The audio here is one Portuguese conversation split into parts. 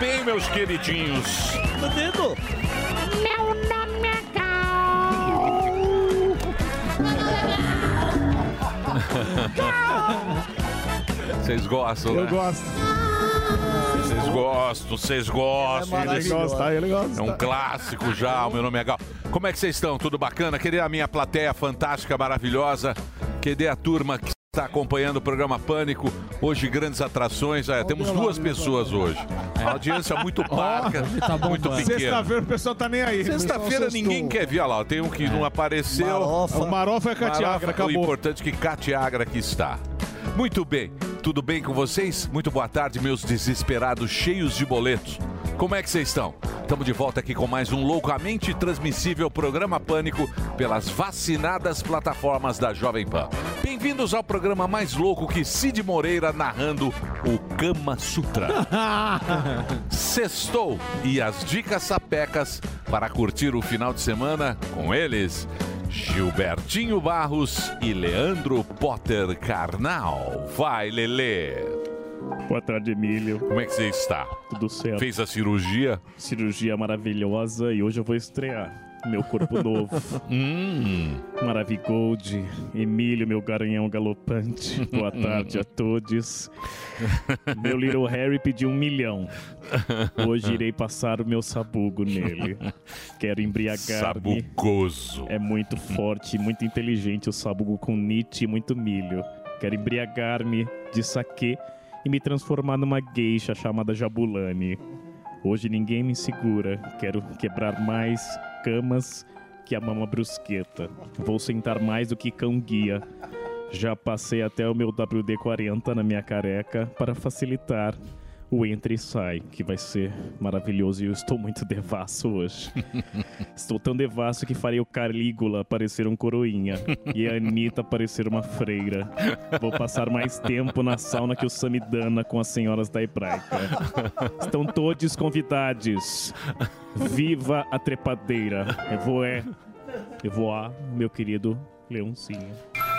bem, meus queridinhos? Meu nome é Vocês gostam, né? Eu gosto. Vocês gostam. Ele gosta. É um clássico já, o meu nome é Gal. Como é que vocês estão? Tudo bacana? Cadê a minha plateia fantástica, maravilhosa? Cadê a turma que está acompanhando o programa Pânico? Hoje, grandes atrações. Temos duas pessoas hoje. A audiência muito parca, muito pequena. Sexta-feira o pessoal tá nem aí. Sexta-feira ninguém quer ver. Olha lá, tem um que não apareceu. O Marofa é Catiagra, O acabou. importante é que Catiagra aqui está. Muito bem. Tudo bem com vocês? Muito boa tarde, meus desesperados cheios de boletos. Como é que vocês estão? Estamos de volta aqui com mais um loucamente transmissível programa Pânico pelas vacinadas plataformas da Jovem Pan. Bem-vindos ao programa mais louco que Cid Moreira narrando o Kama Sutra. Sextou e as dicas sapecas para curtir o final de semana com eles, Gilbertinho Barros e Leandro Potter Carnal. Vai, Lelê. Boa tarde, Emílio. Como é que você está? Tudo certo. Fez a cirurgia? Cirurgia maravilhosa e hoje eu vou estrear meu corpo novo. Maravigold, Emílio, meu garanhão galopante. Boa tarde a todos. Meu Little Harry pediu 1 milhão. Hoje irei passar o meu sabugo nele. Quero embriagar-me. Sabugoso. É muito forte, muito inteligente o sabugo com nit e muito milho. Quero embriagar-me de saquê e me transformar numa geisha chamada Jabulani. Hoje ninguém me segura. Quero quebrar mais camas que a mama brusqueta. Vou sentar mais do que cão guia. Já passei até o meu WD-40 na minha careca para facilitar o entra e sai, que vai ser maravilhoso e eu estou muito devasso hoje. Estou tão devasso que farei o Calígula parecer um coroinha e a Anitta parecer uma freira. Vou passar mais tempo na sauna que o Samidana com as senhoras da hebraica. Estão todos convidados. Viva a trepadeira. Eu vou, meu querido Leãozinho.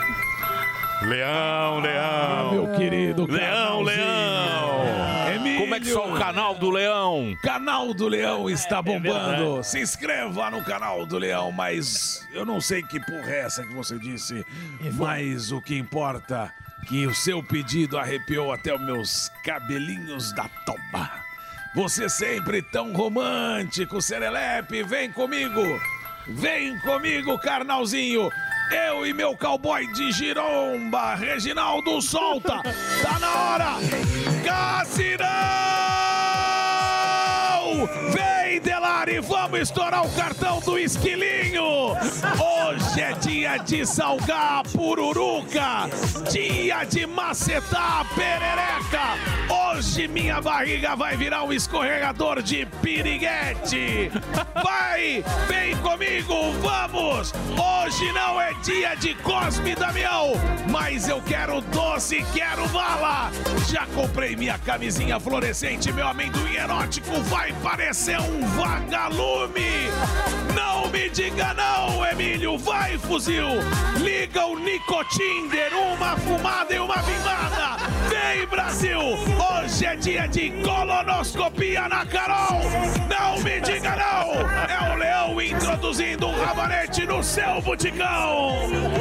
Leão. Meu querido Leão. Emílio. Como é que está o canal do Leão? Canal do Leão está bombando. Se inscreva no canal do Leão, mas eu não sei que porra é essa que você disse. Mas o que importa é que o seu pedido arrepiou até os meus cabelinhos da toba. Você sempre tão romântico, serelepe, vem comigo, carnalzinho. Eu e meu cowboy de giromba, Reginaldo solta, tá na hora, Cassinão! Vem, Delari, vamos estourar o cartão do esquilinho! Hoje é dia de salgar a pururuca, dia de macetar a perereca. Hoje minha barriga vai virar um escorregador de piriguete. Vai, vem comigo, vamos! Hoje não é dia de Cosme e Damião, mas eu quero doce, quero bala. Já comprei minha camisinha fluorescente, meu amendoim erótico vai parecer um vagalume. Não me diga não, Emílio, vai fuzil. Liga o Nicotinder, uma fumada e uma bimbada. Vem, Brasil, hoje é dia de colonoscopia na Carol. Não me diga não, é o Leão introduzindo um rabanete no seu buticão.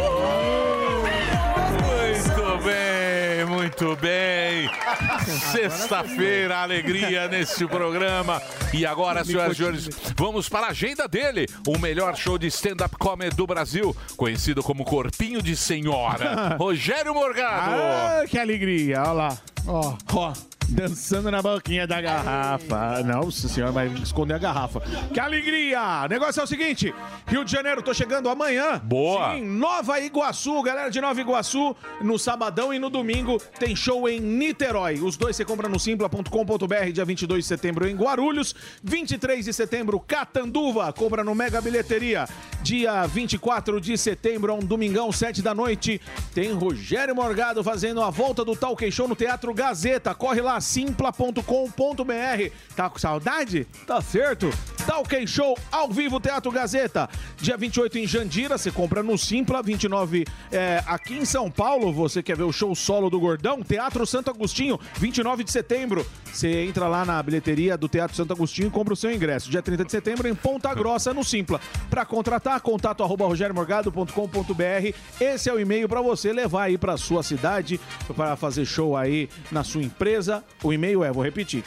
Muito bem. Sexta-feira, alegria nesse programa. E agora, senhoras e senhores, vamos para a agenda dele. O melhor show de stand-up comedy do Brasil, conhecido como Corpinho de Senhora, Rogério Morgado. Ah, que alegria, olha lá. Ó, dançando na boquinha da garrafa. Nossa senhora, vai esconder a garrafa. Que alegria! O negócio é o seguinte, Rio de Janeiro, tô chegando amanhã. Boa! Sim, Nova Iguaçu, galera de Nova Iguaçu, no sabadão e no domingo tem show em Niterói. Os dois você compra no simpla.com.br, dia 22 de setembro em Guarulhos, 23 de setembro Catanduva, compra no Mega Bilheteria. Dia 24 de setembro, um domingão, 7 da noite, tem Rogério Morgado fazendo a volta do Talk Show no Teatro Gazeta. Corre lá, simpla.com.br. Tá com saudade? Tá certo. Talk Show ao vivo, Teatro Gazeta. Dia 28 em Jandira, você compra no Simpla. 29 aqui em São Paulo, você quer ver o show solo do Gordão? Teatro Santo Agostinho, 29 de setembro. Você entra lá na bilheteria do Teatro Santo Agostinho e compra o seu ingresso. Dia 30 de setembro em Ponta Grossa, no Simpla. Para contratar, contato@rogeriomorgado.com.br. Esse é o e-mail para você levar aí para sua cidade, para fazer show aí na sua empresa. O e-mail vou repetir,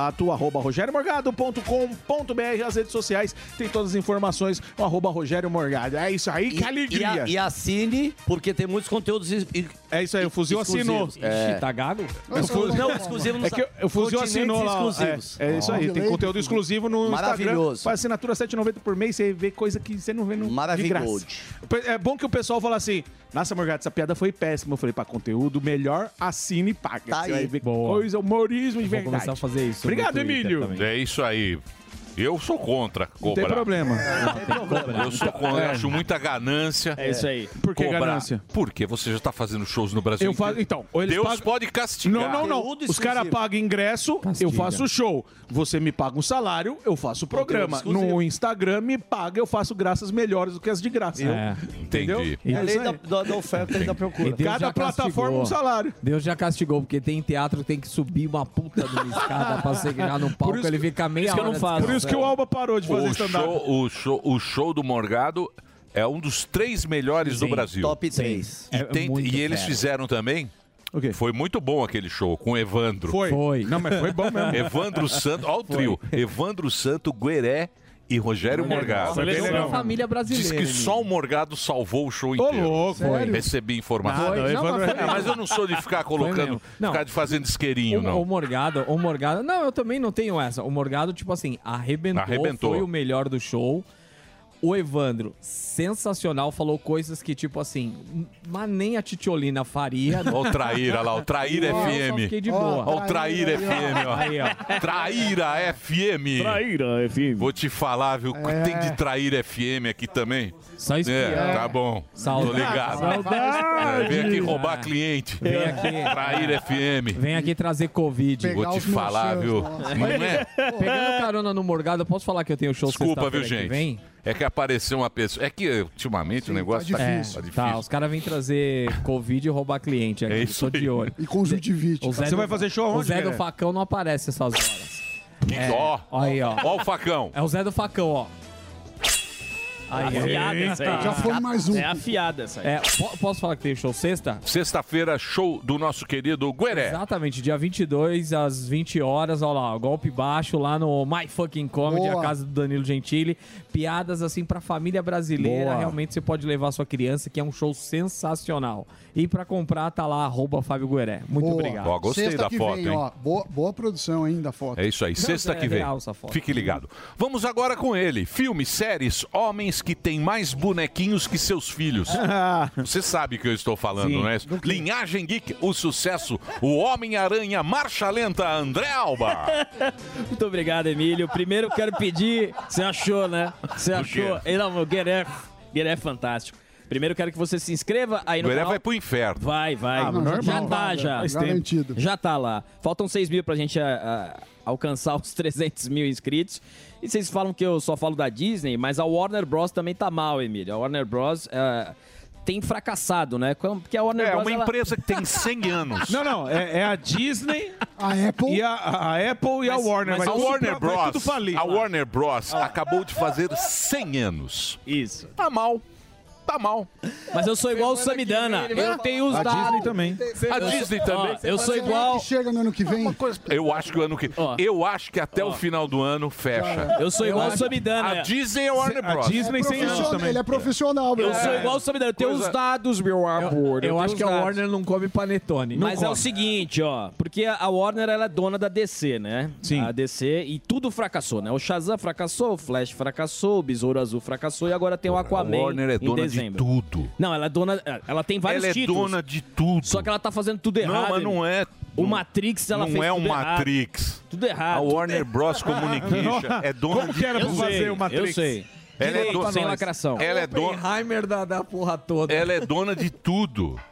contato@rogeriomorgado.com.br. As redes sociais tem todas as informações no @RogérioMorgado. É isso aí, que alegria. E assine, porque tem muitos conteúdos. É isso aí, o Fuzil assinou. Tá gago? Não, exclusivo no É que o Fuzil assinou lá. É isso aí, tem conteúdo exclusivo no Instagram. Faz assinatura R$7,90 por mês, você vê coisa que você não vê no de graça. É bom que o pessoal fala assim, nossa, Morgado, essa piada foi péssima. Eu falei, para conteúdo melhor, assine e paga. Tá você aí. vai ver coisa, humorismo de Vou verdade. começar a fazer isso. Obrigado, no Twitter Emílio. também. É isso aí. Eu sou contra Não tem cobrar. problema. Eu sou contra, eu acho muita ganância. É isso aí. Por que cobrar. ganância? Porque você já está fazendo shows no Brasil Eu faço, inteiro. então, ou eles Deus pagam... pode castigar. Não. Conteúdo Os caras pagam ingresso, eu faço show. Você me paga um salário, eu faço o programa. exclusivo. No Instagram me paga, eu faço graças melhores do que as de graça. Entendi. É a lei isso aí. da oferta e da procura. Deus Cada já plataforma castigou. um salário. Deus já castigou, porque tem teatro que tem que subir uma puta de uma escada pra você chegar no palco, isso ele fica meia que eu hora. não faço. Por isso que o Alba parou de fazer stand-up. O show do Morgado é um dos 3 melhores do Brasil. Top 3. E eles fizeram também. O quê? Foi muito bom aquele show com o Evandro. Foi. Não, mas foi bom mesmo. Evandro Santo, olha o trio. Evandro Santo, Gueré e Rogério Morgado. Foi bem É legal. uma família brasileira. Diz que só o Morgado salvou o show inteiro. louco. Sério? Recebi informação. Nada, o Evandro- Mas eu não sou de ficar colocando, mesmo. Não. ficar de fazendo isqueirinho, O não. Morgado, não, eu também não tenho essa. O Morgado, tipo assim, arrebentou. Foi o melhor do show. O Evandro, sensacional, falou coisas que, tipo assim, mas nem a Titiolina faria. Olha o Traíra lá, o Traíra Eu só FM. fiquei de boa. Olha o Traíra FM, ó. Aí, ó. Traíra FM. Traíra, FM. Vou te falar, viu? Tem de Traíra FM aqui também. Só espiando. Tá bom. Saudade. Tô ligado. Vem aqui roubar cliente. Vem aqui. Traíra FM. Vem aqui trazer Covid. Vou te falar, viu? Não é? Pegando carona no Morgado, eu posso falar que eu tenho show Desculpa, viu, sexta-feira que gente? vem? É que apareceu uma pessoa. É que ultimamente o negócio tá difícil. Tá, os caras vêm trazer Covid e roubar cliente aqui. É isso Tô de aí. olho. E conjuntivite. O Zé Você do- vai fazer show O aonde, Zé do Gueré? Facão não aparece essas horas. Ó, Aí, ó. ó o facão. É o Zé do Facão, ó. Aí, Afiada essa aí. Já foi mais um. É afiada essa aí. posso falar que tem show sexta? Sexta-feira, show do nosso querido Gueré. Exatamente, dia 22 às 20 horas, olha lá, golpe baixo lá no My Fucking Comedy, Boa. a casa do Danilo Gentili. Piadas assim pra família brasileira, Boa. realmente você pode levar sua criança, que é um show sensacional. E pra comprar tá lá, @Fábio Gueré. Muito Boa. obrigado. Ó, gostei Sexta da que foto, vem, hein? ó. Boa produção, hein, da foto. É isso aí, sexta é que vem. real essa foto. Fique ligado. Vamos agora com ele. Filmes, séries, homens que têm mais bonequinhos que seus filhos. Você sabe o que eu estou falando, não é isso? Linhagem Geek, o sucesso, o Homem-Aranha, Marcha Lenta, André Alba. Muito obrigado, Emílio. Primeiro quero pedir. Você achou, né? Você achou? quê? Não, o Gueré é fantástico. Primeiro quero que você se inscreva aí O no Gueré canal. vai pro inferno. Vai. não, já normal, tá, vai, já. Garantido. Já tá lá. Faltam 6 mil pra gente alcançar os 300 mil inscritos. E vocês falam que eu só falo da Disney, mas a Warner Bros. Também tá mal, Emílio. A Warner Bros. Tem fracassado, né? Porque a Warner É Bros. uma empresa que tem 100 anos. Não, é a Disney A Apple. e a Apple e a Warner. Mas Vai a tudo Warner vai tudo Bros. falir. A Warner Bros. Acabou de fazer 100 anos. Isso. Tá mal. Tá mal. Mas eu sou igual o Samidana. Eu tenho os A dados. Disney também. A Disney também. Ó, eu sou Será igual. que chega no ano que vem? Eu acho que o ano que. Ó. Eu acho que até o final do ano fecha. Eu sou igual o A Samidana. Disney e a Warner A Bros. Disney 100 anos também. Ele é profissional, meu. Eu sou igual o Samidana. Eu tenho Coisa- os dados, meu amor. Eu tenho acho os que a dados. Warner não come panetone. Mas é o seguinte, ó, porque a Warner ela é dona da DC, né? Sim. A DC e tudo fracassou, né? O Shazam fracassou, o Flash fracassou, o Besouro Azul fracassou e agora tem o Aquaman A Warner é em dona de dezembro. tudo. Não, ela é dona, ela tem vários Ela é títulos. dona de tudo. Só que ela tá fazendo tudo errado. Não, mas não é. O Matrix ela não fez é tudo um errado. Matrix. Tudo errado. A Warner Bros. Communication é dona Como de que era pra Eu fazer sei, o Matrix? eu sei. Ela é Direito, dona- sem nós. lacração. Ela é dona. Oppenheimer da porra toda. Ela é dona de tudo.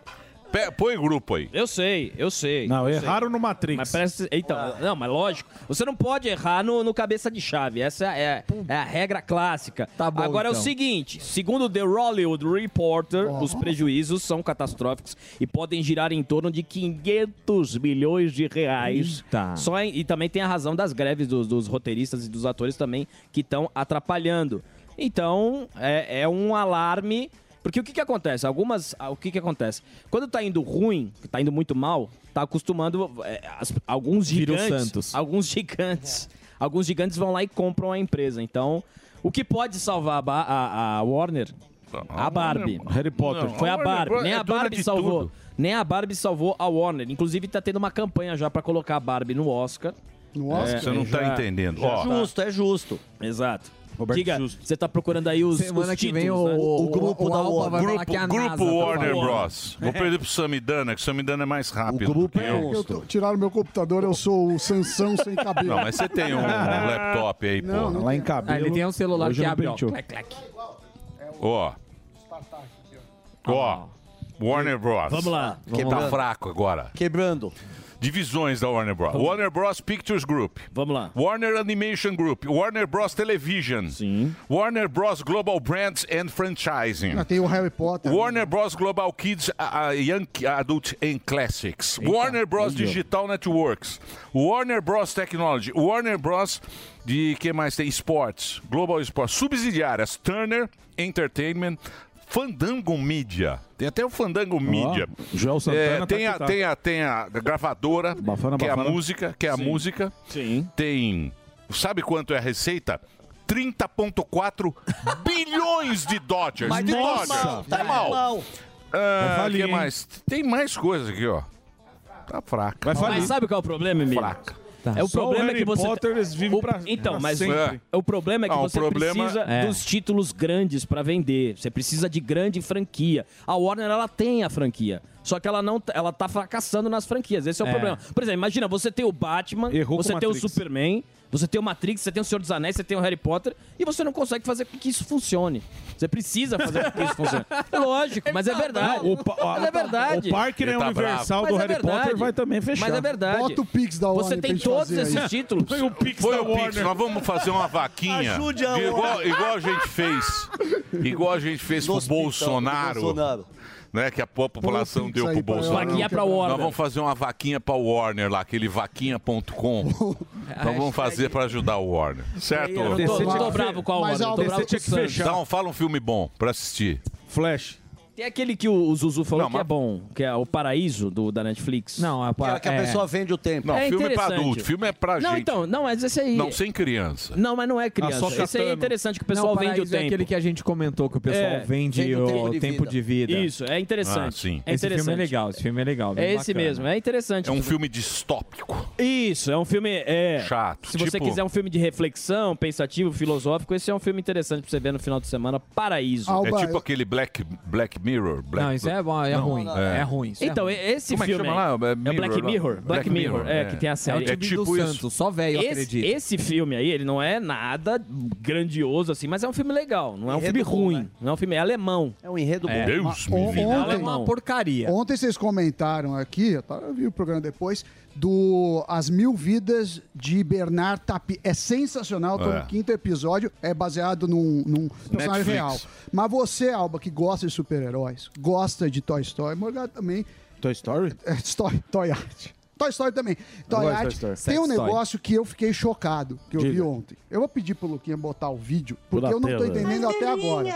Põe grupo aí. Eu sei. Não, eu erraram sei. no Matrix. Mas parece... Então, não, mas lógico. Você não pode errar no cabeça de chave. Essa é a regra clássica. Tá bom, Agora é o então. seguinte. Segundo The Hollywood Reporter, os prejuízos são catastróficos e podem girar em torno de 500 milhões de reais. Eita. E também tem a razão das greves dos roteiristas e dos atores também que estão atrapalhando. Então, é um alarme... Porque o que acontece? O que acontece? Quando tá indo ruim, tá indo muito mal, tá acostumando alguns Vira gigantes. o Santos. Alguns gigantes vão lá e compram a empresa. Então, o que pode salvar a Warner? A Barbie. Harry Potter. Foi a Barbie. Nem a dona Barbie de salvou. tudo. Nem a Barbie salvou a Warner. Inclusive, tá tendo uma campanha já pra colocar a Barbie no Oscar. No Oscar? Você não tá entendendo. Ó, É justo. Exato. Roberto Diga, Justo. você tá procurando aí os Semana que vem títulos, né? O grupo da Alba vai falar Grupo, que a NASA grupo tá Warner falando. Bros. Vou perder pro Samidana, que o Samidana é mais rápido. O grupo do que eu. Tiraram meu computador, eu sou o Sansão sem cabelo. Não, mas você tem um laptop aí, Não, pô. Lá em cabelo. Ah, ele tem um celular Hoje que não abre, ó. penteou. Clac, clac. Ó. Ó. Warner Bros. Vamos lá. Tá fraco agora. Quebrando. Divisões da Warner Bros. Warner Bros. Pictures Group. Vamos lá. Warner Animation Group. Warner Bros. Television. Sim. Warner Bros. Global Brands and Franchising. Tem o Harry Potter. Warner Bros. Global Kids, Young Adult and Classics. Warner Bros. Digital Networks. Warner Bros. Technology. Warner Bros. de que mais tem? Sports. Global Sports. Subsidiárias. Turner Entertainment. Fandango Media. Tem até o Fandango Media. Joel Santana Tem a gravadora, Bafana, que é a Bafana. música, Sim. Tem... Sabe quanto é a receita? 30,4 bilhões de Dodgers. Mas de tá Dodgers. mal, Tá mal. Vai falir, que hein? mais? Tem mais coisas aqui, ó. Tá fraca. Vai falir. Mas sabe qual é o problema, Emílio? Fraca. É o Só problema o Harry que você Potter, eles vivem pra Então, pra mas sempre. o problema é que Não, o você problema precisa dos títulos grandes pra vender. Você precisa de grande franquia. A Warner ela tem a franquia. Só que ela tá fracassando nas franquias. Esse é o problema. Por exemplo, imagina, você tem o Batman, Errou você com tem o Matrix. Superman, você tem o Matrix, você tem o Senhor dos Anéis, você tem o Harry Potter e você não consegue fazer com que isso funcione. Você precisa fazer com que isso funcione. É lógico, mas é verdade. Mas é verdade. O Parker Ele tá Universal Mas do é Harry verdade. Potter vai também fechar. Mas é verdade. Bota o Pix da Warner Você pra tem gente todos fazer aí. esses títulos. Foi o Pix Foi da o Pix, Warner. nós vamos fazer uma vaquinha. Ajude a igual a gente fez. Igual a gente fez pro Bolsonaro. Né, que a população Pix deu pro aí pra Bolsonaro. Vaquinha pra Warner. Nós vamos fazer uma vaquinha pra Warner lá, aquele vaquinha.com. Nós vamos fazer pra ajudar o Warner. Certo? Eu não tô bravo com a Mas Warner, eu tô a bravo DC com tinha o que Santos. fechar. Fala um filme bom pra assistir. Flash. Tem aquele que o Zuzu falou Não, que mas- é bom, que é o Paraíso da Netflix. Não, Que a pessoa vende o tempo. Não, É filme pra interessante. adulto. Filme é pra Não, gente. então, não, mas esse aí. Não, sem criança. Não, mas não é criança. só Esse aí é catando. interessante que o Não, pessoal vende o Paraíso é tempo. aquele que a gente comentou, que o pessoal É, vende vende o o tempo de vida. Isso, é interessante. Ah, sim. É Esse interessante. filme é legal, esse filme é legal. bem É esse bacana. mesmo, é interessante. É um filme distópico. Isso, é um filme. Chato. Se você Tipo- quiser um filme de reflexão, pensativo, filosófico, esse é um filme interessante pra você ver no final de semana. Paraíso. Alba, É tipo aquele Black Mirror. Não, isso é bom, é ruim. É ruim. isso é Então, ruim. esse Como é que filme. chama lá? É o Black Mirror. Black Mirror, é. que tem a É o série. time tipo do isso. Santos, só velho acredita. Esse filme aí, ele não é nada grandioso assim, mas é um filme legal. Não é um filme Enredo bom, ruim. né? Não é um filme, é alemão. É um enredo bom. Deus on- me livre. É ontem, uma porcaria. ontem vocês comentaram aqui, eu vi o programa depois, do As Mil Vidas de Bernard Tapie. É sensacional, tô É. no 5º episódio, é baseado num personagem Netflix. real. Mas você, Alba, que gosta de super-heróis, gosta de Toy Story, Morgado também, Toy Story? Toy Art. Toy Story também. Toy gosto de Art Toy Story. tem um Sex Toy. negócio que eu fiquei chocado, que eu vi Diga. ontem. Eu vou pedir pro Luquinha botar o vídeo, porque Pula eu não tô tela. entendendo até agora.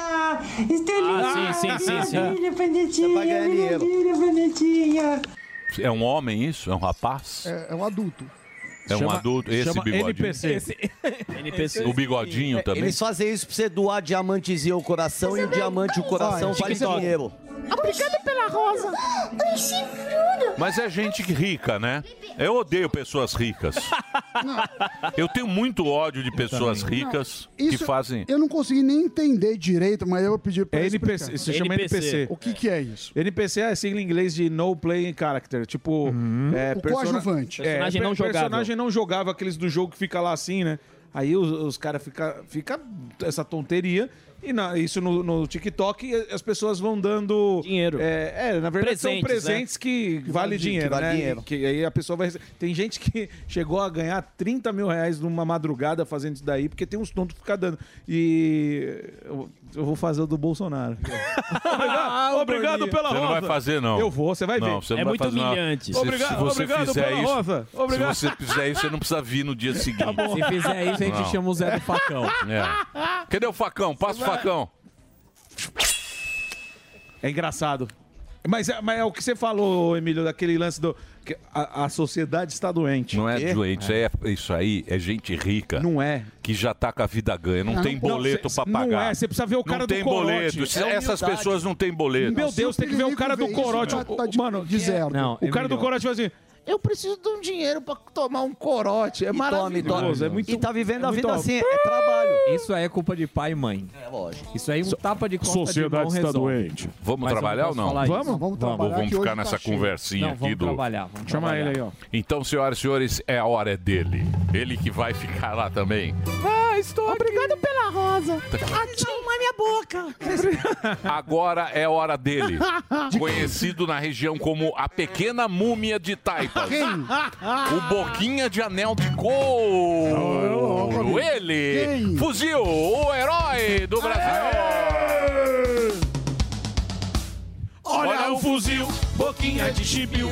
Ah, sim. Você vai ganhar dinheiro. É um homem isso? É um rapaz? É um adulto. É um Chama- adulto? Esse chama bigodinho? NPC. NPC. O bigodinho também? Eles fazem isso pra você doar diamantezinho ao coração e o diamante e o coração vale dinheiro. Mas é gente rica, né? Eu odeio pessoas ricas. Eu tenho muito ódio de pessoas ricas que Isso fazem... eu não consegui nem entender direito, mas eu vou pedir pra É ele NPC, explicar. isso se chama NPC. O que é isso? NPC é sigla em inglês de No Playing Character. Tipo, O coadjuvante. Personagem não jogável. Personagem não jogável, aqueles do jogo que fica lá assim, né? Aí os caras fica essa tonteria. E isso no TikTok, as pessoas vão dando... Dinheiro. Na verdade são presentes, né? que vale dinheiro, vale né? dinheiro. Que aí a pessoa vai... Tem gente que chegou a ganhar 30 mil reais numa madrugada fazendo isso daí, porque tem uns tontos que ficam dando. E eu vou fazer o do Bolsonaro. Obrigado pela rosa. Você não vai fazer, não. Eu vou, você vai ver. Não, você não É vai muito fazer, não. humilhante. Obrigado pela rosa. Obrigado. Se você fizer isso, você não precisa vir no dia seguinte. Se fizer isso, a gente Não. chama o Zé do Facão. Cadê o facão? Passa o facão. É engraçado. Mas é o que você falou, Emílio, daquele lance do... que a sociedade está doente. Não é doente, isso aí é gente rica. Não é. Que já tá com a vida ganha, não tem boleto pra pagar. Não é, você precisa ver o cara não do tem corote. boleto. Essas pessoas não têm boleto. Meu Deus, tem que ver o cara do corote. Mano, de zero. Não, o cara do corote vai assim... Eu preciso de um dinheiro pra tomar um corote. É maravilhoso. É muito, E tá vivendo a vida muito assim, é trabalho. Isso aí é culpa de pai e mãe. É lógico. Isso aí um tapa de costa de mão resolve. Vamos Mas eu trabalhar ou posso não? falar isso. Vamos trabalhar. Vamos que ficar hoje nessa tá cheio. conversinha Não, aqui vamos do... trabalhar. Chama ele aí, ó. Então, senhoras e senhores, a hora é dele. Ele que vai ficar lá também. Obrigado pela rosa. Acalma minha boca. Agora é hora dele. Conhecido na região como a Pequena Múmia de Taipas. O Boquinha de Anel de Couro. Ele, Fuzil, o herói do Brasil. Olha o fuzil, boquinha de chibiu.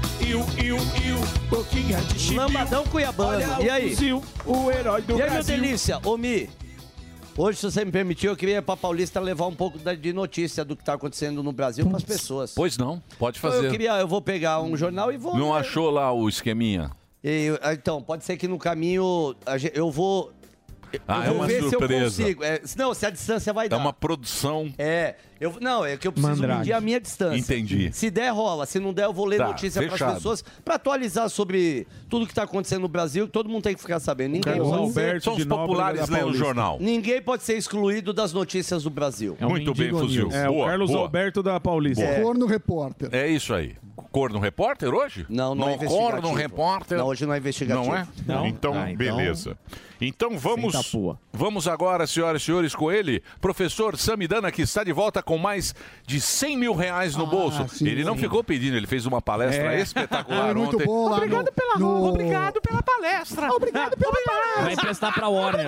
Boquinha de chibiu. Lambadão Cuiabano. E aí? Fuzil, o herói do E aí, meu Brasil. delícia? Ô, Mi, hoje, se você me permitir, eu queria ir pra Paulista levar um pouco de notícia do que tá acontecendo no Brasil pras pessoas. Pois não, pode fazer. Eu vou pegar um jornal e vou... Não achou lá o esqueminha? Então, pode ser que no caminho eu vou... Ah, eu é vou uma ver surpresa. se eu consigo. Não, se a distância vai dar. É uma produção. É que eu preciso medir a minha distância. Entendi. Se der, rola. Se não der, eu vou ler Tá, notícia para fechado. as pessoas para atualizar sobre tudo que está acontecendo no Brasil. Todo mundo tem que ficar sabendo. Ninguém Carlos pode Alberto São os de Nóbrega populares da lendo o Paulista. jornal. Ninguém pode ser excluído das notícias do Brasil. É um Muito bem, mendigo Fuzil. news. É, o Boa, Carlos boa. Alberto da Paulista. Corno repórter. É isso aí. Corno Repórter hoje? Não é Corno investigativo. Repórter. Não, hoje não é investigativo. Não é? Não? Então, Ah, então- beleza. Então Sem vamos tapua. vamos agora, senhoras e senhores, com ele, professor Samidana, que está de volta com mais de 100 mil reais no bolso. sim, Ele não ficou pedindo, ele fez uma palestra espetacular Foi muito ontem. bom lá Obrigado pela palestra. Obrigado pela palestra. Vai emprestar pra Warner.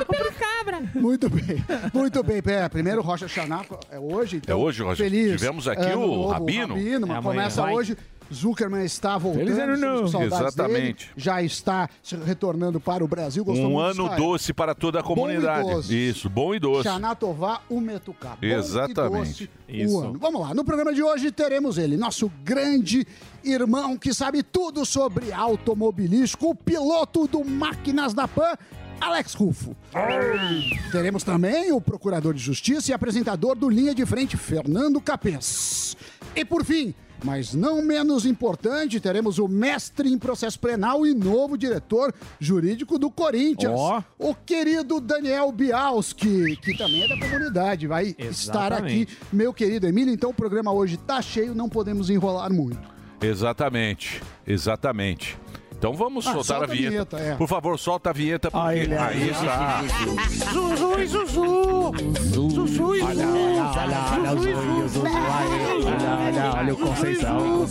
Muito bem. Muito bem. Primeiro, Rocha Chanaco é hoje. Então, É hoje, Rocha. Feliz. Tivemos aqui Ano o novo, Rabino. mas É amanhã. começa Vai. hoje. Zuckerman está voltando. Feliz ano estamos com novo. saudades Exatamente. dele, já está retornando para o Brasil. Gostou Um muito ano de Israel. doce para toda a comunidade. doce. Isso, bom e doce. Shanatová Umetuká. Bom Exatamente. e doce o ano. Vamos lá, no programa de hoje teremos ele, nosso grande irmão que sabe tudo sobre automobilístico, o piloto do Máquinas da Pan, Alex Rufo. Teremos também o procurador de justiça e apresentador do Linha de Frente, Fernando Capês. E por fim, mas não menos importante, teremos o mestre em processo penal e novo diretor jurídico do Corinthians, o querido Daniel Bialski, que também é da comunidade, vai estar aqui, meu querido Emílio. Então o programa hoje tá cheio, não podemos enrolar muito. Exatamente, exatamente. Então vamos soltar solta a vinheta. a vinheta, é. Por favor, solta a vinheta. Porque... Aí está. Zuzu e Zuzu. Zuzu e Zuzu. Olha o Conceição.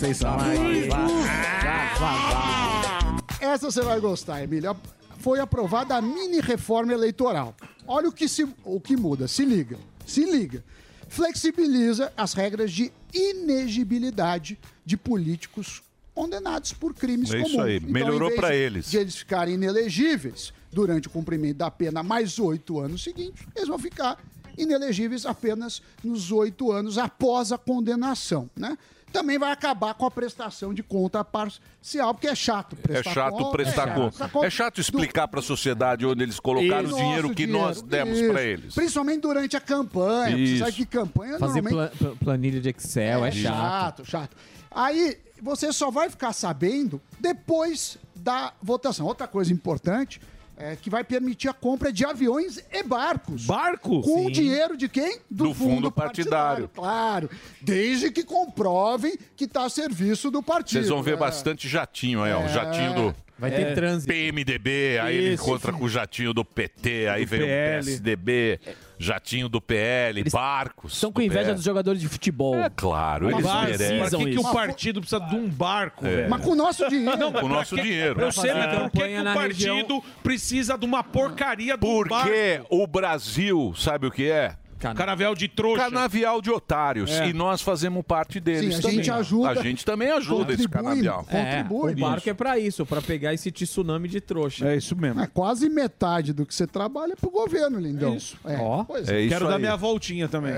Essa você vai gostar, Emílio. Foi aprovada a mini reforma eleitoral. Olha o que muda. Se liga. Flexibiliza as regras de inegibilidade de políticos condenados por crimes É comuns. isso aí. Então, Melhorou em vez pra eles. de eles ficarem inelegíveis durante o cumprimento da pena mais 8 anos seguintes, eles vão ficar inelegíveis apenas nos 8 anos após a condenação, né? Também vai acabar com a prestação de conta parcial, porque é chato É chato prestar conta. É chato explicar para a sociedade onde eles colocaram o dinheiro que nós demos para eles. Principalmente durante a campanha. Você sabe que campanha Fazer normalmente... planilha de Excel é chato. Chato. Aí você só vai ficar sabendo depois da votação. Outra coisa importante é que vai permitir a compra de aviões e barcos. Barco? Com o dinheiro de quem? Do fundo partidário. Claro. Desde que comprovem que está a serviço do partido. Vocês vão ver bastante jatinho aí, ó. O jatinho do Vai ter trânsito. PMDB, aí ele encontra com o jatinho do PT, aí vem PL. o PSDB, jatinho do PL, barcos. Estão com inveja PL. dos jogadores de futebol. É claro, eles merecem. Por que o partido precisa de um barco, velho? Mas com o nosso dinheiro. Com o nosso dinheiro. Eu sei, mas por que campanha o na partido precisa de uma porcaria do barco? Porque o Brasil, sabe o que é? Canavial de trouxa. Canavial de otários. É. E nós fazemos parte deles Sim, a também. gente ajuda. A gente também ajuda esse canavial. Contribui. O barco é pra isso, pra pegar esse tsunami de trouxa. É isso mesmo. É quase metade do que você trabalha é pro governo, lindão. É isso. Ó. Pois É isso Quero dar aí. minha voltinha também.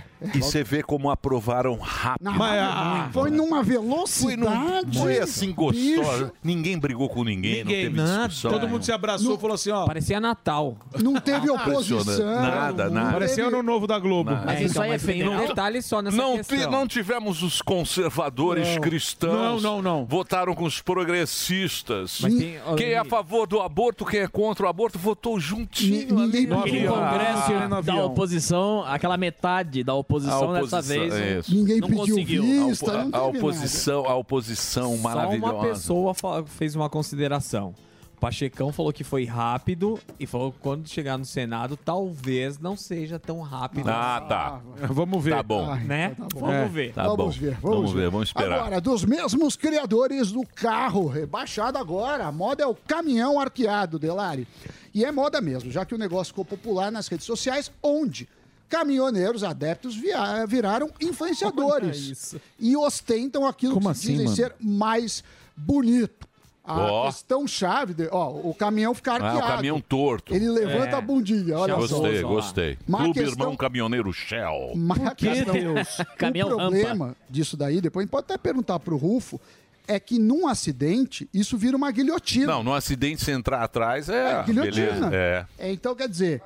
E você vê como aprovaram rápido. Não, Mas, foi numa velocidade. Foi assim bicho. gostoso. Ninguém brigou com ninguém, não teve nada. discussão. Todo mundo se abraçou e falou assim, ó. Parecia Natal. Não teve oposição. Nada, nada. Parecia ano novo da Globo. Nada. Mas isso aí é mas tem feio. um detalhe só nessa Não, questão. não tivemos os conservadores Não. cristãos. Não. Votaram com os progressistas. Mas tem- Quem é a favor do aborto, quem é contra o aborto, votou juntinho. Ninguém ali no Aquele pediu. avião. congresso no da avião. oposição, aquela metade da oposição, dessa vez. é isso. Ninguém Não pediu conseguiu. vista, não A teve oposição Só maravilhosa. uma pessoa fez uma consideração. O Pachecão falou que foi rápido e falou que quando chegar no Senado, talvez não seja tão rápido. Ah, tá. Vamos ver. Tá bom. Ai, Né? tá bom. Vamos ver. Tá bom. Vamos ver. Vamos esperar. Agora, dos mesmos criadores do carro, rebaixado agora, a moda é o caminhão arqueado, Delari. E é moda mesmo, já que o negócio ficou popular nas redes sociais, onde caminhoneiros adeptos viraram influenciadores e ostentam aquilo Como que assim, dizem mano? ser mais bonito. A Ó. questão-chave, o caminhão fica arqueado. o caminhão torto. Ele levanta a bundinha, olha só. Gostei. Mas a Clube questão- Irmão Caminhoneiro Shell. Mas a questão- Caminhão o problema disso daí, depois a gente pode até perguntar pro Rufo, é que num acidente, isso vira uma guilhotina. Não, no acidente, se entrar atrás, guilhotina. beleza. Então, quer dizer,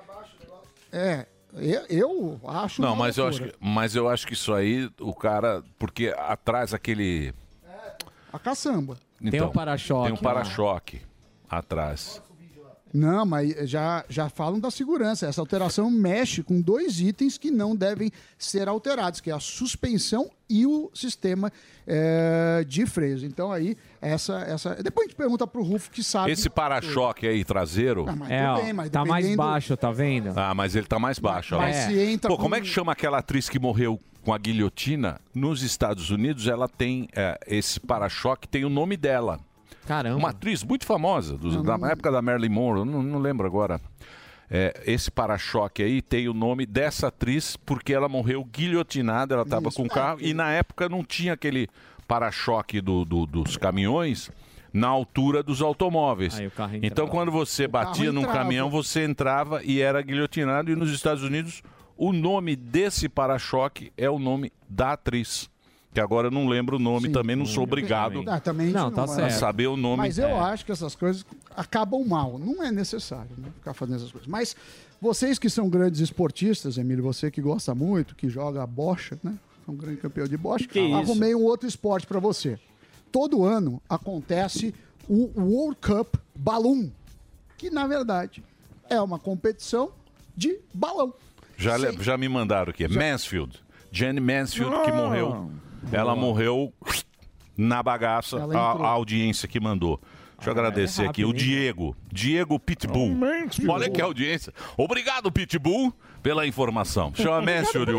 eu acho Não, uma mas loucura. eu acho que isso aí, o cara... Porque atrás aquele... A caçamba. Então, um para-choque Tem um lá. para-choque atrás. Não, mas já falam da segurança. Essa alteração mexe com dois itens que não devem ser alterados, que é a suspensão e o sistema de freios. Então aí, depois a gente pergunta pro Rufo que sabe. Esse para-choque aí traseiro... Ah, mas É, tudo bem, mas tá mais dependendo- baixo, tá vendo? Ah, mas ele tá mais baixo. ó. Mas se entra Pô, como com- é que chama aquela atriz que morreu com a guilhotina? Nos Estados Unidos, ela tem esse para-choque, tem o nome dela. Caramba. Uma atriz muito famosa, da época da Marilyn Monroe, não lembro agora. Esse para-choque aí tem o nome dessa atriz porque ela morreu guilhotinada, ela estava com o carro e na época não tinha aquele para-choque dos caminhões na altura dos automóveis. Aí o carro entrava. Então quando você batia num entrava. caminhão, você entrava e era guilhotinado e nos Estados Unidos o nome desse para-choque é o nome da atriz. Que agora eu não lembro o nome, Sim. também não sou obrigado Também a gente Não, tá a certo. saber o nome. Mas eu acho que essas coisas acabam mal. Não é necessário, né, ficar fazendo essas coisas. Mas vocês que são grandes esportistas, Emílio, você que gosta muito, que joga bocha, né? É um grande campeão de bocha. Arrumei um outro esporte para você. Todo ano acontece o World Cup Balloon, que na verdade é uma competição de balão. Já me mandaram aqui. Mansfield. Jenny Mansfield, que morreu. Ela morreu na bagaça, Ela entrou. a audiência que mandou. Deixa eu agradecer aqui. O Diego Pitbull. Olha que audiência. Obrigado, Pitbull, pela informação. Chama Mansfield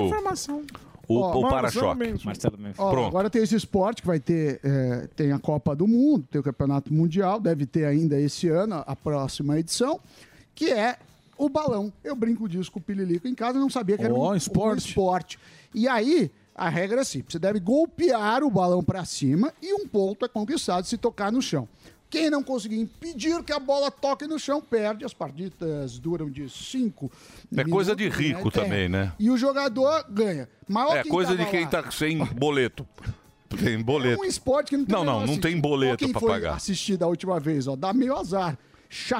o para-choque. Marcelo Mendes. Ó, Pronto. agora tem esse esporte que vai ter, tem a Copa do Mundo, tem o Campeonato Mundial, deve ter ainda esse ano a próxima edição, que é o balão. Eu brinco disso com o Pililico em casa, não sabia que era um esporte. E aí, a regra é assim, você deve golpear o balão para cima e um ponto é conquistado se tocar no chão. Quem não conseguir impedir que a bola toque no chão, perde. As partidas duram de 5 É coisa de rico também, né? E o jogador ganha. Maior É quem coisa de tava quem lá. tá sem boleto. Tem É boleto. um esporte que não tem Não negócio tem assim. boleto Ó, quem pra foi pagar. assistir da última vez, ó, dá meio azar.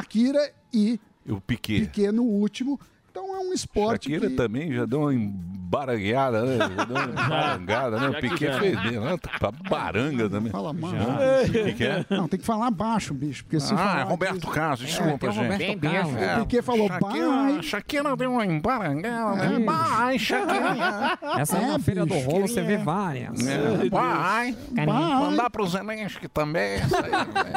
Shakira e O Piquet. Piquet no último. Então é um esporte Shakira que... também já deu uma barangueada, né? Barangada, né? O Piquet fez mesmo, né? Baranga também. Fala mal. O que é? Não, tem que falar baixo, bicho. Porque se falar Roberto Carlos, desculpa pra gente. O Piquet falou pai. Shakira deu uma embarangada, né? Vai, Shakira. Essa é na Feira do Rolo, você vê várias. Vai. Mandar pro Zelensky também. Isso aí.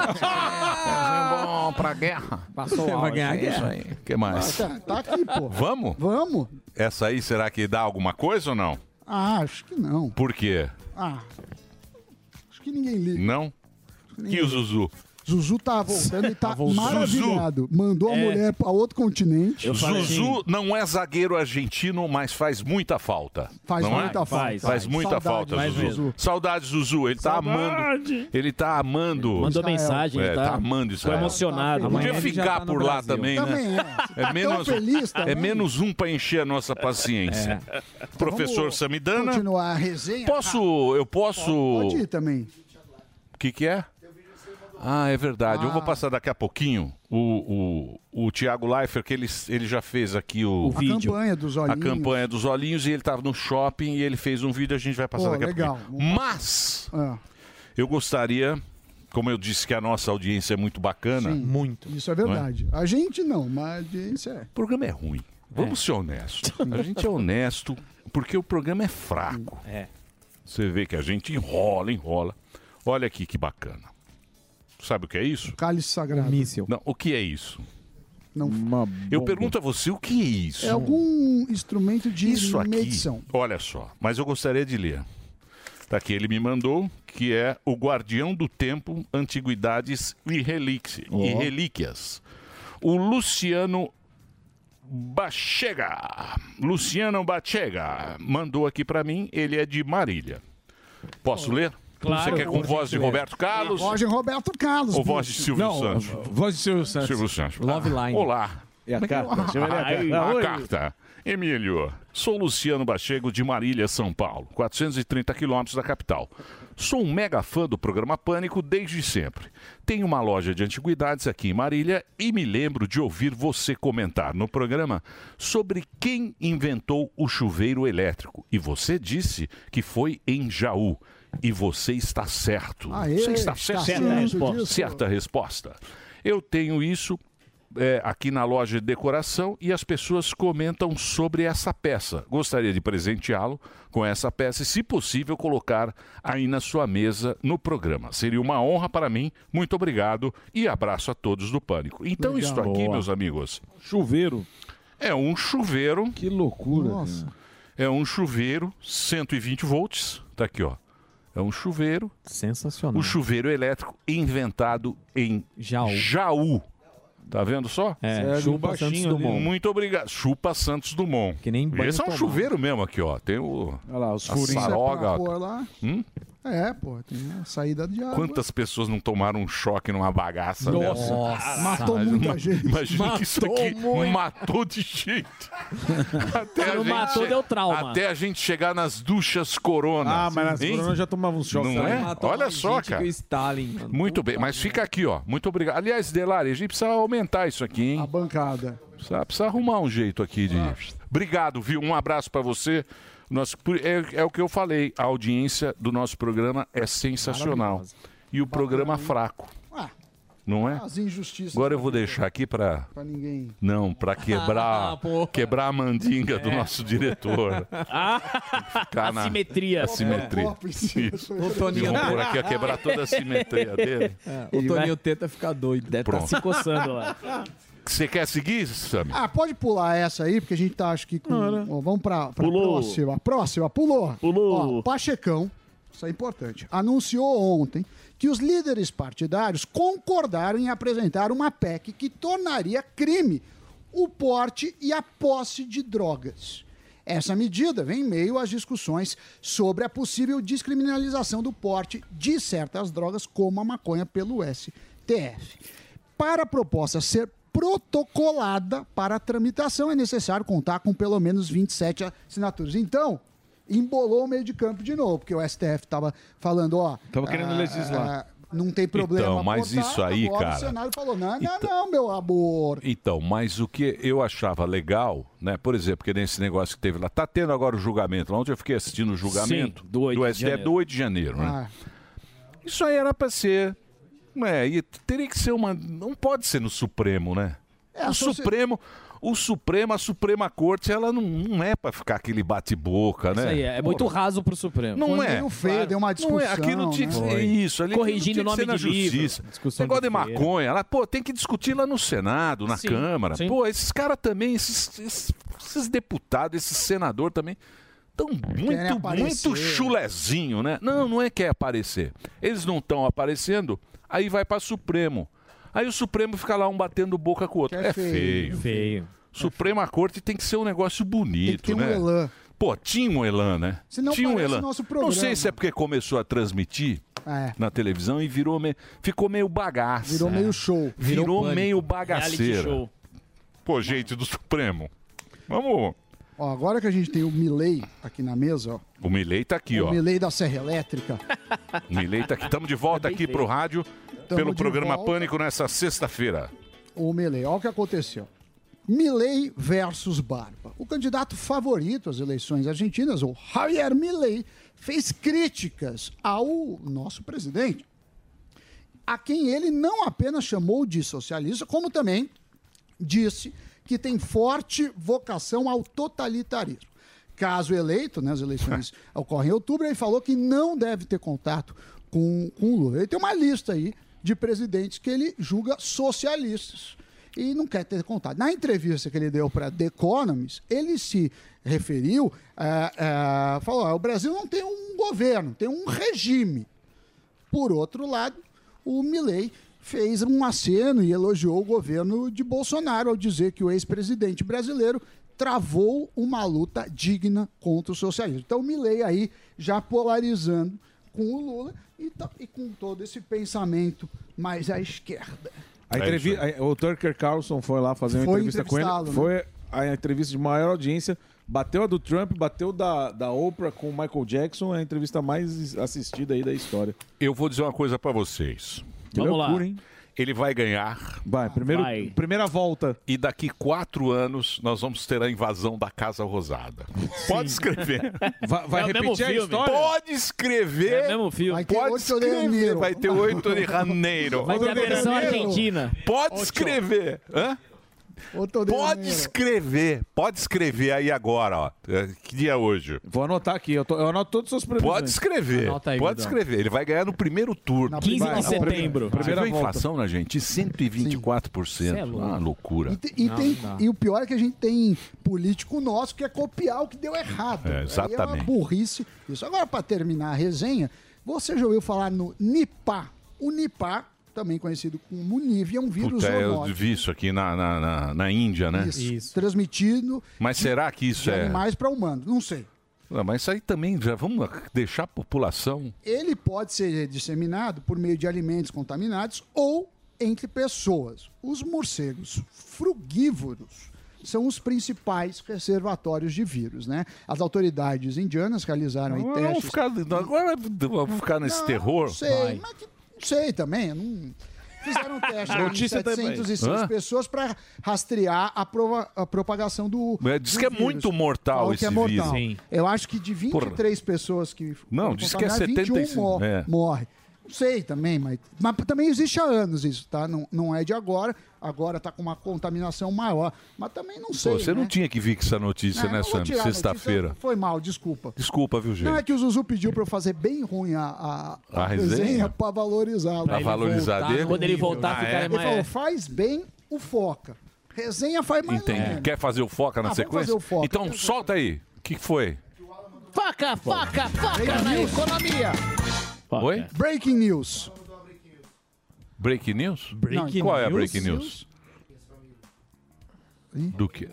Bom pra guerra. Passou Vai ganhar a guerra. Isso aí. O que mais? Tá aqui, pô. Vamos? Vamos. Essa aí, será que dá alguma coisa ou não? Ah, acho que não. Por quê? Ah, acho que ninguém liga. Não? E o Zuzu? Zuzu tá voltando e tá maravilhado. Mandou a mulher pra outro continente. Zuzu não é zagueiro argentino, mas faz muita falta. Faz não muita falta. Faz muita falta, Zuzu. Saudades, Zuzu. Ele tá amando. Ele tá amando. Mandou mensagem, tá amando isso. Foi emocionado. Podia Amanhã ele já ficar tá no por lá Brasil. também, Também né? é. menos, feliz também. menos um pra encher a nossa paciência. Professor Vamos Samidana. continuar a resenha. Eu posso... Pode ir também. O que é? Ah, é verdade. Eu vou passar daqui a pouquinho o Thiago Leifert, que ele já fez aqui o vídeo. Campanha dos olhinhos. A campanha dos olhinhos, e ele estava no shopping e ele fez um vídeo, a gente vai passar daqui a pouquinho. Mas eu gostaria, como eu disse que a nossa audiência é muito bacana. Sim, muito. Isso é verdade. A gente não, mas a audiência é. O programa é ruim. Vamos ser honestos. A gente é honesto porque o programa é fraco. Você vê que a gente enrola. Olha aqui que bacana. Sabe o que é isso? Cálice sagrado. Míssil. Não, o que é isso? Não. Eu pergunto a você o que é isso. É algum instrumento de Isso aqui, medição. olha só, mas eu gostaria de ler. Tá aqui, ele me mandou, que é o Guardião do Tempo, Antiguidades e Relíquias. O Luciano Bachega mandou aqui pra mim, ele é de Marília. Posso ler? Claro. Você quer com voz de Roberto Carlos? Voz de Roberto Carlos. Ou voz de Silvio Santos? Voz de Silvio Santos. Silvio Santos. Love Line. Olá. E a carta? A carta. Emílio, sou Luciano Bachego de Marília, São Paulo, 430 quilômetros da capital. Sou um mega fã do programa Pânico desde sempre. Tenho uma loja de antiguidades aqui em Marília e me lembro de ouvir você comentar no programa sobre quem inventou o chuveiro elétrico. E você disse que foi em Jaú. E você está certo. Você está certo. Certa resposta. Eu tenho isso aqui na loja de decoração e as pessoas comentam sobre essa peça. Gostaria de presenteá-lo com essa peça e, se possível, colocar aí na sua mesa no programa. Seria uma honra para mim. Muito obrigado e abraço a todos do Pânico. Então, isso aqui, meus amigos... Chuveiro. É um chuveiro... Que loucura. Nossa. É um chuveiro 120 volts. Tá aqui, ó. É um chuveiro. Sensacional. O chuveiro elétrico inventado em Jaú. Tá vendo só? Chupa Santos Dumont. Muito obrigado. Chupa Santos Dumont. Que nem banho Esse é um tomado. chuveiro mesmo aqui, ó. Tem o... Olha lá, os a furinhos. saroga. Lá. Pô, tem a saída de água. Quantas pessoas não tomaram um choque numa bagaça dessa? Nossa, matou muita gente. Imagina que isso aqui matou de gente. Não matou, deu trauma. Até a gente chegar nas duchas Corona. Ah, mas nas Corona já tomava uns choques. Não é? Matou Olha mais só, gente cara. que o Stalin, mano. Muito bem, mas fica aqui, ó. Muito obrigado. Aliás, Delari, a gente precisa aumentar isso aqui, hein? A bancada. Precisa arrumar um jeito aqui de... Obrigado, viu? Um abraço pra você. É o que eu falei. A audiência do nosso programa é sensacional. E o programa fraco. Não é? As injustiças. Agora eu vou deixar aqui pra... Pra ninguém. Não, pra quebrar a mandinga do nosso diretor. Ficar na Assimetria. assimetria. Isso. O Toninho, Vamos por aqui a quebrar toda a assimetria dele. o Toninho Teta fica doido. Deve estar se coçando lá. Você quer seguir, Sami? Pode pular essa aí, porque a gente tá, acho que com... Ó, vamos pra próxima. Pulou. Ó, Pachecão, isso é importante, anunciou ontem que os líderes partidários concordaram em apresentar uma PEC que tornaria crime o porte e a posse de drogas. Essa medida vem em meio às discussões sobre a possível descriminalização do porte de certas drogas, como a maconha, pelo STF. Para a proposta ser protocolada para a tramitação, é necessário contar com pelo menos 27 assinaturas. Então, embolou o meio de campo de novo, porque o STF estava falando, ó... Tava querendo legislar. não tem problema. Então, mas votar. isso aí, Agora cara... o Senado falou, não, meu amor. Então, mas o que eu achava legal, né? Por exemplo, que nesse negócio que teve lá, tá tendo agora o julgamento. Ontem eu fiquei assistindo o julgamento do 8 de STF janeiro. do 8 de janeiro, né? Isso aí era pra ser... e teria que ser uma... Não pode ser no Supremo, né? A Suprema Corte, ela não é pra ficar aquele bate-boca, né? Isso aí, é muito raso pro Supremo. Não é. Meio feio, deu uma discussão. Não é, aquilo tinha que ser né? isso. Ali Corrigindo tinha que o nome ser na de livro. justiça. Discussão Negócio de de feira. maconha. Lá, pô, tem que discutir lá no Senado, na Sim, Câmara. sim. Pô, esses caras também, esses deputados, esses senadores também, estão muito chulezinho, né? Não é quer aparecer. Eles não estão aparecendo, aí vai para Supremo. Aí o Supremo fica lá um batendo boca com o outro. É feio. Suprema Corte tem que ser um negócio bonito, Tem que ter né? um elan. Pô, tinha um elan, né? Senão Tinha um parece elan. nosso Não programa. sei se é porque começou a transmitir na televisão e ficou meio bagaço. Virou meio show. Virou Virou meio pânico. bagaceira. Reality show. Pô, gente do Supremo. Vamos. Ó, agora que a gente tem o Milei aqui na mesa, ó. O Milei tá aqui, O ó. Milei da Serra Elétrica. O Milei tá aqui. Estamos de volta aqui pro rádio pelo de programa volta. Pânico nessa sexta-feira. O Milei, olha o que aconteceu. Milei versus Barba. O candidato favorito às eleições argentinas, o Javier Milei, fez críticas ao nosso presidente, a quem ele não apenas chamou de socialista, como também disse que tem forte vocação ao totalitarismo. Caso eleito, né, as eleições ocorrem em outubro, ele falou que não deve ter contato com o Lula. Ele tem uma lista aí de presidentes que ele julga socialistas e não quer ter contato. Na entrevista que ele deu para The Economist, ele se referiu, falou, o Brasil não tem um governo, tem um regime. Por outro lado, o Milei fez um aceno e elogiou o governo de Bolsonaro ao dizer que o ex-presidente brasileiro travou uma luta digna contra o socialismo. Então, o Milei aí já polarizando com o Lula e com todo esse pensamento mais à esquerda. O Tucker Carlson foi lá fazer uma Foi entrevista com ele. entrevistá-lo, né? Foi a entrevista de maior audiência. Bateu a do Trump, bateu da Oprah com o Michael Jackson. É a entrevista mais assistida aí da história. Eu vou dizer uma coisa pra vocês. Que loucura, hein? Ele vai ganhar. Primeira volta. E daqui 4 anos nós vamos ter a invasão da Casa Rosada. Pode escrever. Vai repetir a história? Pode escrever. É o mesmo filme. Vai ter Pode 8 de escrever. janeiro. Vai ter 8 de janeiro. Vai ter a versão argentina. Pode escrever. Hã? Pode escrever aí agora, ó. Que dia é hoje? Vou anotar aqui, eu anoto todos os seus previsões. Pode escrever, Anota aí, pode Guidão. escrever. Ele vai ganhar no primeiro turno. 15 de setembro. Você viu a volta. inflação, né, gente? 124%. é louco. Uma loucura. E o pior é que a gente tem político nosso que é copiar o que deu errado. É, Aí exatamente. é uma burrice isso. Agora, para terminar a resenha, você já ouviu falar no Nipah? O Nipah, também conhecido como Nipah, é um vírus Puta, eu zoonótico. vi isso aqui na Índia, né? Isso. Transmitido Mas será que isso de é... animais para humanos. Não sei. Não, mas isso aí também, já vamos deixar a população... Ele pode ser disseminado por meio de alimentos contaminados ou entre pessoas. Os morcegos frugívoros são os principais reservatórios de vírus, né? As autoridades indianas realizaram aí testes... Agora vamos ficar nesse terror? Não sei, mas não sei também. Fizeram um teste Notícia em 706 também. pessoas para rastrear a propagação do Diz do que é vírus. muito mortal Fala esse que é mortal. vírus. Eu acho que de 23 pessoas que Não, foram diz que é contaminadas, 75. 21 morre. Não sei também, mas também existe há anos isso, tá? Não é de agora. Agora tá com uma contaminação maior. Mas também não sei. Pô, você né? não tinha que vir com essa notícia, né, não vou Sam? tirar a notícia, Sexta-feira. Foi mal, desculpa. Desculpa, viu, gente? Não, é que o Zuzu pediu pra eu fazer bem ruim a resenha? resenha pra valorizá-lo. Pra valorizar dele? Quando ele voltar, ficar Ele falou, faz bem o Foca. Resenha faz mais ou Entendi. menos. Quer fazer o Foca na vamos sequência? fazer o Foca. Então solta aí. O que foi? Faca Breaking na news. economia. Oi? Breaking news. Break News? Breaking Qual é a news? Break News? Do que?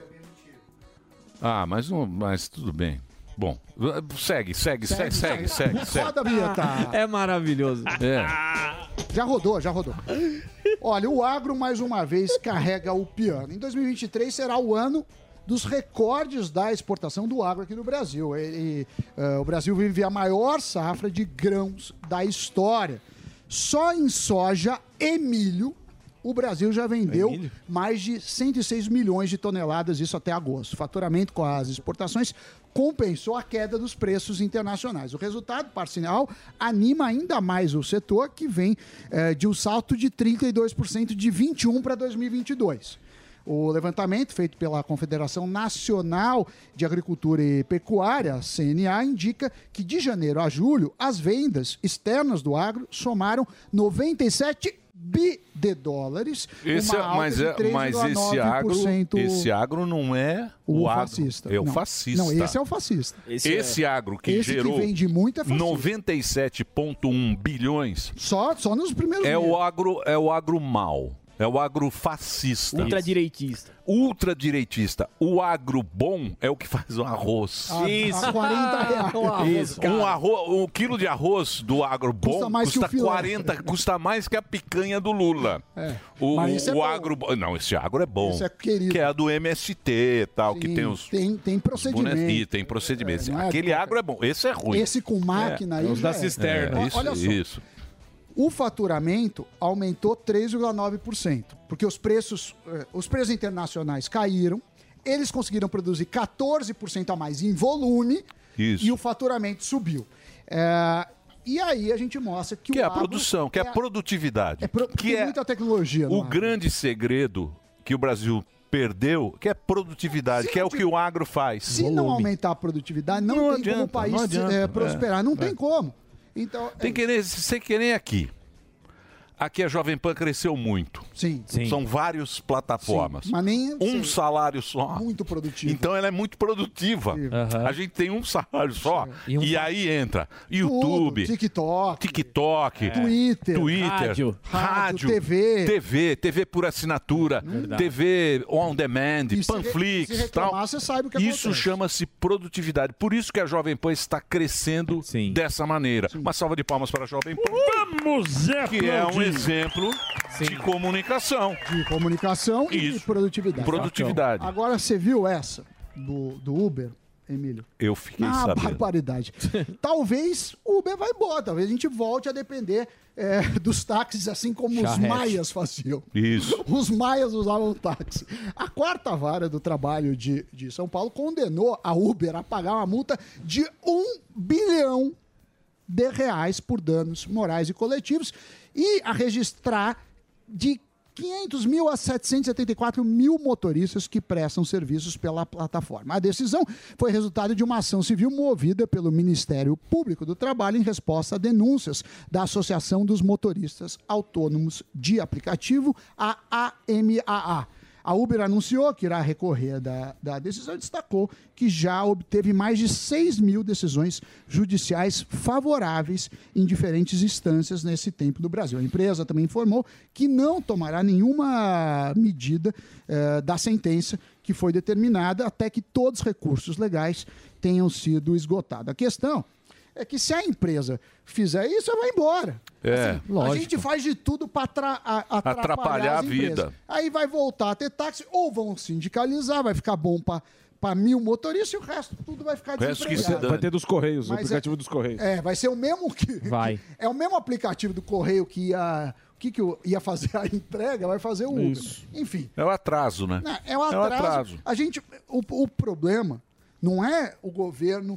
Ah, mas tudo bem. Bom, segue. Roda a vinheta. É maravilhoso. É. Já rodou. Olha, o agro, mais uma vez, carrega o piano. Em 2023 será o ano dos recordes da exportação do agro aqui no Brasil. O Brasil vive a maior safra de grãos da história. Só em soja e milho, o Brasil já vendeu mais de 106 milhões de toneladas, isso até agosto. O faturamento com as exportações compensou a queda dos preços internacionais. O resultado parcial anima ainda mais o setor, que vem de um salto de 32% de 21 para 2022. O levantamento feito pela Confederação Nacional de Agricultura e Pecuária, CNA, indica que de janeiro a julho, as vendas externas do agro somaram 97 bi de dólares. Mas esse agro não é o agro. Fascista. É o Não. fascista. Não, esse é o fascista. Esse agro que Esse gerou que vende muito é fascista. 97,1 bilhões Só nos primeiros é meses. o agro mau. É o agro fascista. Ultradireitista. Ultradireitista. O agro bom é o que faz o arroz. A 40 reais. Isso. Um quilo de arroz do agro bom Custa mais que o filé. 40, custa mais que a picanha do Lula. Mas esse é bom. Agro. Não, esse agro é bom. Esse é querido. Que é a do MST e tal, que Sim, tem os. tem procedimento. bonequinhos, tem procedimentos. não é Aquele agro é bom. Esse é ruim. Esse com máquina aí. Os da já é. cisterna. Olha só. Isso. O faturamento aumentou 3,9%, porque os preços internacionais caíram, eles conseguiram produzir 14% a mais em volume Isso. e o faturamento subiu. E aí a gente mostra que Que o é a agro produção, que é a produtividade. tem muita tecnologia no o agro. grande segredo que o Brasil perdeu, que é produtividade, que é o que o agro faz. Se não aumentar a produtividade, não tem como o país prosperar. Não tem como. Então, Tem que ser que nem aqui. Aqui a Jovem Pan cresceu muito. Sim. São várias plataformas. Sim, mas nem um salário só. Muito produtivo. Então ela é muito produtiva. A gente tem um salário só. E aí entra YouTube, TikTok, Twitter, rádio, TV por assinatura, TV on demand, Panflix, se reclamar, tal. você sabe o que Isso acontece. chama-se produtividade. Por isso que a Jovem Pan está crescendo dessa maneira. Uma salva de palmas para a Jovem Pan. Vamos, que é um exemplo de comunicação. De comunicação e produtividade. Produtividade. Agora, você viu essa do Uber, Emílio? Eu fiquei sabendo. Barbaridade. Talvez o Uber vai embora. Talvez a gente volte a depender dos táxis, assim como os maias faziam. Isso. Os maias usavam táxi. A quarta vara do trabalho de São Paulo condenou a Uber a pagar uma multa de 1 bilhão de reais por danos morais e coletivos e a registrar de 500 mil a 774 mil motoristas que prestam serviços pela plataforma. A decisão foi resultado de uma ação civil movida pelo Ministério Público do Trabalho em resposta a denúncias da Associação dos Motoristas Autônomos de Aplicativo, a AMAA. A Uber anunciou que irá recorrer da decisão e destacou que já obteve mais de 6 mil decisões judiciais favoráveis em diferentes instâncias nesse tempo do Brasil. A empresa também informou que não tomará nenhuma medida da sentença que foi determinada até que todos os recursos legais tenham sido esgotados. A questão é que se a empresa fizer isso, ela vai embora. A gente faz de tudo para atrapalhar a vida. Aí vai voltar a ter táxi, ou vão sindicalizar, vai ficar bom para 1000 motoristas e o resto tudo vai ficar desempregado. Vai ter dos Correios, o aplicativo dos Correios. Vai ser o mesmo que... Vai. É o mesmo aplicativo do Correio que ia fazer a entrega, vai fazer o Uber. Isso. Enfim. É o atraso, né? É o atraso. O problema não é o governo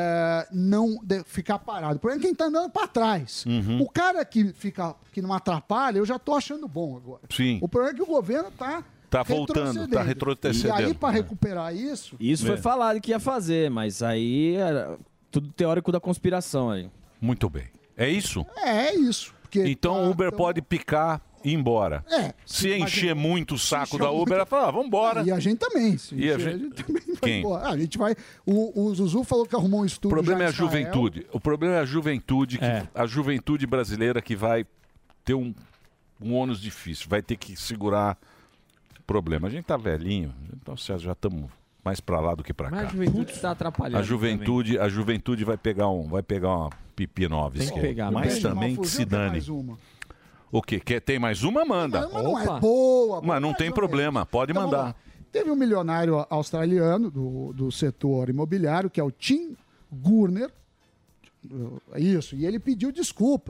não ficar parado. O problema é quem está andando para trás. O cara que não atrapalha, eu já estou achando bom agora. Sim. O problema é que o governo está voltando, está retrocedendo. E aí, para recuperar isso... Isso foi falado que ia fazer, mas aí era tudo teórico da conspiração aí. Muito bem. É isso? É isso. Então o Uber pode picar e ir embora. Se encher muito o saco da Uber, ela fala, vamos embora. E a gente também. A gente também vai Quem? embora. A gente vai... O Zuzu falou que arrumou um O estúdio problema já é a em Israel. juventude. O problema é a juventude, a juventude brasileira que vai ter um ônus difícil, vai ter que segurar o problema. A gente tá velhinho, então já estamos mais para lá do que para cá. Mas a juventude está atrapalhando. A juventude vai pegar uma pipi nova. Tem que pegar, mas Tem também uma que se fuzil, tem dane. mais uma. O quê? Tem mais uma? Manda. Mas não é boa. Mas não mais tem ou problema, menos. pode Então, vamos mandar. lá. Teve um milionário australiano do setor imobiliário, que é o Tim Gurner. Isso, e ele pediu desculpas.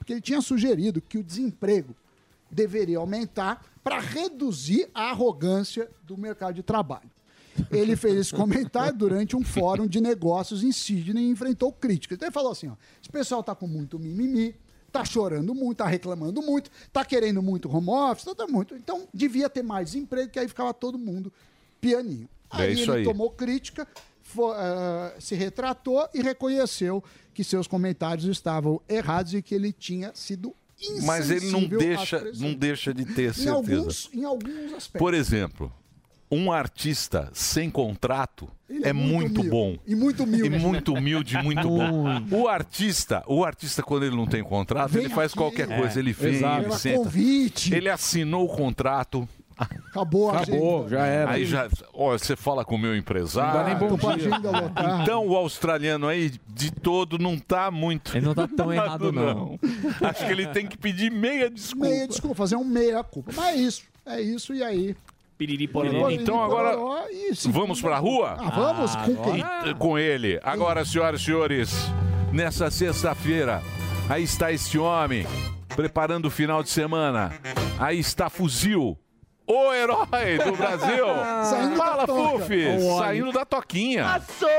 porque ele tinha sugerido que o desemprego deveria aumentar para reduzir a arrogância do mercado de trabalho. Ele fez esse comentário durante um fórum de negócios em Sydney e enfrentou críticas. Então ele falou assim, ó, esse pessoal tá com muito mimimi, tá chorando muito, tá reclamando muito, tá querendo muito home office, tá muito. Então devia ter mais desemprego, que aí ficava todo mundo pianinho. Aí ele tomou crítica, se retratou e reconheceu que seus comentários estavam errados e que ele tinha sido insensível. Mas ele não deixa de ter certeza. Em alguns aspectos. Por exemplo, um artista sem contrato é muito bom. E muito humilde. E muito humilde, muito bom. O artista, quando ele não tem contrato, ele faz qualquer coisa. Ele vem, ele senta. Convite. Ele assinou o contrato. Acabou, já era. Aí já, você fala com o meu empresário. Não dá nem bom dia. Então o australiano aí, de todo, não tá muito. Ele não tá tão errado, não. Acho que ele tem que pedir meia desculpa. Meia desculpa, fazer um meia-culpa. Mas é isso, e aí? Piriri, poriri. Então agora, vamos pra rua? Vamos, com quem? Com ele. Agora, senhoras e senhores, nessa sexta-feira, aí está este homem, preparando o final de semana. Aí está Fuzil. O herói do Brasil! Fala, Fufi! Saindo da toquinha.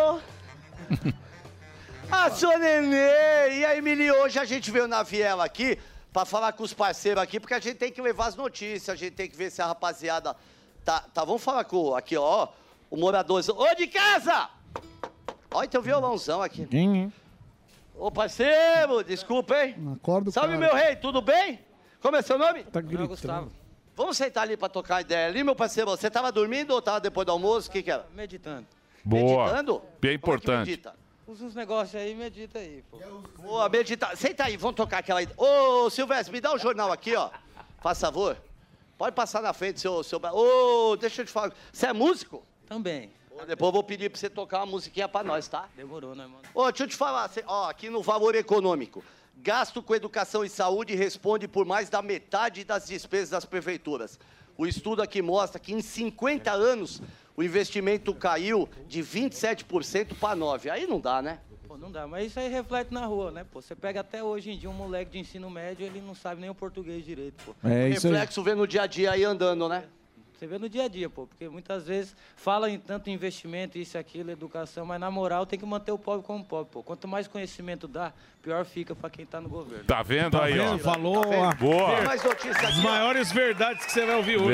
Achou, nenê! E aí, Mili, hoje a gente veio na Viela aqui pra falar com os parceiros aqui, porque a gente tem que levar as notícias, a gente tem que ver se a rapaziada tá vamos falar com, aqui, ó, o morador. Ô, de casa! Olha, tem um violãozão aqui. Ô, parceiro, desculpa, hein? Acordo, salve, meu rei, tudo bem? Como é seu nome? Tá gritando. Gustavo. Vamos sentar ali pra trocar ideia ali, meu parceiro. Você tava dormindo ou tava depois do almoço? O que era? Meditando. Boa. Meditando? Bem importante. Medita? Usa uns negócios aí, medita aí, pô. Boa, medita. Senta aí, vamos tocar aquela ideia. Ô, Silvestre, me dá um jornal aqui, ó. Faz favor. Pode passar na frente, seu... Ô, deixa eu te falar. Você é músico? Também. Ô, depois eu vou pedir pra você tocar uma musiquinha pra nós, tá? Demorou, né, mano? Ô, deixa eu te falar. Ó, aqui no Valor Econômico. Gasto com educação e saúde responde por mais da metade das despesas das prefeituras. O estudo aqui mostra que em 50 anos o investimento caiu de 27% para 9%. Aí não dá, né? Pô, não dá, mas isso aí reflete na rua, né, pô? Você pega até hoje em dia um moleque de ensino médio, ele não sabe nem o português direito, pô. É isso aí. Reflexo vê no dia a dia aí andando, né? Você vê no dia a dia, pô, porque muitas vezes fala em tanto investimento, isso, aquilo, educação, mas na moral tem que manter o pobre como pobre, pô. Quanto mais conhecimento dá, pior fica pra quem tá no governo. Tá vendo aí, ó? Falou. Boa. Tem mais notícias aqui, As maiores verdades que você vai ouvir hoje.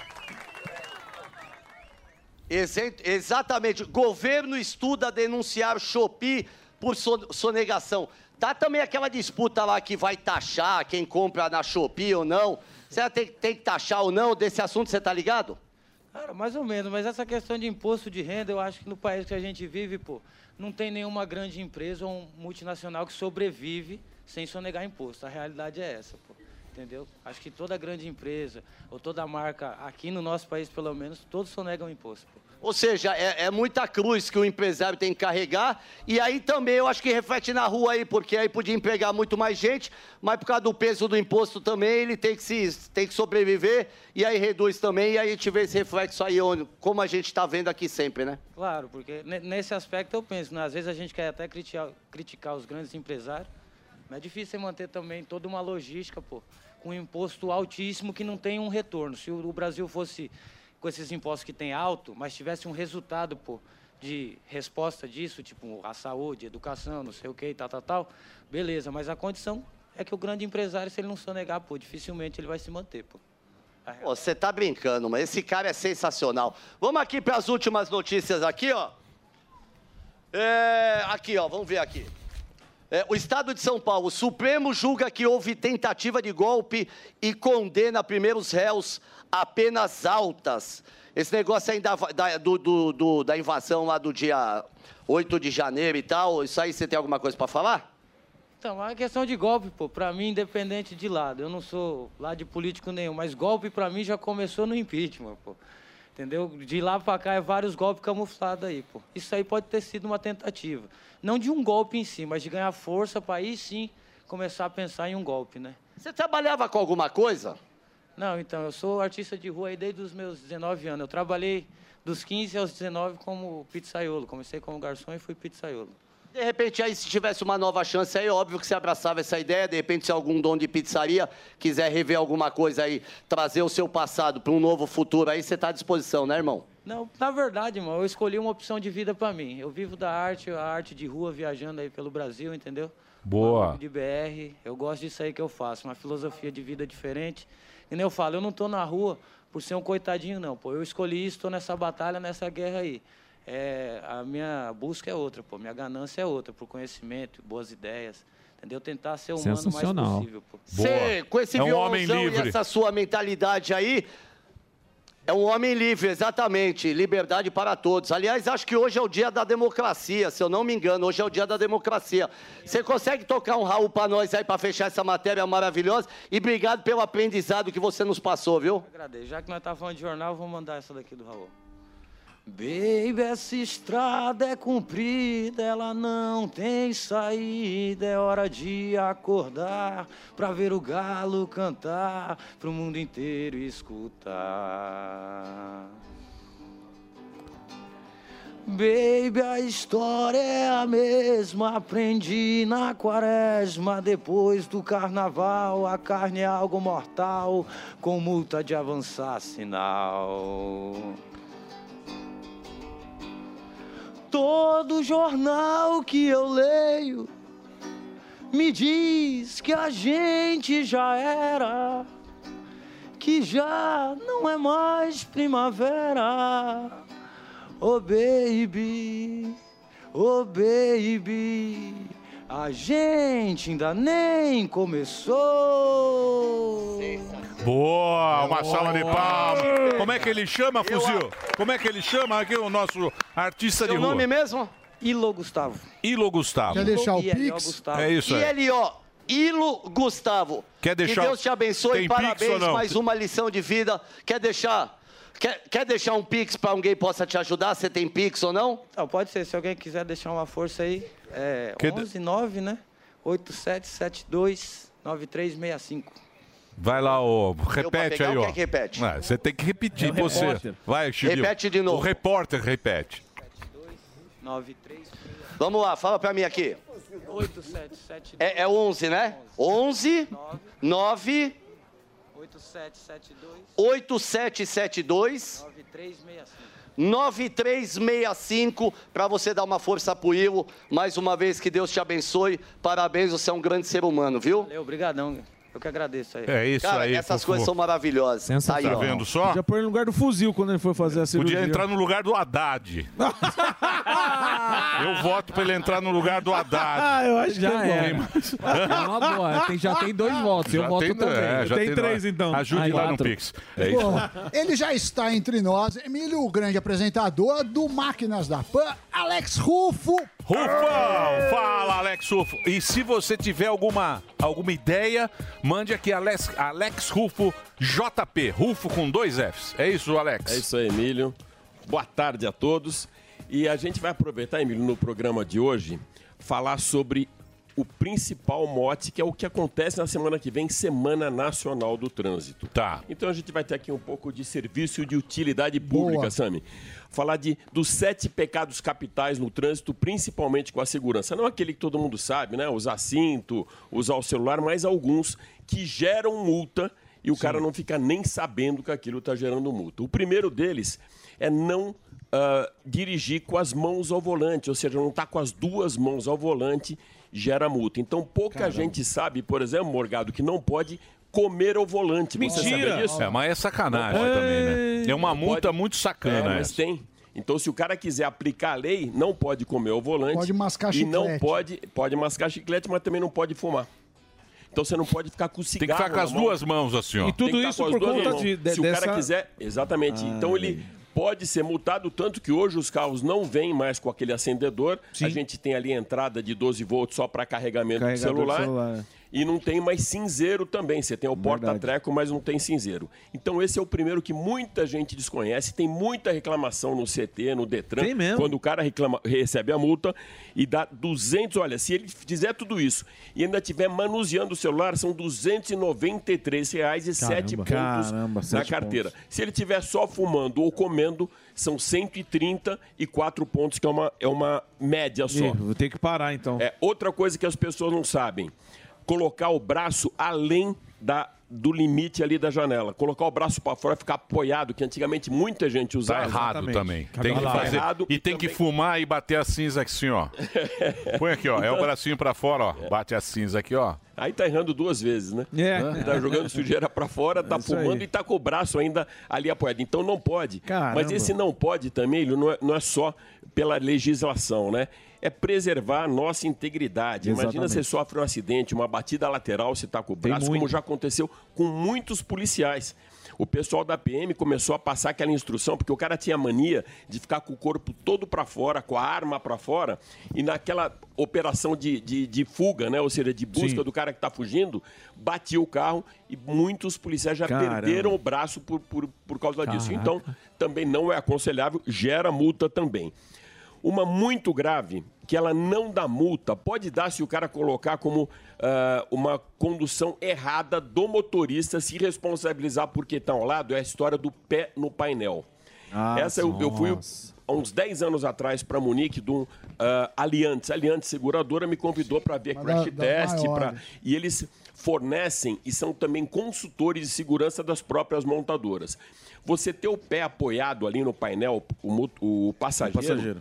Exatamente. Governo estuda denunciar Shopee por sonegação. Tá também aquela disputa lá que vai taxar quem compra na Shopee ou não. Você tem que taxar ou não? Desse assunto você tá ligado? Cara, mais ou menos, mas essa questão de imposto de renda, eu acho que no país que a gente vive, pô, não tem nenhuma grande empresa ou multinacional que sobrevive sem sonegar imposto. A realidade é essa, pô. Entendeu? Acho que toda grande empresa ou toda marca, aqui no nosso país pelo menos, todos sonegam imposto, pô. Ou seja, é muita cruz que o empresário tem que carregar. E aí também eu acho que reflete na rua aí, porque aí podia empregar muito mais gente, mas por causa do peso do imposto também, ele tem que sobreviver, e aí reduz também, e aí a gente vê esse reflexo aí, como a gente está vendo aqui sempre, né? Claro, porque nesse aspecto eu penso, né? Às vezes a gente quer até criticar os grandes empresários, mas é difícil você manter também toda uma logística, pô, com um imposto altíssimo que não tem um retorno. Se o Brasil fosse com esses impostos que tem alto, mas tivesse um resultado, pô, de resposta disso, tipo a saúde, educação, não sei o que, tal, beleza. Mas a condição é que o grande empresário, se ele não sonegar, pô, dificilmente ele vai se manter, pô. Você tá brincando, mas esse cara é sensacional. Vamos aqui para as últimas notícias aqui, ó. Aqui, ó, vamos ver aqui. O Estado de São Paulo, o Supremo julga que houve tentativa de golpe e condena primeiros réus a penas altas. Esse negócio aí da invasão lá do dia 8 de janeiro e tal, isso aí você tem alguma coisa para falar? Então, a questão de golpe, pô, pra mim, independente de lado, eu não sou lá de político nenhum, mas golpe pra mim já começou no impeachment, pô. Entendeu? De lá pra cá é vários golpes camuflados aí, pô. Isso aí pode ter sido uma tentativa. Não de um golpe em si, mas de ganhar força pra aí sim começar a pensar em um golpe, né? Você trabalhava com alguma coisa? Não, então, eu sou artista de rua aí desde os meus 19 anos. Eu trabalhei dos 15 aos 19 como pizzaiolo. Comecei como garçom e fui pizzaiolo. De repente, aí, se tivesse uma nova chance aí, óbvio que você abraçava essa ideia. De repente, se algum dono de pizzaria quiser rever alguma coisa aí, trazer o seu passado para um novo futuro aí, você está à disposição, né, irmão? Não, na verdade, irmão, eu escolhi uma opção de vida para mim. Eu vivo da arte, a arte de rua, viajando aí pelo Brasil, entendeu? Boa. De BR, eu gosto disso aí que eu faço, uma filosofia de vida diferente. E nem eu falo, eu não tô na rua por ser um coitadinho, não, pô. Eu escolhi isso, tô nessa batalha, nessa guerra aí. A minha busca é outra, pô. Minha ganância é outra, por conhecimento, boas ideias, entendeu? Tentar ser o humano mais possível, pô. Você, com esse violãozão e essa sua mentalidade aí, é um homem livre, exatamente. Liberdade para todos. Aliás, acho que hoje é o dia da democracia, se eu não me engano. Hoje é o dia da democracia. Você consegue tocar um Raul para nós aí, para fechar essa matéria maravilhosa? E obrigado pelo aprendizado que você nos passou, viu? Agradeço. Já que nós tá falando de jornal, vou mandar essa daqui do Raul. Baby, essa estrada é comprida, ela não tem saída. É hora de acordar pra ver o galo cantar, pro mundo inteiro escutar. Baby, a história é a mesma, aprendi na quaresma. Depois do carnaval, a carne é algo mortal, com multa de avançar sinal. Todo jornal que eu leio me diz que a gente já era, que já não é mais primavera. Oh baby, a gente ainda nem começou. Boa, uma salva de palmas. Como é que ele chama, Fuzil? Como é que ele chama aqui o nosso artista de rua? Seu nome mesmo? Ilo Gustavo. Ilo Gustavo. Quer deixar o Pix? É isso aí. ILO, Ilo Gustavo. Quer deixar... Que Deus te abençoe, Tem parabéns, Pix ou não? mais uma lição de vida. Quer deixar um Pix para alguém que possa te ajudar? Você tem Pix ou não? Não, pode ser, se alguém quiser deixar uma força aí, 11-9, né? 8772-9365. Vai lá, repete aí, ó. Quem que repete? Você tem que repetir, você. repórter. Vai, Chibiu. Repete de novo. O repórter repete. 93. Vamos lá, fala pra mim aqui. 8772. É 11, né? 11 9 8772 9365 para você dar uma força pro Ilo. Mais uma vez, que Deus te abençoe. Parabéns, você é um grande ser humano, viu? Valeu, obrigadão. Eu que agradeço aí. É isso Cara, aí. essas coisas são maravilhosas. Tá vendo só? Já põe no lugar do fuzil quando ele for fazer a cirurgia. Podia entrar no lugar do Haddad. Eu voto pra ele entrar no lugar do Haddad. Eu acho Já que é. é bom. É uma boa. Já tem 2 votos. Eu voto também. já Tem 3, então. Ajude Aí, lá no 4. Pix. É isso. Bom, ele já está entre nós. Emílio, o grande apresentador do Máquinas da Pan, Alex Rufo. Rufão! Fala, Alex Rufo. E se você tiver alguma ideia, mande aqui, Alex Rufo JP. Rufo com 2 Fs. É isso, Alex? É isso aí, Emílio. Boa tarde a todos. E a gente vai aproveitar, Emílio, no programa de hoje, falar sobre o principal mote, que é o que acontece na semana que vem, Semana Nacional do Trânsito. Tá. Então a gente vai ter aqui um pouco de serviço de utilidade pública, Boa. Sami. Falar dos 7 pecados capitais no trânsito, principalmente com a segurança. Não aquele que todo mundo sabe, né? Usar cinto, usar o celular, mas alguns que geram multa e o cara não fica nem sabendo que aquilo está gerando multa. O primeiro deles é não dirigir com as mãos ao volante, ou seja, não estar com as 2 mãos ao volante, gera multa. Então pouca gente sabe, por exemplo, Morgado, que não pode comer ao volante. Você Mentira! sabia disso? Mas é sacanagem também, né? É uma multa muito sacana mas essa. tem. Então, se o cara quiser aplicar a lei, não pode comer ao volante. Pode mascar e não chiclete. pode mascar chiclete, mas também não pode fumar. Então você não pode ficar com o cigarro. Tem que ficar com as 2 mãos assim, ó. E tudo isso por conta Se o cara quiser, exatamente. Então ele pode ser multado, tanto que hoje os carros não vêm mais com aquele acendedor. Sim. A gente tem ali a entrada de 12 volts só para carregamento do Carregador celular. de celular. E não tem mais cinzeiro também. Você tem o porta-treco, mas não tem cinzeiro. Então esse é o primeiro que muita gente desconhece. Tem muita reclamação no CT, no Detran. Tem mesmo. Quando o cara recebe a multa e dá 200... Olha, se ele fizer tudo isso e ainda estiver manuseando o celular, são R$ 293,07 pontos na carteira. Se ele estiver só fumando ou comendo, são 134 pontos, que é uma média só. Vou ter que parar, então. Outra coisa que as pessoas não sabem, colocar o braço além do limite ali da janela. Colocar o braço para fora, ficar apoiado, que antigamente muita gente usava. Tá errado também. Tem que fazer. E tem que fumar e bater a cinza assim, ó. Põe aqui, ó. É o bracinho para fora, ó. Bate a cinza aqui, ó. Aí tá errando 2 vezes, né? Tá jogando sujeira para fora, tá fumando e tá com o braço ainda ali apoiado. Então não pode. Caramba. Mas esse não pode também, não é só pela legislação, né? É preservar a nossa integridade. Imagina você sofre um acidente, uma batida lateral, você está com o braço, como já aconteceu com muitos policiais. O pessoal da PM começou a passar aquela instrução, porque o cara tinha mania de ficar com o corpo todo para fora, com a arma para fora, e naquela operação de fuga, né? Ou seja, de busca do cara que está fugindo, batia o carro e muitos policiais já perderam o braço por causa disso. Então, também não é aconselhável, gera multa também. Uma muito grave, que ela não dá multa, pode dar se o cara colocar como uma condução errada do motorista, se responsabilizar porque está ao lado, é a história do pé no painel. Essa eu fui há uns 10 anos atrás para Munique, de um Allianz Seguradora me convidou para ver crash test, e eles fornecem e são também consultores de segurança das próprias montadoras. Você ter o pé apoiado ali no painel, o passageiro.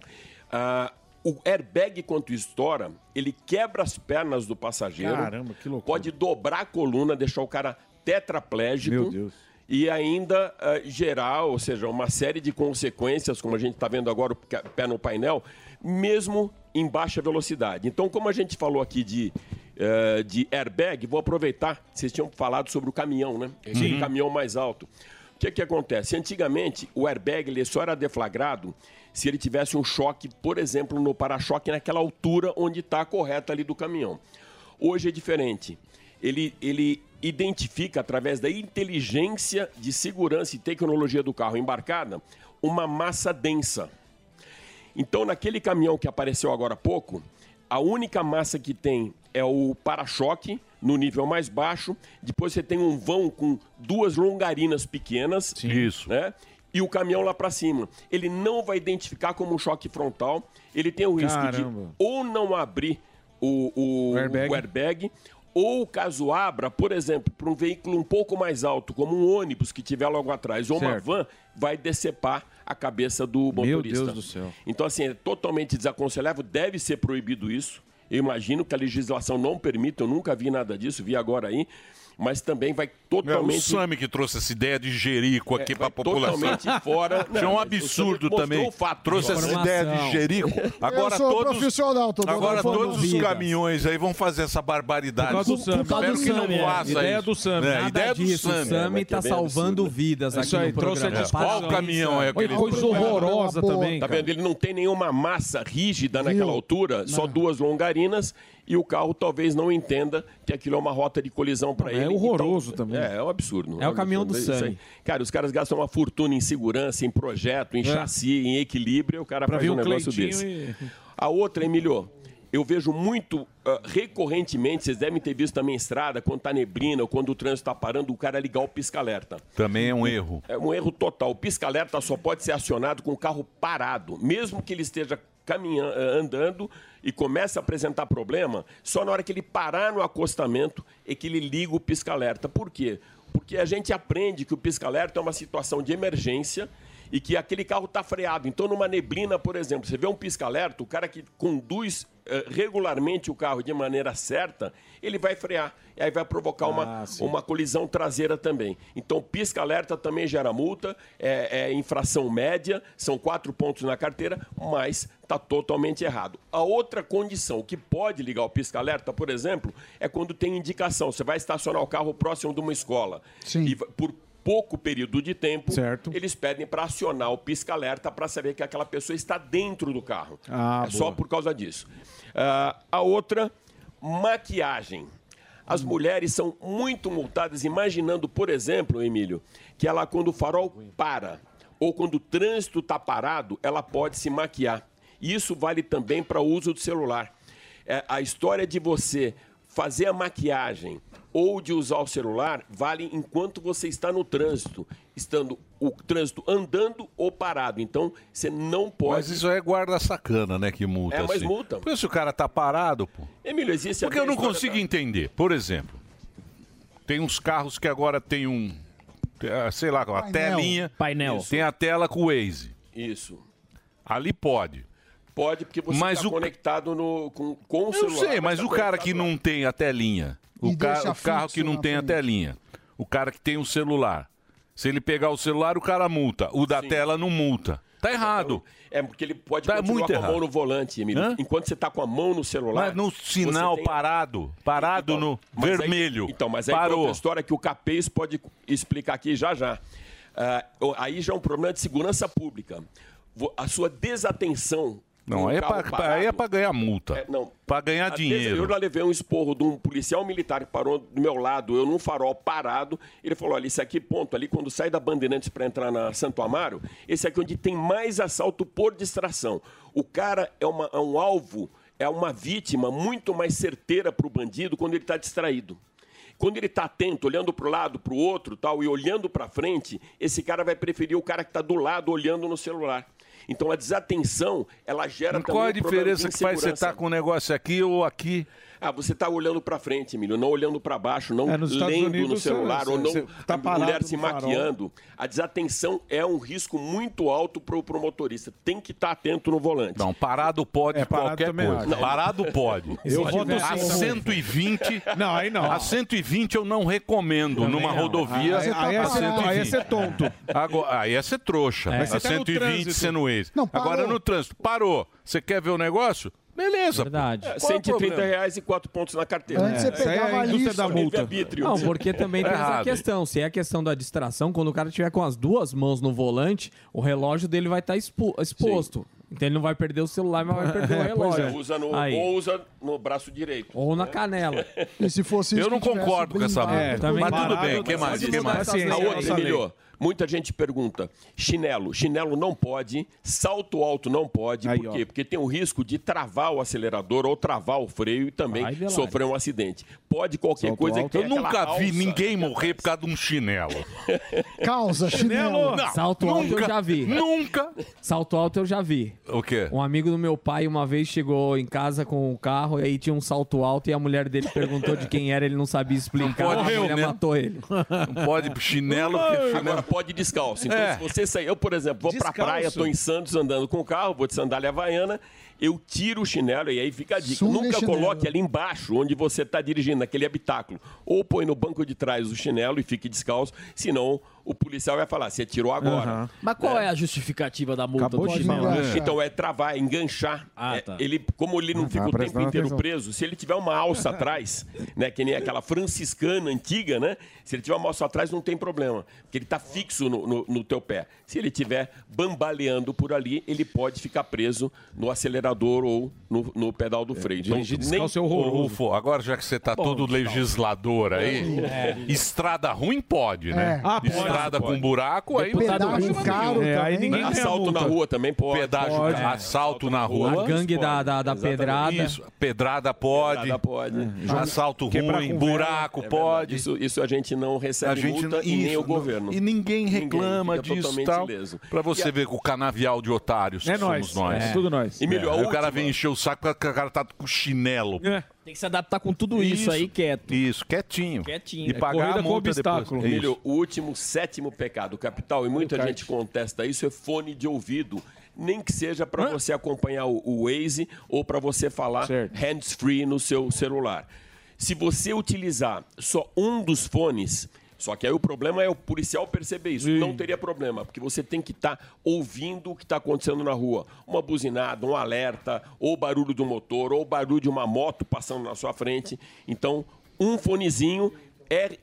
O airbag, quando estoura, ele quebra as pernas do passageiro. Caramba, que loucura. Pode dobrar a coluna, deixar o cara tetraplégico. Meu Deus. E ainda gerar, ou seja, uma série de consequências, como a gente está vendo agora, o pé no painel, mesmo em baixa velocidade. Então, como a gente falou aqui de airbag, vou aproveitar, vocês tinham falado sobre o caminhão, né? Sim. O caminhão mais alto. O que acontece? Antigamente, o airbag ele só era deflagrado se ele tivesse um choque, por exemplo, no para-choque, naquela altura onde está a correta ali do caminhão. Hoje é diferente. Ele identifica, através da inteligência de segurança e tecnologia do carro embarcada, uma massa densa. Então, naquele caminhão que apareceu agora há pouco, a única massa que tem é o para-choque, no nível mais baixo. Depois você tem um vão com 2 longarinas pequenas. Sim. Isso. Né? E o caminhão lá para cima. Ele não vai identificar como um choque frontal. Ele tem o risco de ou não abrir o airbag, ou caso abra, por exemplo, para um veículo um pouco mais alto, como um ônibus que tiver logo atrás, ou uma van, vai decepar a cabeça do motorista. Meu Deus do céu. Então, assim, é totalmente desaconselhável, deve ser proibido isso. Eu imagino que a legislação não permite, eu nunca vi nada disso, vi agora aí, mas também vai totalmente... É o Sami que trouxe essa ideia de jerico aqui para a população. Totalmente fora... Isso é um absurdo também. Trouxe essa ideia de jerico. Agora todos os caminhões aí vão fazer essa barbaridade. Espero que não faça isso. Ideia do Sami. Ideia do Sami. O Sami está salvando vidas aqui no programa. Qual o caminhão é aquele? Coisa horrorosa também. Tá vendo? Ele não tem nenhuma massa rígida naquela altura, só 2 longarinas, e o carro talvez não entenda que aquilo é uma rota de colisão para ele. É horroroso também. É um absurdo. É o caminhão do Sami. Cara, os caras gastam uma fortuna em segurança, em projeto, em chassi, em equilíbrio, e o cara faz um negócio desse. A outra, Emílio, eu vejo muito recorrentemente, vocês devem ter visto também em estrada, quando está neblina ou quando o trânsito está parando, o cara ligar o pisca-alerta. Também é um erro. É um erro total. O pisca-alerta só pode ser acionado com o carro parado, mesmo que ele esteja andando e comece a apresentar problema, só na hora que ele parar no acostamento é que ele liga o pisca-alerta. Por quê? Porque a gente aprende que o pisca-alerta é uma situação de emergência e que aquele carro está freado. Então, numa neblina, por exemplo, você vê um pisca-alerta, o cara que conduz regularmente o carro de maneira certa, ele vai frear. E aí vai provocar uma colisão traseira também. Então, pisca-alerta também gera multa, é infração média, são 4 pontos na carteira, mas está totalmente errado. A outra condição que pode ligar o pisca-alerta, por exemplo, é quando tem indicação. Você vai estacionar o carro próximo de uma escola. Sim. E por pouco período de tempo, eles pedem para acionar o pisca-alerta para saber que aquela pessoa está dentro do carro. Só por causa disso. A outra, maquiagem. As mulheres são muito multadas, imaginando, por exemplo, Emílio, que ela, quando o farol para ou quando o trânsito está parado, ela pode se maquiar. Isso vale também para o uso do celular. A história de você fazer a maquiagem ou de usar o celular vale enquanto você está no trânsito, estando o trânsito andando ou parado. Então, você não pode... Mas isso é guarda sacana, né, que multa. Mas assim. multa. Porque se o cara tá parado, pô... Emílio, existe... Porque eu não consigo entender. Por exemplo, tem uns carros que agora tem um... sei lá, uma telinha. Painel. Tem a tela com o Waze. Isso. Ali pode. Pode, porque você está conectado com o celular. Eu sei, mas o cara que não tem a telinha, o carro que não tem a telinha, o cara que tem o celular, se ele pegar o celular, o cara multa. O da tela não multa. Tá errado. Porque ele pode continuar com a mão no volante, Emílio. Enquanto você está com a mão no celular... Mas no sinal parado no vermelho. Mas aí parou. Outra história que o Capês pode explicar aqui já. Aí já é um problema de segurança pública. A sua desatenção... Não, aí é para ganhar multa. Para ganhar dinheiro. Eu já levei um esporro de um policial militar que parou do meu lado, eu num farol parado. Ele falou, olha, esse aqui, ponto ali, quando sai da Bandeirantes para entrar na Santo Amaro, esse aqui é onde tem mais assalto por distração. O cara é um alvo, é uma vítima muito mais certeira para o bandido quando ele está distraído. Quando ele está atento, olhando para o lado, para o outro tal, e olhando para frente, esse cara vai preferir o cara que está do lado olhando no celular. Então a desatenção, ela gera também qual a diferença que faz você estar com um negócio aqui ou aqui? Você está olhando para frente, Emílio, não olhando para baixo, não lendo no celular, ou não tá a mulher se maquiando. A desatenção é um risco muito alto para o motorista. Tem que estar atento no volante. Não, parado pode qualquer coisa. Não, parado pode. Eu vou a 120... Não, aí não. A 120 eu não recomendo numa rodovia. Aí é ser tonto. Agora, aí é ser trouxa. A 120 sendo Waze. Agora no trânsito, parou. Você quer ver o negócio? Beleza. Verdade. R$130 e 4 pontos na carteira. Antes você pegava a lista da multa. Não, porque também tem essa questão. Se é a questão da distração, quando o cara estiver com as duas mãos no volante, o relógio dele vai estar exposto. Então ele não vai perder o celular, mas vai perder o relógio. Ou usa no braço direito. Ou na canela. E se fosse isso, eu não concordo com essa multa. Mas tudo bem. O que mais? A outra, Emílio. Muita gente pergunta, chinelo não pode, salto alto não pode, por quê? Porque tem o risco de travar o acelerador ou travar o freio e também sofrer um acidente. Pode qualquer salto coisa alto. Que tem eu nunca vi ninguém morrer por causa de um chinelo. Calça, chinelo. Não, salto alto eu já vi. Nunca. Salto alto eu já vi. O quê? Um amigo do meu pai uma vez chegou em casa com o carro e aí tinha um salto alto e a mulher dele perguntou de quem era, ele não sabia explicar, a mulher matou ele. Não pode chinelo, porque Agora pode descalço. Então, se você sair... Eu, por exemplo, vou pra praia, tô em Santos andando com o carro, vou de sandália havaiana, eu tiro o chinelo e aí fica a dica. Nunca coloque ali embaixo, onde você está dirigindo, naquele habitáculo. Ou põe no banco de trás o chinelo e fique descalço, senão o policial vai falar, você tirou agora. Mas qual é a justificativa da multa do chinelo? Então, é travar, é enganchar. Como ele não fica o tempo inteiro preso, se ele tiver uma alça atrás, né, que nem aquela franciscana antiga, né? Se ele tiver uma alça atrás, não tem problema, porque ele está fixo no teu pé. Se ele estiver bambaleando por ali, ele pode ficar preso no acelerador ou no pedal do freio. Então, Rufo, agora já que você está todo legislador aí, estrada ruim pode, né? Estrada com buraco, aí pedágio caro aí ninguém assalto na rua também pode. Assalto na rua. A gangue da pedrada. Isso, pedrada pode. Assalto ruim, buraco pode. Isso a gente não recebe multa e nem o governo. E ninguém reclama disso e tal. Pra você ver com o canavial de otários que somos nós. É tudo nós. Emílio, o cara vem encher o saco porque o cara tá com chinelo. Tem que se adaptar com tudo isso aí quieto. Isso, quietinho. Quietinho. E pagar a multa depois. Emílio, o último, 7º pecado capital, e muita gente contesta isso, é fone de ouvido. Nem que seja para você acompanhar o Waze ou para você falar hands-free no seu celular. Se você utilizar só um dos fones... Só que aí o problema é o policial perceber isso. Não teria problema, porque você tem que estar ouvindo o que está acontecendo na rua. Uma buzinada, um alerta, ou barulho do motor, ou barulho de uma moto passando na sua frente. Então, um fonezinho é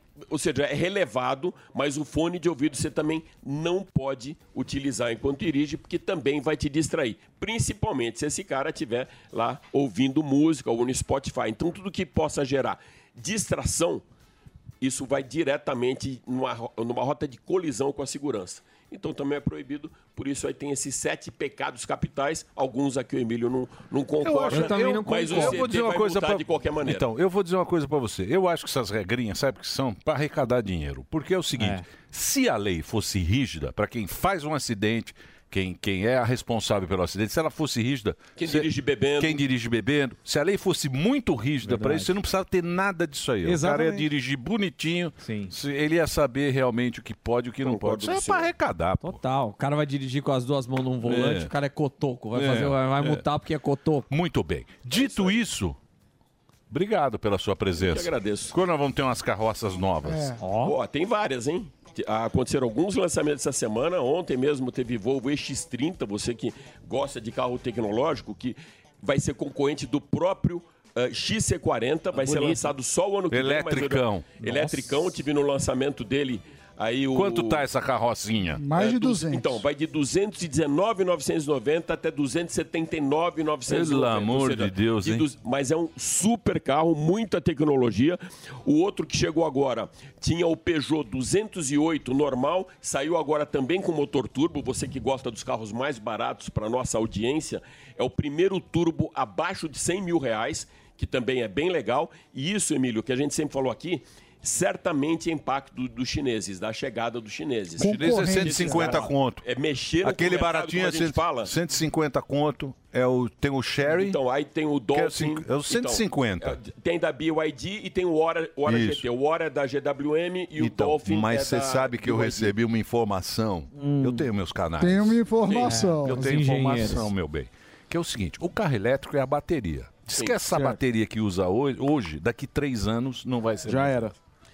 relevado, mas o fone de ouvido você também não pode utilizar enquanto dirige, porque também vai te distrair. Principalmente se esse cara estiver lá ouvindo música ou no Spotify. Então, tudo que possa gerar distração, isso vai diretamente numa rota de colisão com a segurança. Então também é proibido, por isso aí tem esses 7 pecados capitais, alguns aqui o Emílio não concorda, eu também não mas concordo. o CT vai multar de qualquer maneira. Então, eu vou dizer uma coisa pra você. Eu acho que essas regrinhas, sabe, que são pra arrecadar dinheiro. Porque é o seguinte, se a lei fosse rígida, pra quem faz um acidente, quem é a responsável pelo acidente, se ela fosse rígida... Quem dirige bebendo. Se a lei fosse muito rígida para isso, você não precisava ter nada disso aí. Exatamente. O cara ia dirigir bonitinho, ele ia saber realmente o que pode e o que não pode. Isso é para arrecadar. Total. O cara vai dirigir com as duas mãos num volante, o cara é cotoco. Vai multar porque é cotoco. Muito bem. Dito isso... Obrigado pela sua presença. Eu que agradeço. Quando nós vamos ter umas carroças novas? Ó, tem várias, hein? Aconteceram alguns lançamentos essa semana. Ontem mesmo teve Volvo EX30, você que gosta de carro tecnológico, que vai ser concorrente do próprio XC40. Vai ser lançado só o ano que vem. Eletricão. Eletricão, tive no lançamento dele. Aí Quanto tá essa carrocinha? Mais de 200. Então, vai de 219.990 até 279.990. Pelo amor de Deus, hein? Mas é um super carro, muita tecnologia. O outro que chegou agora tinha o Peugeot 208 normal, saiu agora também com motor turbo. Você que gosta dos carros mais baratos para nossa audiência, é o primeiro turbo abaixo de R$100 mil, que também é bem legal. E isso, Emílio, que a gente sempre falou aqui, certamente é impacto dos chineses, da chegada dos chineses. O chinês é 150 conto. É mexer aquele baratinho é 150 conto. Tem o Sherry. Então, aí tem o Dolphin. É o 150. Então, tem da BYD e tem o Ora GT. O Ora é da GWM e o Dolphin mas você sabe que eu recebi uma informação. Eu tenho meus canais. Tem uma informação. Eu tenho informação, meu bem. Que é o seguinte, o carro elétrico é a bateria. Diz que essa bateria que usa hoje, daqui 3 anos, não vai ser. Já era.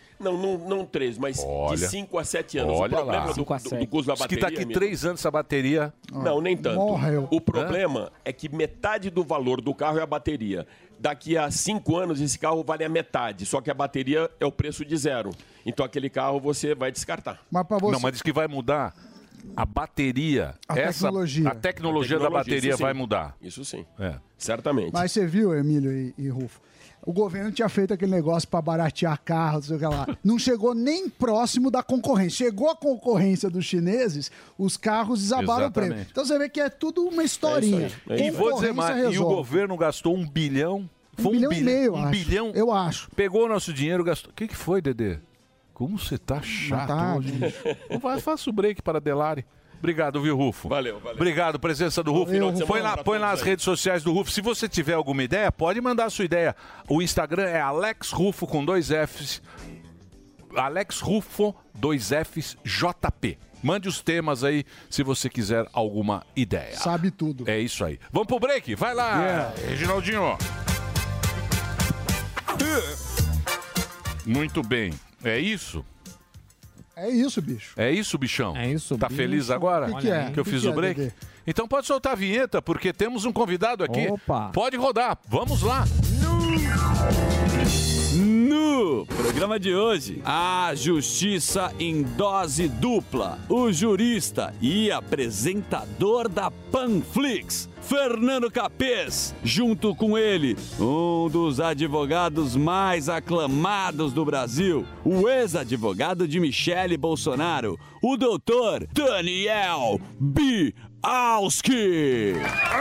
Não 3, mas de 5 a 7 anos. Olha o problema lá. do custo da Diz que bateria... daqui 3 anos essa bateria... Não, nem tanto. Morreu. O problema é que metade do valor do carro é a bateria. Daqui a 5 anos esse carro vale a metade, só que a bateria é o preço de zero. Então aquele carro você vai descartar. Mas pra você... Não, mas diz que vai mudar a bateria. A tecnologia da bateria vai mudar. Isso sim. Certamente. Mas você viu, Emílio e Rufo? O governo tinha feito aquele negócio para baratear carros, não sei o que lá. Não chegou nem próximo da concorrência. Chegou a concorrência dos chineses, os carros desabaram o preço. Então você vê que é tudo uma historinha. E vou dizer mais, e o governo gastou 1 bilhão. Foi 1 bilhão e meio, um bilhão. Eu acho. Pegou o nosso dinheiro, gastou. O que foi, Dedê? Como você tá chato hoje. Faça o break para Delari. Obrigado, viu, Rufo? Valeu. Obrigado, presença do Rufo. Põe lá as redes sociais do Rufo. Se você tiver alguma ideia, pode mandar a sua ideia. O Instagram é Alex Rufo com 2 Fs. Alex Rufo, 2 Fs, JP. Mande os temas aí, se você quiser alguma ideia. Sabe tudo. É isso aí. Vamos pro break? Vai lá, Reginaldinho. Muito bem. É isso? É isso, bicho. É isso, bichão? É isso, Tá bicho. feliz agora? Que é? Que eu fiz o break? Dedê? Então pode soltar a vinheta, porque temos um convidado aqui. Opa. Pode rodar. Vamos lá. No programa de hoje, a justiça em dose dupla. O jurista e apresentador da Panflix, Fernando Capês, junto com ele, um dos advogados mais aclamados do Brasil, o ex-advogado de Michele Bolsonaro, o doutor Daniel Bialski.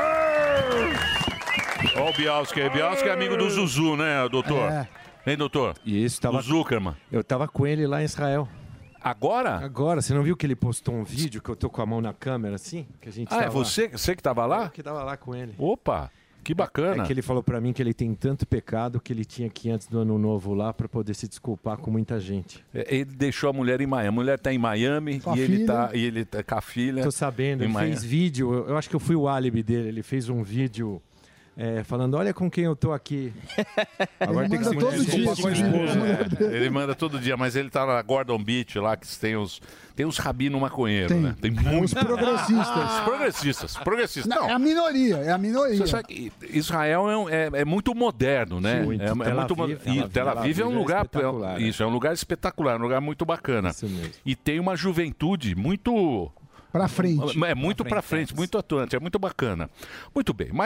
Ó o Bialski. Bialski é amigo do Zuzu, né, doutor? Hein, doutor? Isso, O Zuckerman. eu tava com ele lá em Israel. Agora? Agora, você não viu que ele postou um vídeo que eu tô com a mão na câmera assim? Que a gente É tava... você que tava lá? Eu que tava lá com ele. Opa, que bacana. É que ele falou pra mim que ele tem tanto pecado que ele tinha que ir antes do ano novo lá pra poder se desculpar com muita gente. Ele deixou a mulher em Miami. A mulher tá em Miami Com a e filha. ele tá com a filha. Tô sabendo, em ele Miami. fez vídeo, eu acho que eu fui o álibi dele, ele fez um vídeo falando, olha com quem eu tô aqui. Agora tem que se manda todo dia com a com esposa. Ele manda todo dia, mas ele tá na Gordon Beach lá, que tem uns rabino maconheiro, né? Tem muitos. Os progressistas. Progressistas. Não, é a minoria. Você sabe que Israel é muito moderno, né? Muito. É muito Tel Aviv é um lugar espetacular, isso, é um lugar espetacular, um lugar muito bacana. Isso mesmo. E tem uma juventude muito Pra frente. muito pra frente, muito atuante, é muito bacana. Muito bem, mas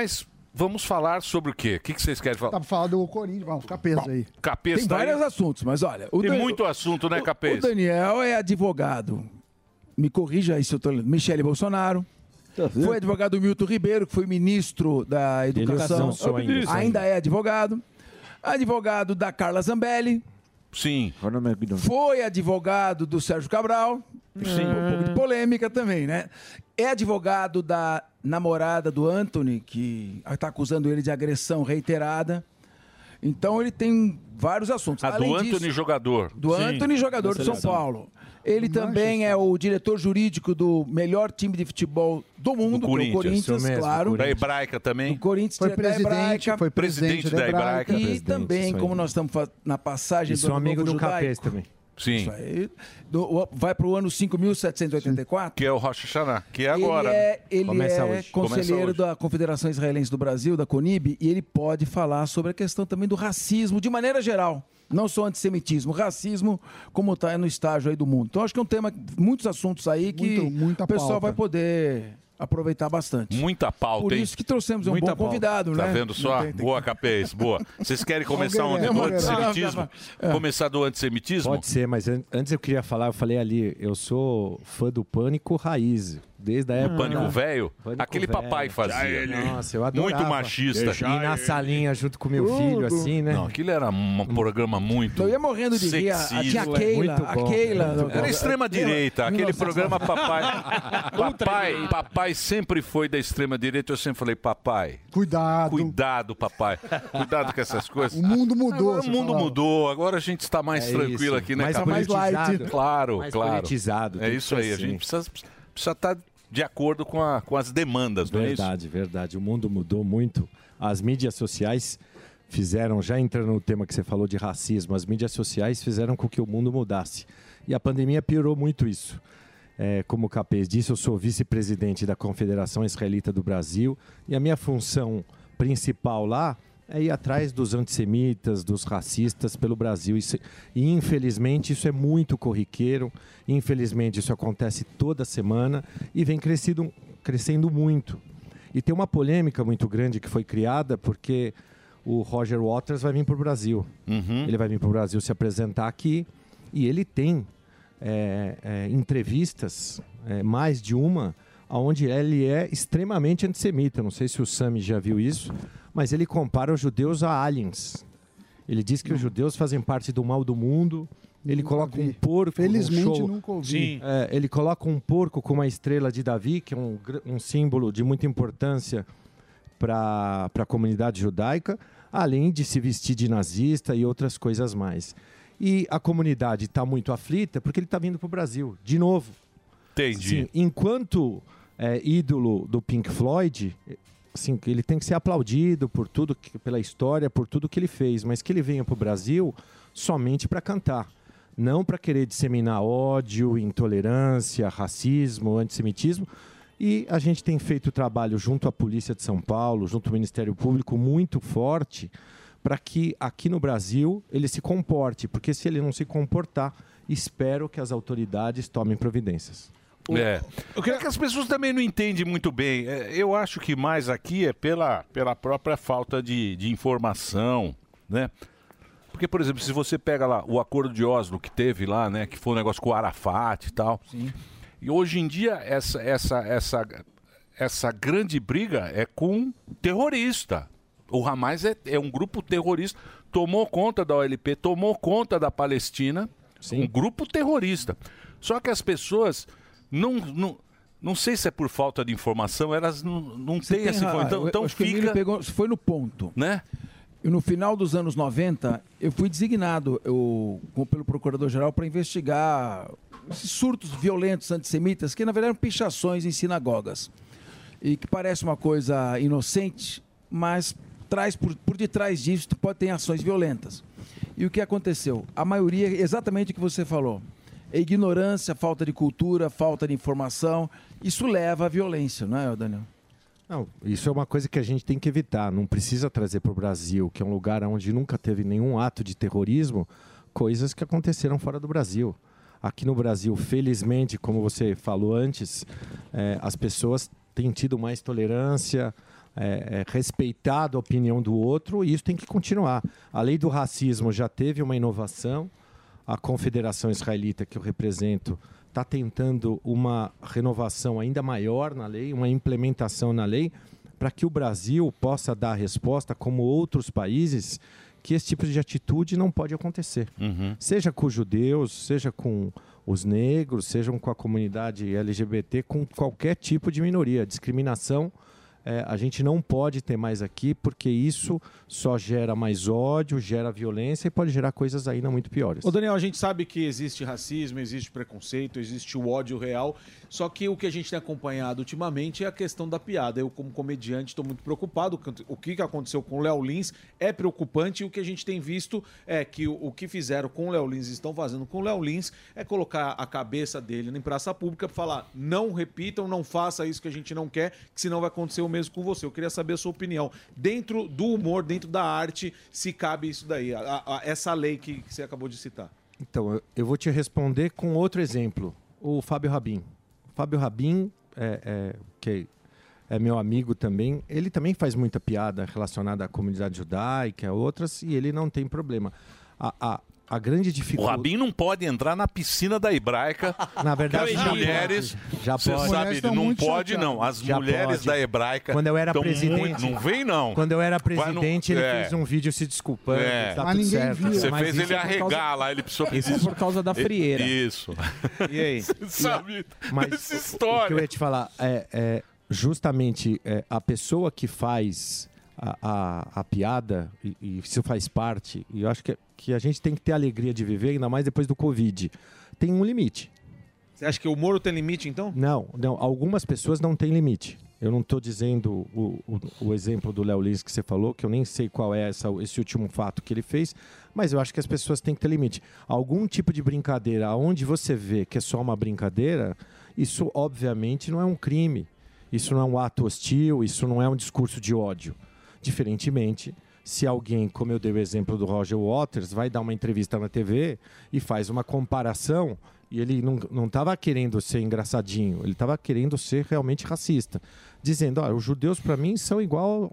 vamos falar sobre o quê? O que vocês querem falar? Tá pra falar do Corinthians, vamos, Capês aí. Capês Tem tá aí? vários assuntos, mas olha... Tem muito assunto, né, Capês? O Daniel é advogado. Me corrija aí se eu tô lendo. Michele Bolsonaro. Foi advogado do Milton Ribeiro, que foi ministro da Educação. Ainda é advogado. Advogado da Carla Zambelli. Sim. Foi advogado do Sérgio Cabral. Sim. Um pouco de polêmica também, né? É advogado da namorada do Anthony, que está acusando ele de agressão reiterada. Então ele tem vários assuntos. Do Anthony jogador. Do Anthony jogador de São Paulo. Ele também é o diretor jurídico do melhor time de futebol do mundo, que é o Corinthians, claro. Da Hebraica também. Do Corinthians, Foi da presidente, Hebraica. foi presidente da Hebraica. E também, como nós estamos na passagem E sou amigo do Capês também. Sim. Isso aí. Vai para o ano 5.784. Que é o Rosh Hashanah, que é agora. Ele Começa é hoje. conselheiro da Confederação Israelense do Brasil, da CONIB, e ele pode falar sobre a questão também do racismo, de maneira geral. Não só antissemitismo, racismo, como está no estágio aí do mundo. Então, acho que é um tema, muitos assuntos aí que muita o pessoal pauta. vai poder aproveitar bastante. Muita pauta, Por hein? isso que trouxemos um Muita bom convidado, Tá né? vendo só? Boa, Capês, boa. Vocês querem começar onde? Do antissemitismo? Começar do antissemitismo? Pode ser, mas antes eu queria falar, eu falei ali, eu sou fã do Pânico Raiz, desde a época... Pânico velho? Aquele velho. papai fazia. Nossa, eu adorava. Muito machista. E na salinha junto com meu filho, assim, né? Não, aquilo era um programa muito Eu ia morrendo de rir. A tia Keila. A Keila. Era extrema-direita. Aquele programa Papai sempre foi da extrema-direita. Eu sempre falei, papai... Cuidado, papai. Cuidado com essas coisas. O mundo mudou. Agora, o mundo mudou. Agora a gente está mais tranquilo aqui, né? Mais Capês? politizado. Claro, Mais claro. politizado. É isso aí. A gente precisa estar de acordo com as demandas, não é isso? Verdade. O mundo mudou muito. As mídias sociais fizeram, já entrando no tema que você falou de racismo, as mídias sociais fizeram com que o mundo mudasse. E a pandemia piorou muito isso. Como o Capês disse, eu sou vice-presidente da Confederação Israelita do Brasil e a minha função principal lá é ir atrás dos antissemitas, dos racistas pelo Brasil. E infelizmente isso é muito corriqueiro, infelizmente isso acontece toda semana e vem crescendo muito. E tem uma polêmica muito grande que foi criada porque o Roger Waters vai vir para o Brasil. Ele vai vir para o Brasil se apresentar aqui e ele tem entrevistas, mais de uma, onde ele é extremamente antissemita. Não sei se o Sami já viu isso, mas ele compara os judeus a aliens. Ele diz que os judeus fazem parte do mal do mundo. Ele coloca um porco. Felizmente show. nunca ouvi. Sim. Ele coloca um porco com uma estrela de Davi, que é um símbolo de muita importância para a comunidade judaica, além de se vestir de nazista e outras coisas mais. E a comunidade está muito aflita porque ele está vindo para o Brasil, de novo. Entendi. Sim, enquanto ídolo do Pink Floyd, assim, ele tem que ser aplaudido por tudo, pela história, por tudo que ele fez, mas que ele venha para o Brasil somente para cantar, não para querer disseminar ódio, intolerância, racismo, antissemitismo. E a gente tem feito trabalho junto à Polícia de São Paulo, junto ao Ministério Público, muito forte, para que aqui no Brasil ele se comporte, porque se ele não se comportar, espero que as autoridades tomem providências. É que as pessoas também não entendem muito bem. Eu acho que mais aqui é pela própria falta de informação, né? Porque, por exemplo, se você pega lá o Acordo de Oslo que teve lá, né? Que foi um negócio com o Arafat e tal. Sim. E hoje em dia essa grande briga é com terrorista. O Hamas é um grupo terrorista, tomou conta da OLP, tomou conta da Palestina, um grupo terrorista. Só que as pessoas não sei se é por falta de informação, elas não têm essa informação. Então acho que o Emílio pegou, foi no ponto. Né? E no final dos anos 90, eu fui designado pelo Procurador-Geral para investigar esses surtos violentos antissemitas, que na verdade eram pichações em sinagogas. E que parece uma coisa inocente, mas por detrás disso pode ter ações violentas. E o que aconteceu? A maioria, exatamente o que você falou. Ignorância, falta de cultura, falta de informação. Isso leva à violência, não é, Daniel? Não, isso é uma coisa que a gente tem que evitar. Não precisa trazer para o Brasil, que é um lugar onde nunca teve nenhum ato de terrorismo, coisas que aconteceram fora do Brasil. Aqui no Brasil, felizmente, como você falou antes, as pessoas têm tido mais tolerância, respeitado a opinião do outro, e isso tem que continuar. A lei do racismo já teve uma inovação, a Confederação Israelita, que eu represento, está tentando uma renovação ainda maior na lei, uma implementação na lei, para que o Brasil possa dar resposta, como outros países, que esse tipo de atitude não pode acontecer. Seja com os judeus, seja com os negros, seja com a comunidade LGBT, com qualquer tipo de minoria. Discriminação a gente não pode ter mais aqui, porque isso só gera mais ódio, gera violência e pode gerar coisas ainda muito piores. Ô Daniel, a gente sabe que existe racismo, existe preconceito, existe o ódio real, só que o que a gente tem acompanhado ultimamente é a questão da piada. Eu, como comediante, estou muito preocupado. O que aconteceu com o Léo Lins é preocupante, e o que a gente tem visto é que o que fizeram com o Léo Lins, estão fazendo com o Léo Lins, é colocar a cabeça dele em praça pública para falar: não repitam, não faça isso que a gente não quer, que senão vai acontecer o mesmo com você. Eu queria saber a sua opinião. Dentro do humor, dentro da arte, se cabe isso daí, essa lei que você acabou de citar. Então, eu vou te responder com outro exemplo. O Fábio Rabin. O Fábio Rabin, que é meu amigo também, ele também faz muita piada relacionada à comunidade judaica, a outras, e ele não tem problema. A grande dificuldade... O Rabin não pode entrar na piscina da Hebraica. Na verdade, as mulheres... Já Você pode. sabe, não pode, não. As Já mulheres pode. da Hebraica... Quando eu era tão presidente... muito- não vem, não. Quando eu era Vai presidente, no- ele fez um vídeo se desculpando. Tá Mas tudo ninguém certo. viu. Você Mas fez isso ele é por causa- arregar lá, ele precisou... Isso é por causa da frieira. Isso. E aí? Você sabe Mas dessa o que história. eu ia te falar justamente a pessoa que faz a piada, e isso faz parte, e eu acho que a gente tem que ter a alegria de viver, ainda mais depois do Covid. Tem um limite. Você acha que o humor tem limite, então? Não. Algumas pessoas não têm limite. Eu não estou dizendo o exemplo do Léo Lins que você falou, que eu nem sei qual é esse último fato que ele fez, mas eu acho que as pessoas têm que ter limite. Algum tipo de brincadeira, onde você vê que é só uma brincadeira, isso obviamente não é um crime. Isso não é um ato hostil, isso não é um discurso de ódio. Diferentemente, se alguém, como eu dei o exemplo do Roger Waters, vai dar uma entrevista na TV e faz uma comparação, e ele não estava querendo ser engraçadinho, ele estava querendo ser realmente racista, dizendo: os judeus para mim são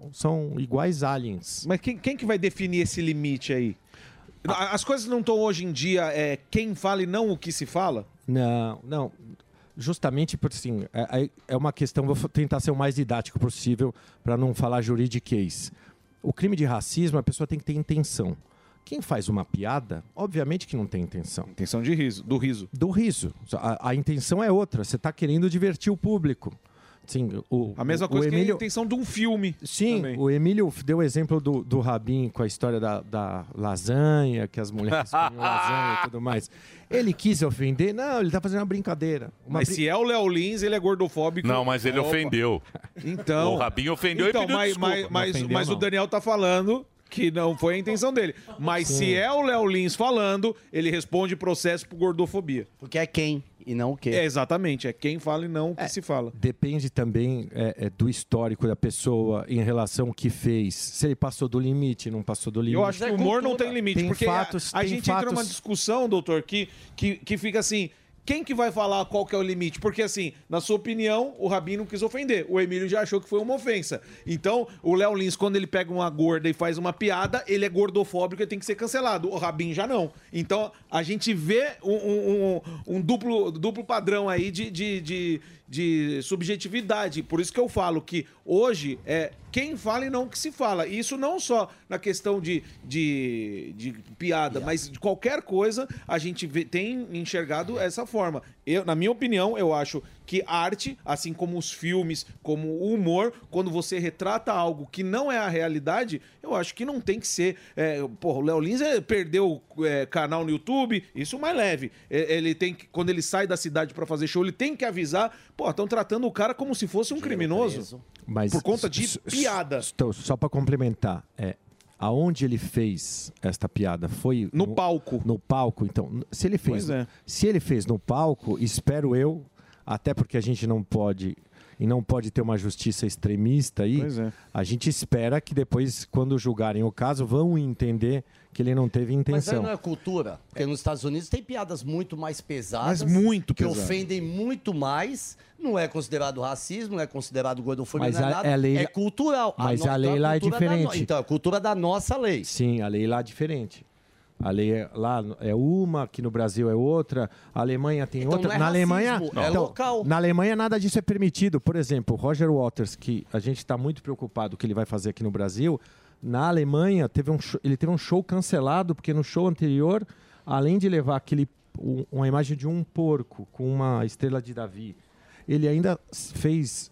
iguais aliens. Mas quem que vai definir esse limite aí? As coisas não estão hoje em dia quem fala e não o que se fala? Não. Justamente por assim, é uma questão, vou tentar ser o mais didático possível para não falar juridiquês. O crime de racismo, a pessoa tem que ter intenção. Quem faz uma piada, obviamente que não tem intenção. Intenção de riso, do riso. Do riso. A intenção é outra, você está querendo divertir o público. Sim, A mesma coisa que a intenção de um filme. Sim, também. o Emílio deu o exemplo do Rabin com a história da lasanha, que as mulheres comiam lasanha e tudo mais. Ele quis ofender? Não, ele está fazendo uma brincadeira. Mas se é o Léo Lins, ele é gordofóbico. Não, mas ele Opa. ofendeu. Então, O Rabin ofendeu e pediu desculpa. mas o Daniel tá falando que não foi a intenção dele. Mas se é o Léo Lins falando, ele responde processo por gordofobia. Porque é quem e não o quê. Exatamente, é quem fala e não o que se fala. Depende também do histórico da pessoa em relação ao que fez. Se ele passou do limite, não passou do limite. Eu acho que o humor não tem limite, porque a gente entra fatos... numa discussão, doutor, que fica assim... Quem que vai falar qual que é o limite? Porque, assim, na sua opinião, o Rabin não quis ofender. O Emílio já achou que foi uma ofensa. Então, o Léo Lins, quando ele pega uma gorda e faz uma piada, ele é gordofóbico e tem que ser cancelado. O Rabin já não. Então, a gente vê um duplo padrão aí de subjetividade. Por isso que eu falo que hoje é quem fala e não o que se fala. E isso não só na questão de piada, mas de qualquer coisa a gente tem enxergado essa forma. Na minha opinião, eu acho que a arte, assim como os filmes, como o humor, quando você retrata algo que não é a realidade, eu acho que não tem que ser... o Léo Lins perdeu canal no YouTube, isso mais leve. Ele tem que, quando ele sai da cidade para fazer show, ele tem que avisar, estão tratando o cara como se fosse um criminoso. Mas, por conta de piada. Só para complementar, aonde ele fez esta piada foi no palco. No palco, então, se ele fez no palco, espero eu, até porque a gente não pode e não pode ter uma justiça extremista aí, a gente espera que depois, quando julgarem o caso, vão entender que ele não teve Mas aí intenção. não é cultura. Porque nos Estados Unidos tem piadas muito mais pesadas. Mas muito que pesado. ofendem muito mais. Não é considerado racismo, não é considerado gordofobia, Mas não é a- nada. a lei- É cultural. Mas a no- lei então lá é cultura da no- diferente. Então, a cultura da nossa lei. Sim, a lei lá é diferente. A lei lá é uma, aqui no Brasil é outra, a Alemanha tem Então outra. não é Na racismo, Alemanha, é local. Na Alemanha nada disso é permitido. Por exemplo, o Roger Waters, que a gente está muito preocupado com o que ele vai fazer aqui no Brasil, na Alemanha ele teve um show cancelado porque no show anterior, além de levar uma imagem de um porco com uma estrela de Davi, ele ainda fez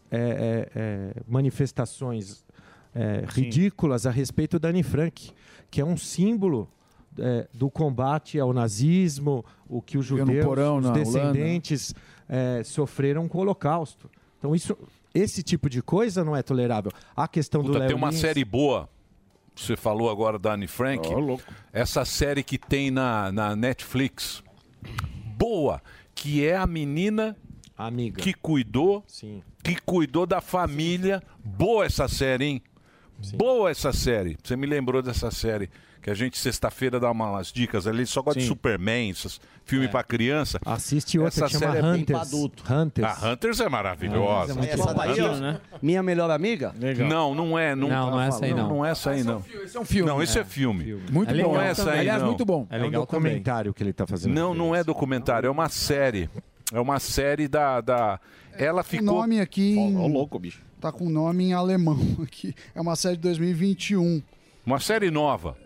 manifestações ridículas a respeito da Anne Frank, que é um símbolo do combate ao nazismo, o que os judeus, porão, os na descendentes sofreram com o Holocausto. Então esse tipo de coisa não é tolerável. A questão do Puta, Léo tem uma Lins- série boa. Você falou agora da Anne Frank. Essa série que tem na Netflix. Boa. Que é a menina amiga que cuidou. Sim. Que cuidou da família. Boa essa série, hein? Boa essa série. Você me lembrou dessa série. Que a gente, sexta-feira, dá umas dicas ali. Só gosta de Sim. Superman, esses filme pra criança. Assiste outra Essa que chama série é bem pra Hunters. adulto. Hunters. A Hunters é maravilhosa. Essa daí, ó, Minha melhor amiga? Não, não é. Não é essa aí, não. Não é essa aí, não. Esse é um filme. Não, esse é filme. Muito não bom. é essa aí, Aliás, não. muito bom. É um documentário que ele está fazendo. Não é documentário, é uma série. É uma série da... Ela O ficou... nome aqui Ó, louco, bicho. Tá com nome em alemão aqui. É uma série de 2021. Uma série nova.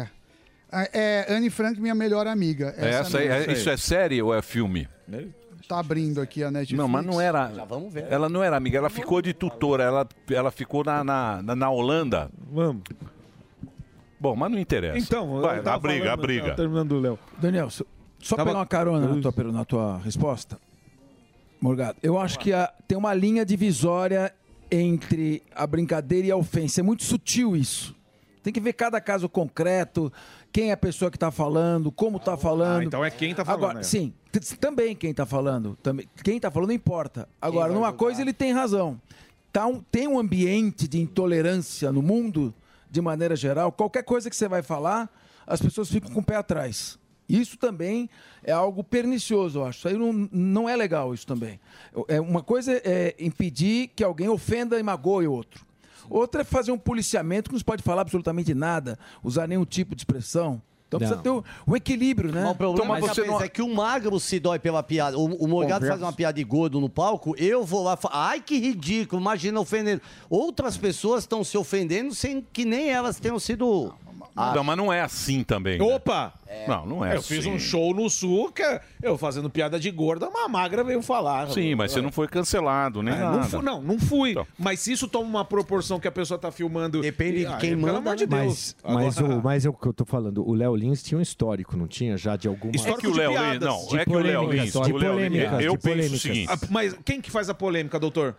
É Anne Frank, minha melhor amiga. Essa aí, mesmo. isso é série ou é filme? Tá abrindo aqui a Netflix. Não, mas não era... Já vamos ver. Ela não era amiga, ela ficou de tutora. Ela ficou na Holanda. Vamos. Bom, mas não interessa. Então, vai, eu tava a briga, falando, a briga. tava terminando o Léo. Daniel, só Tava- pegar uma carona na tua resposta. Morgado, eu acho que tem uma linha divisória entre a brincadeira e a ofensa. É muito sutil isso. Tem que ver cada caso concreto, quem é a pessoa que está falando, como está falando. Então é quem tá falando. Agora, né? sim, também quem está falando. Quem está falando importa. Agora, numa coisa ele tem razão. Tem um ambiente de intolerância no mundo, de maneira geral. Qualquer coisa que você vai falar, as pessoas ficam com o pé atrás. Isso também é algo pernicioso, eu acho. Isso aí não é legal, isso também. Uma coisa é impedir que alguém ofenda e magoe o outro. Outra é fazer um policiamento que não se pode falar absolutamente nada, usar nenhum tipo de expressão. Então precisa ter o equilíbrio, né? Mas o problema Então, é que o magro se dói pela piada. O Morgado faz uma piada de gordo no palco, eu vou lá e falo, ai que ridículo, imagina ofendendo. Outras pessoas estão se ofendendo sem que nem elas tenham sido... Não, mas não é assim também. né? Opa! Não é Eu assim. fiz um show no Sul, que eu fazendo piada de gorda, uma magra veio falar. Sim, mas você não foi cancelado, nem Não nada. fui, não fui. Mas se isso toma uma proporção que a pessoa tá filmando... Depende de quem pelo manda, amor de Deus. Mas o que eu tô falando, o Léo Lins tinha um histórico, não tinha? Já de alguma... É que o Léo Lins... Não, é que o Léo Lins... De polêmicas, Eu de penso o polêmicas. seguinte... Mas quem que faz a polêmica, doutor?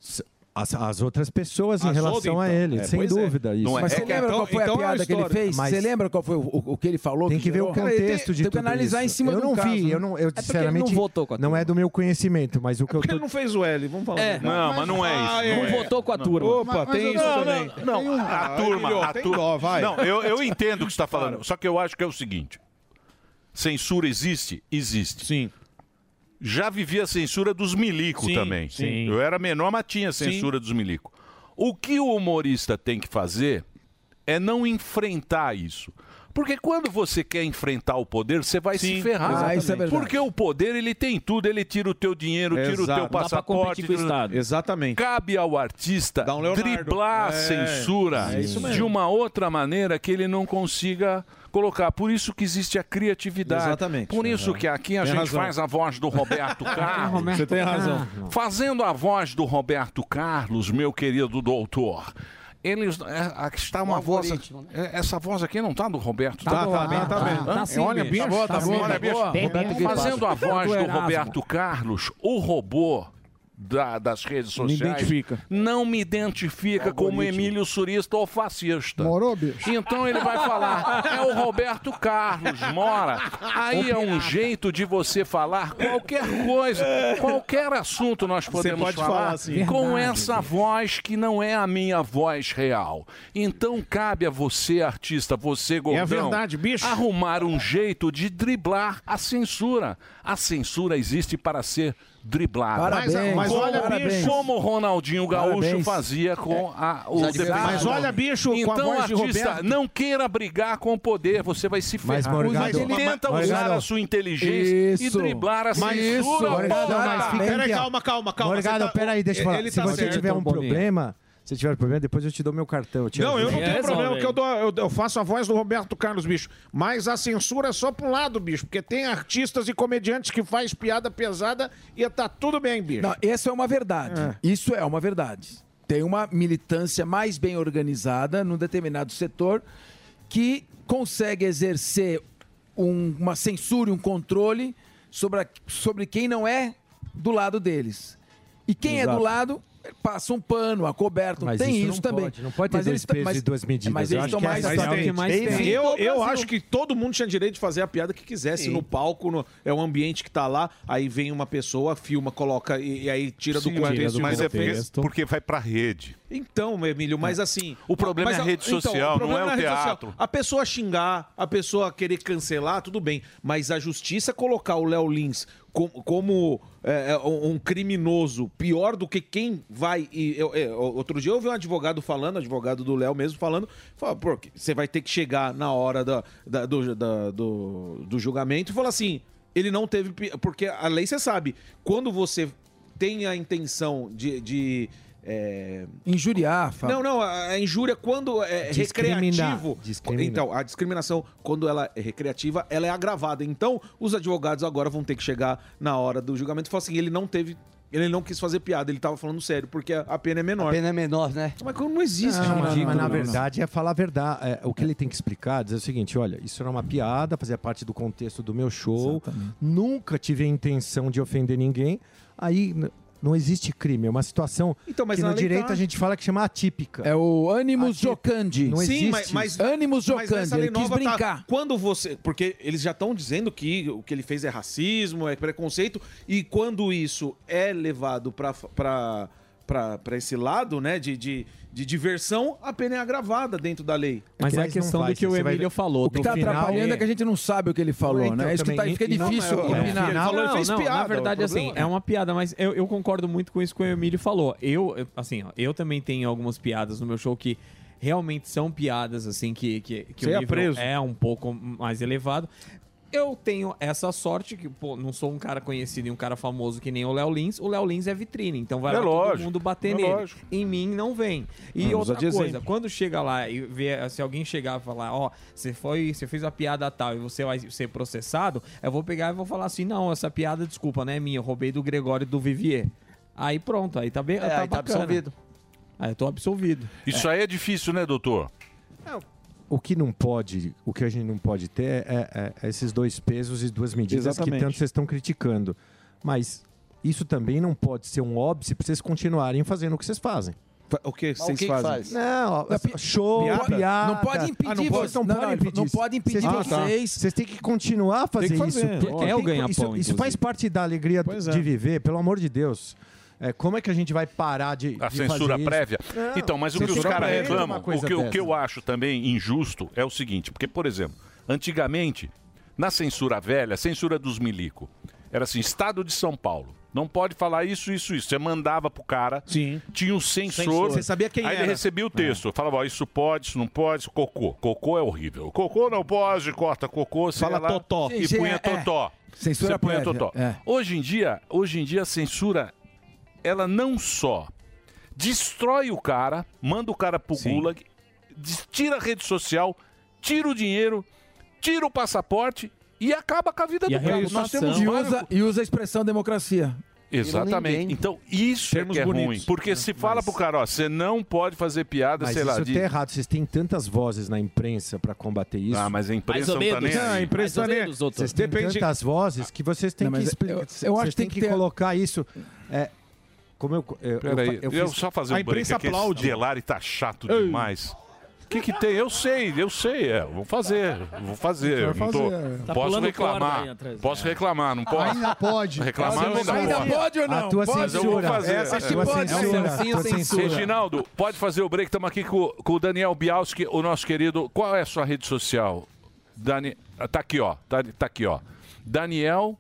As outras pessoas em As relação outras, a então. ele, sem Pois dúvida. Isso. Mas você lembra qual foi a piada que ele fez? Mas Você lembra qual foi o que ele falou? tem que ver o gerou? Cara, contexto de tem que tudo analisar isso. em cima eu do não caso. vi, né? eu sinceramente não é do meu conhecimento, mas o que eu Porque tô... ele não fez o L, vamos falar. Não, mas não é isso. Não votou com a turma. Opa, tem isso também. Não, a turma... vai. Não, eu entendo o que você está falando, só que eu acho que é o seguinte. Censura existe? Existe. Sim. Já vivia a censura dos milico Sim, também. sim. Eu era menor, mas tinha censura dos milico. O que o humorista tem que fazer é não enfrentar isso. Porque quando você quer enfrentar o poder, você vai se ferrar. Isso é verdade. Porque o poder, ele tem tudo. Ele tira o teu dinheiro, tira o teu passaporte. Exatamente. Cabe ao artista Dá um Leonardo. driblar a censura de uma outra maneira que ele não consiga colocar. Por isso que existe a criatividade. Exatamente. Por isso que aqui a Tem gente razão. faz a voz do Roberto Carlos. Você tem razão. Fazendo a voz do Roberto Carlos, meu querido doutor. Eles, aqui está uma voz. Essa voz aqui não está do Roberto. Tá bem. Tá sim, Olha, bicho. bicho. Tá bom, Olha, tá bicho. boa. Bem, Roberto bem. Guedes. Fazendo a voz do Erasmo. Roberto Carlos, o robô das redes Me sociais identifica. não me identifica como Emílio Surista ou fascista. Morou, bicho? Então ele vai falar, é o Roberto Carlos, mora. Aí é um jeito de você falar qualquer coisa, qualquer assunto nós podemos pode falar falar assim. com Verdade. essa voz que não é a minha voz real. Então cabe a você, artista, você, gordão, verdade, bicho. arrumar um jeito de driblar a censura. A censura existe para ser driblada. Parabéns. Mas olha, bicho, como o Ronaldinho Gaúcho Parabéns. fazia com o Mas olha, bicho, com a então, voz de artista, Roberto. não queira brigar com o poder, você vai se ferrar. Mas, Morgado, Tenta Morgado, usar a sua inteligência e driblar a censura. Morgado, mas fica Peraí, aqui, ó. calma. Morgado, peraí, deixa eu falar. Ele Se tá você certo, tiver um Boninho. problema, se tiver problema, depois eu te dou meu cartão. Não, eu não tenho problema, porque eu faço a voz do Roberto Carlos, bicho. Mas a censura é só pra um lado, bicho. Porque tem artistas e comediantes que faz piada pesada e tá tudo bem, bicho. Não, essa é uma verdade. Isso é uma verdade. Tem uma militância mais bem organizada num determinado setor que consegue exercer uma censura e um controle sobre quem não é do lado deles. E quem é Exato. do lado passa um pano, acoberto. Mas Tem isso isso não também. pode, não pode ter Mas dois eles- pesos mas- e duas medidas. Mas Eu eles acho estão que mais essa é o que mais tem. Eu acho que todo mundo tinha direito de fazer a piada que quisesse Sim. no palco, é um ambiente que tá lá, aí vem uma pessoa, filma, coloca e aí tira do Sim, contexto. mas é porque vai pra rede. Então, Emílio, mas assim... O problema mas é a rede social, o problema não é o na rede social. teatro. A pessoa xingar, a pessoa querer cancelar, tudo bem. Mas a justiça colocar o Léo Lins como um criminoso pior do que quem vai... outro dia eu ouvi um advogado falando, advogado do Léo mesmo falando, pô, você vai ter que chegar na hora do julgamento e falar assim, ele não teve... Porque a lei, você sabe, quando você tem a intenção de injuriar, Fábio. Não, a injúria quando é recreativo. Então, a discriminação, quando ela é recreativa, ela é agravada. Então, os advogados agora vão ter que chegar na hora do julgamento e falar assim: ele não quis fazer piada, ele estava falando sério, porque a pena é menor. A pena é menor, né? Mas não existe. Mas na verdade é falar a verdade. O que ele tem que explicar, dizer o seguinte: olha, isso era uma piada, fazia parte do contexto do meu show. Nunca tive a intenção de ofender ninguém. Aí não existe crime, é uma situação Então, mas que na no lei direito tá. a gente fala que chama atípica. É o animus jocandi. Não Sim, existe. mas Animus mas jocandi, nessa lei ele quis nova tá- brincar. quando você, porque eles já estão dizendo que o que ele fez é racismo, é preconceito, e quando isso é levado para esse lado, né, de diversão, a pena é agravada dentro da lei. Mas é a questão do que o Emílio falou. O que está atrapalhando é que a gente não sabe o que ele falou, Então, né? Isso que fica difícil opinar. Na verdade, assim, é uma piada, mas eu concordo muito com isso que o Emílio falou. Eu também tenho algumas piadas no meu show que realmente são piadas, assim, que o Você é nível preso. é um pouco mais elevado. Eu tenho essa sorte que, pô, não sou um cara conhecido e um cara famoso que nem o Léo Lins. O Léo Lins é vitrine, então vai É lá todo lógico, mundo bater é nele. lógico. Em mim não vem. E Vamos outra usar de coisa, exemplo. quando chega lá e vê, se alguém chegar e falar, ó, você fez a piada tal e você vai ser processado, eu vou pegar e vou falar assim, não, essa piada, desculpa, não é minha, eu roubei do Gregório e do Vivier. Aí pronto, aí tá bem, tá aí tá bacana. absolvido. Aí eu tô absolvido. Isso aí é difícil, né, doutor? O que não pode, o que a gente não pode ter é esses dois pesos e duas medidas Exatamente. que tanto vocês estão criticando. Mas isso também não pode ser um óbice para vocês continuarem fazendo o que vocês fazem. O que Mas o vocês que que fazem? faz? Não, show, Piada? piada. Não pode impedir vocês não não, podem não, impedir não isso. pode impedir Vocês têm que- vocês. Vocês têm que continuar a fazer, Tem que fazer, isso. lógico. É o ganha-pão, Isso inclusive. faz parte da alegria Pois é. de viver, pelo amor de Deus. Como é que a gente vai parar de A de censura fazer isso? prévia. Não, Então, mas o que os censura caras prévia é reclamam, uma coisa o que dessa. eu acho também injusto é o seguinte, porque, por exemplo, antigamente, na censura velha, a censura dos milico, era assim, Estado de São Paulo, não pode falar isso, isso, isso. Você mandava pro cara, tinha um censor, Você sabia quem aí era. ele recebia o texto, falava, ó, isso pode, isso não pode, isso cocô. Cocô é horrível. Cocô não pode, corta cocô, você Fala ia lá totó. e Sim, punha é. totó. Censura Você punha prévia, totó. é. Hoje em dia a censura, ela não só destrói o cara, manda o cara pro gulag, tira a rede social, tira o dinheiro, tira o passaporte e acaba com a vida E do a cara. reputação. Nós temos E usa a expressão democracia. Exatamente. ninguém. Então, isso Termos é que é bonitos. ruim. Porque se fala pro cara, ó, você não pode fazer piada, Mas sei lá. isso tá errado. Vocês têm tantas vozes na imprensa para combater isso. Ah, mas a imprensa Mais ou não tá nem menos. aí. Não, a imprensa Mais ou nem- menos, doutor. Vocês têm tantas vozes que vocês têm Não, que mas explicar. eu acho Vocês que têm tem que que ter- colocar isso. como eu Peraí, eu fiz- só fazer um break aqui. Esse Delari tá chato demais. O que tem? Eu sei, vou fazer. Eu não tô- Tá posso pulando reclamar, corda aí atrás. posso reclamar, não posso? Ainda pode. Reclamar não Ainda pode. pode ou não? A tua Mas eu vou censura. fazer. Essa aqui pode ser. Reginaldo, pode fazer o break. Estamos aqui com o Daniel Bialski, o nosso querido. Qual é a sua rede social? Tá aqui, ó. Tá aqui, ó. Daniel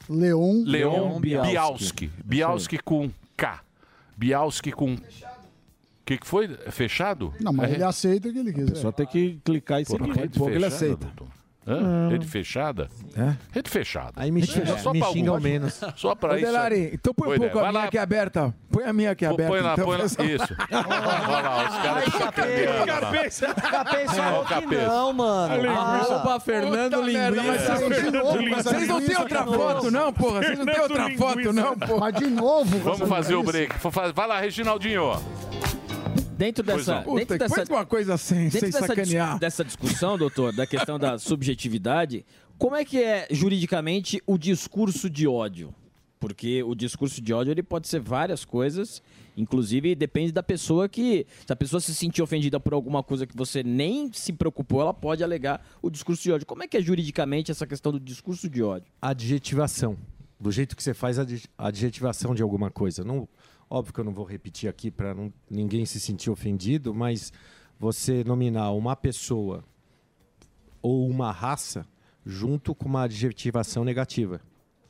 Leon Bialski. Bialski com K. Bialski com... O que foi? É fechado? Não, mas ele aceita o que ele quiser. Só tem que clicar e seguir. Rede Daqui a pouco ele fechada, aceita. doutor? Rede fechada? Rede fechada. Aí me xinga, Só me pra xinga ao alguns. menos. Só pra Ô, isso. Delari, então põe um Oi, pouco Vai a minha lá. aqui aberta. Põe a minha aqui aberta. Põe lá, então, põe lá. pessoal. Isso. Olha lá, os caras ficam sacaneando lá. Capê falou que Capê. não, mano. Opa, Fernando Puta merda, mas Linguiça. vocês não têm outra foto, não, porra? Vocês não têm outra foto, não, porra? Mas de novo. Vamos fazer o break. Vai lá, Reginaldinho. Dentro dessa... Puta, dentro dessa põe uma coisa sem dentro sacanear. dessa discussão, doutor, da questão da subjetividade, como é que é juridicamente o discurso de ódio? Porque o discurso de ódio ele pode ser várias coisas, inclusive depende da pessoa que... Se a pessoa se sentir ofendida por alguma coisa que você nem se preocupou, ela pode alegar o discurso de ódio. Como é que é juridicamente essa questão do discurso de ódio? Adjetivação. Do jeito que você faz a adjetivação de alguma coisa. Não, óbvio que eu não vou repetir aqui para ninguém se sentir ofendido, mas você nominar uma pessoa ou uma raça junto com uma adjetivação negativa.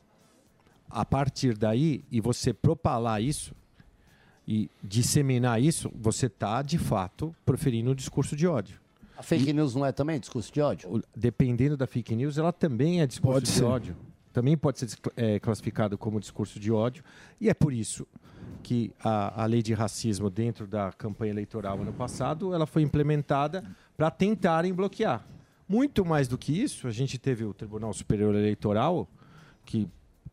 A partir daí, e você propalar isso e disseminar isso, você está, de fato, proferindo um discurso de ódio. A fake news não é também discurso de ódio? Dependendo da fake news, ela também é discurso Pode de ser. ódio. Também pode ser classificado como discurso de ódio. E é por isso que a lei de racismo dentro da campanha eleitoral ano passado, ela foi implementada para tentarem bloquear. Muito mais do que isso, a gente teve o Tribunal Superior Eleitoral, que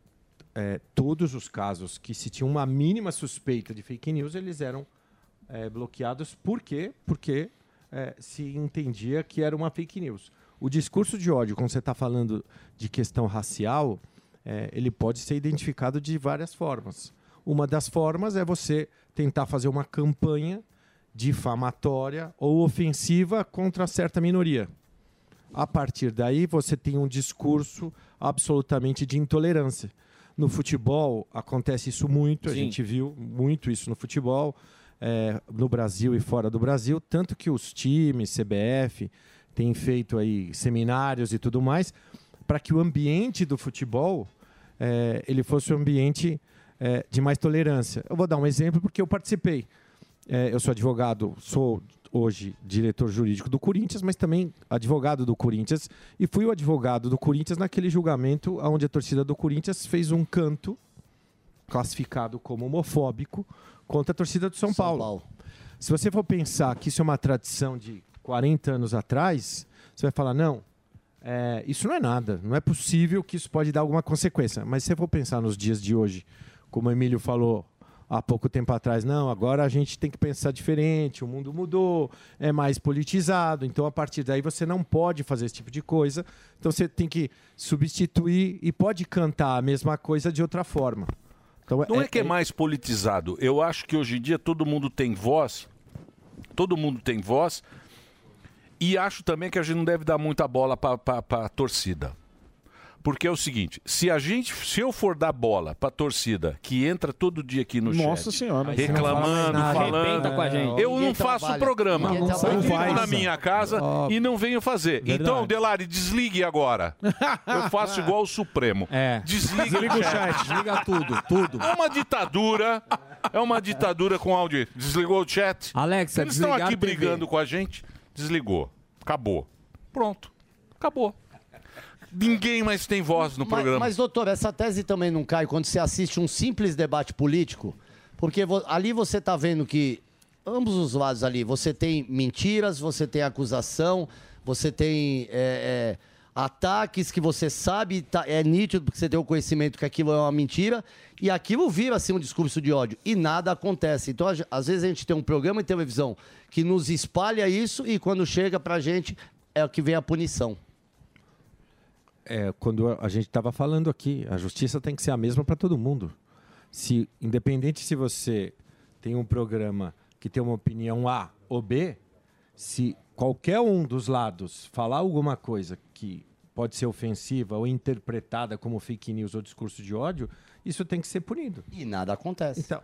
todos os casos que se tinha uma mínima suspeita de fake news, eles eram bloqueados. Por quê? Porque se entendia que era uma fake news. O discurso de ódio, quando você está falando de questão racial, ele pode ser identificado de várias formas. Uma das formas é você tentar fazer uma campanha difamatória ou ofensiva contra certa minoria. A partir daí, você tem um discurso absolutamente de intolerância. No futebol, acontece isso muito, a gente viu muito isso no futebol, no Brasil e fora do Brasil, tanto que os times, CBF, têm feito aí seminários e tudo mais, para que o ambiente do futebol ele fosse um ambiente de mais tolerância. Eu vou dar um exemplo porque eu participei. Eu sou advogado, sou hoje diretor jurídico do Corinthians, mas também advogado do Corinthians, e fui o advogado do Corinthians naquele julgamento onde a torcida do Corinthians fez um canto classificado como homofóbico contra a torcida do São Paulo. Se você for pensar que isso é uma tradição de 40 anos atrás, você vai falar, não, isso não é nada, não é possível que isso pode dar alguma consequência. Mas se você for pensar nos dias de hoje, como o Emílio falou há pouco tempo atrás, não, agora a gente tem que pensar diferente, o mundo mudou, é mais politizado, então a partir daí você não pode fazer esse tipo de coisa, então você tem que substituir e pode cantar a mesma coisa de outra forma. Então, Não é que é mais politizado. Eu acho que hoje em dia todo mundo tem voz, e acho também que a gente não deve dar muita bola para a torcida. Porque é o seguinte, se eu for dar bola pra torcida que entra todo dia aqui no Nossa chat, Senhora. reclamando, falando, com a gente. eu não faço o programa. Eu fico na minha casa e não venho fazer. Verdade. Então, Delari, desligue agora. Eu faço igual o Supremo. Desliga o chat. Desliga tudo. É uma ditadura com áudio. Desligou o chat? Alexa, Eles estão desligar aqui a TV. brigando com a gente. Desligou. Acabou. Pronto. Acabou. Ninguém mais tem voz no programa. Mas, doutor, essa tese também não cai quando você assiste um simples debate político? Porque ali você está vendo que ambos os lados ali, você tem mentiras, você tem acusação, você tem ataques que você sabe, é nítido porque você tem o conhecimento que aquilo é uma mentira, e aquilo vira assim um discurso de ódio, e nada acontece. Então, às vezes a gente tem um programa de televisão que nos espalha isso, e quando chega pra gente, é o que vem a punição. Quando a gente estava falando aqui, a justiça tem que ser a mesma para todo mundo. Independente se você tem um programa que tem uma opinião A ou B, se qualquer um dos lados falar alguma coisa que pode ser ofensiva ou interpretada como fake news ou discurso de ódio, isso tem que ser punido. E nada acontece. Então,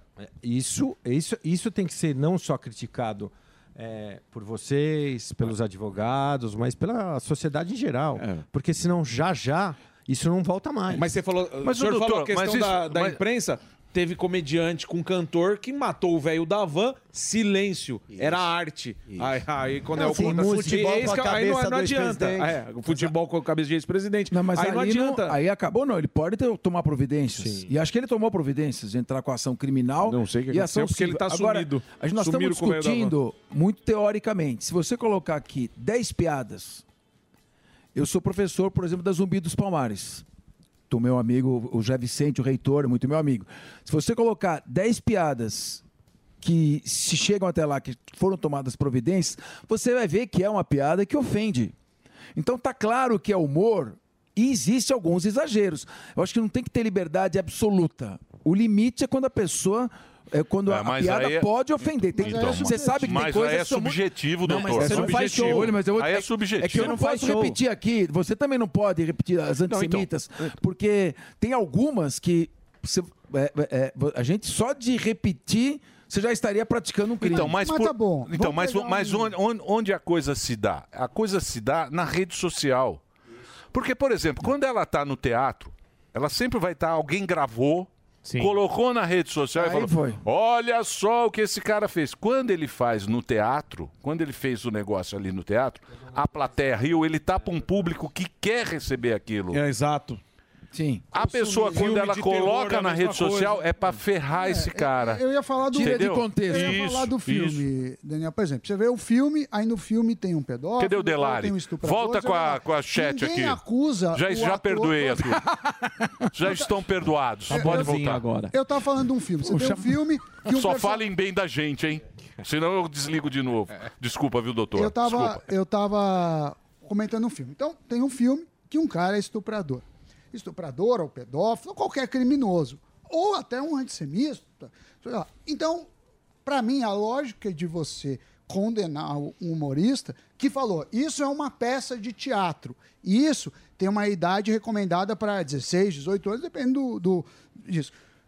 isso tem que ser não só criticado por vocês, pelos advogados, mas pela sociedade em geral. Porque senão já isso não volta mais. Mas você falou, o senhor falou a questão da imprensa. Teve comediante com cantor que matou o velho da van, silêncio. Era arte. Aí quando é o futebol com a aí cabeça não adianta. O futebol com a cabeça de ex-presidente. Não, mas aí não adianta. Aí acabou, não. Ele pode tomar providências. Sim. E acho que ele tomou providências de entrar com ação criminal. Não sei o que e ação porque ele tá Agora, sumido. Nós estamos discutindo muito teoricamente. Se você colocar aqui 10 piadas, eu sou professor, por exemplo, da Zumbi dos Palmares. Do meu amigo, o José Vicente, o reitor, é muito meu amigo. Se você colocar 10 piadas que se chegam até lá, que foram tomadas providências, você vai ver que é uma piada que ofende. Então tá claro que é humor e existe alguns exageros. Eu acho que não tem que ter liberdade absoluta. O limite é quando a pessoa... quando a piada pode ofender. Você sabe que tem coisas... Mas aí é subjetivo, doutor. Mas você não faz show. Aí é subjetivo. É que eu não posso repetir aqui. Você também não pode repetir as antissemitas, porque tem algumas que a gente só de repetir... Você já estaria praticando um crime. Mas tá bom. Mas onde a coisa se dá? A coisa se dá na rede social. Porque, por exemplo, quando ela está no teatro, ela sempre vai estar... Alguém gravou, colocou na rede social e falou, olha só o que esse cara fez. Quando ele faz no teatro, quando ele fez o negócio ali no teatro, a plateia riu, ele tá para um público que quer receber aquilo. Exato. Sim. A pessoa, quando ela coloca na rede social, é para ferrar esse cara. Eu ia falar do Tira de contexto. Eu ia falar do filme, Daniel. Por exemplo, você vê o filme, aí no filme tem um pedófilo. Cadê o Delari? Tem um estuprador. Volta com a chat Ninguém aqui. Acusa já perdoei a turma. Já estão perdoados. Pode voltar. Agora. Eu tava falando de um filme. Você tem um filme que Só falem bem da gente, hein? Senão eu desligo de novo. Desculpa, viu, doutor? Eu tava comentando um filme. Então, tem um filme que um cara é estuprador. Estuprador ou pedófilo, ou qualquer criminoso, ou até um antissemita. Então, para mim, a lógica de você condenar um humorista que falou, isso é uma peça de teatro, e isso tem uma idade recomendada para 16, 18 anos, depende disso.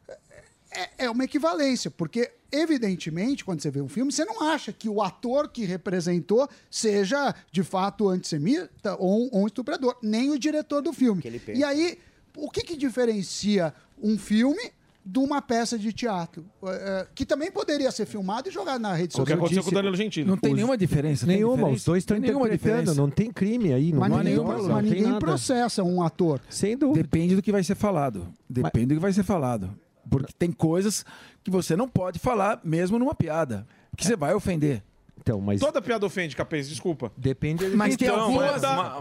É uma equivalência, porque, evidentemente, quando você vê um filme, você não acha que o ator que representou seja, de fato, antissemita ou um estuprador, nem o diretor do filme. E aí, o que diferencia um filme de uma peça de teatro? Que também poderia ser filmado e jogado na rede social. O que aconteceu com o Danilo Gentili. Não tem nenhuma diferença. Nenhuma, os dois estão interpretando, não tem crime aí. Mas ninguém processa um ator. Sem dúvida. Depende do que vai ser falado. Depende do que vai ser falado. Porque tem coisas que você não pode falar mesmo numa piada, que você vai ofender. Então, mas... Toda piada ofende, Capês, desculpa. Depende de... Mas tem algumas,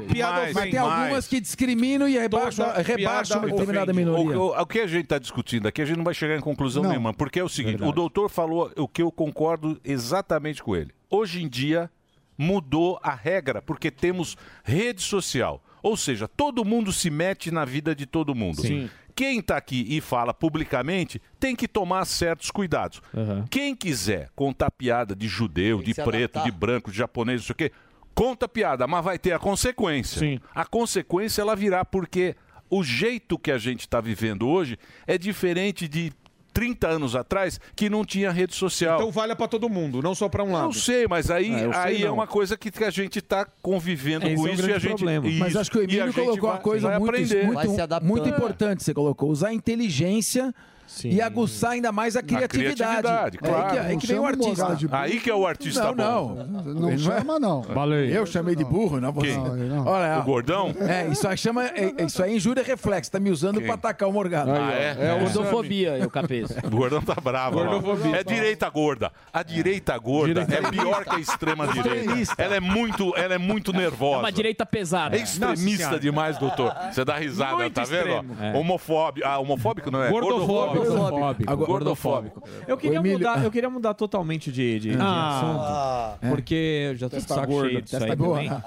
que discriminam e rebaixam uma determinada minoria. O que a gente está discutindo aqui, a gente não vai chegar em conclusão nenhuma, porque é o seguinte, o doutor falou o que eu concordo exatamente com ele. Hoje em dia, mudou a regra, porque temos rede social. Ou seja, todo mundo se mete na vida de todo mundo. Sim. Quem está aqui e fala publicamente tem que tomar certos cuidados. Quem quiser contar piada de judeu, de preto, de branco, de japonês, não sei o quê, conta piada, mas vai ter a consequência. Sim. A consequência ela virá porque o jeito que a gente está vivendo hoje é diferente de 30 anos atrás que não tinha rede social. Então vale para todo mundo, não só para um lado. Não sei, mas aí é uma coisa que a gente está convivendo com isso e a gente... Mas acho que o Emílio colocou uma coisa muito importante, você colocou, usar a inteligência e aguçar ainda mais a criatividade. Claro. É que vem o artista. Aí que é o artista bom. Não chama, não. Valeu. Eu chamei de burro, não você. Olha, o gordão? Isso aí é injúria reflexo. Tá me usando para atacar o Morgado. É gordofobia, o Capês. O gordão tá bravo. É direita gorda. A direita gorda é pior que a extrema direita. Ela é muito nervosa. É uma direita pesada. É extremista demais, doutor. Você dá risada, muito tá extremo. vendo? Homofóbico. Homofóbico não é? Gordofóbico. Gordofóbico. Eu queria mudar totalmente de assunto, porque eu já tô de saco cheio disso aí também.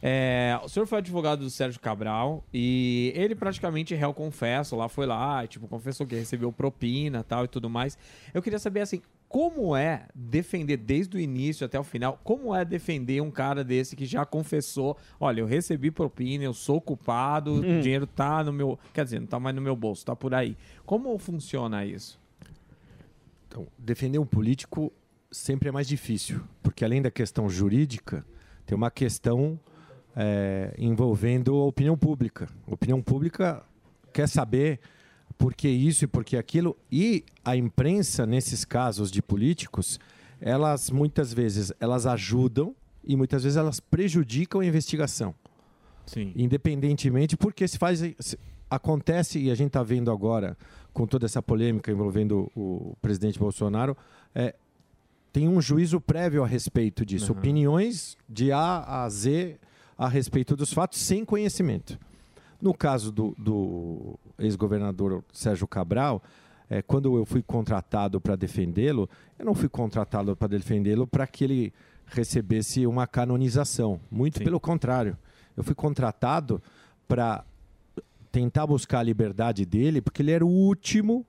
O senhor foi advogado do Sérgio Cabral e ele praticamente réu confesso, foi lá, tipo, confessou que recebeu propina tal e tudo mais. Eu queria saber, assim, como é defender desde o início até o final, como é defender um cara desse que já confessou, olha, eu recebi propina, eu sou culpado, o dinheiro tá no meu... Quer dizer, não tá mais no meu bolso, tá por aí. Como funciona isso? Então, defender um político sempre é mais difícil, porque além da questão jurídica, tem uma questão envolvendo a opinião pública. A opinião pública quer saber por que isso e por que aquilo, e a imprensa, nesses casos de políticos, elas muitas vezes elas ajudam e muitas vezes elas prejudicam a investigação. Sim. Independentemente, porque acontece, e a gente está vendo agora, com toda essa polêmica envolvendo o presidente Bolsonaro, tem um juízo prévio a respeito disso. Opiniões de A a Z a respeito dos fatos sem conhecimento. No caso do ex-governador Sérgio Cabral, quando eu fui contratado para defendê-lo, eu não fui contratado para defendê-lo para que ele recebesse uma canonização. Muito pelo contrário. Eu fui contratado para tentar buscar a liberdade dele, porque ele era o último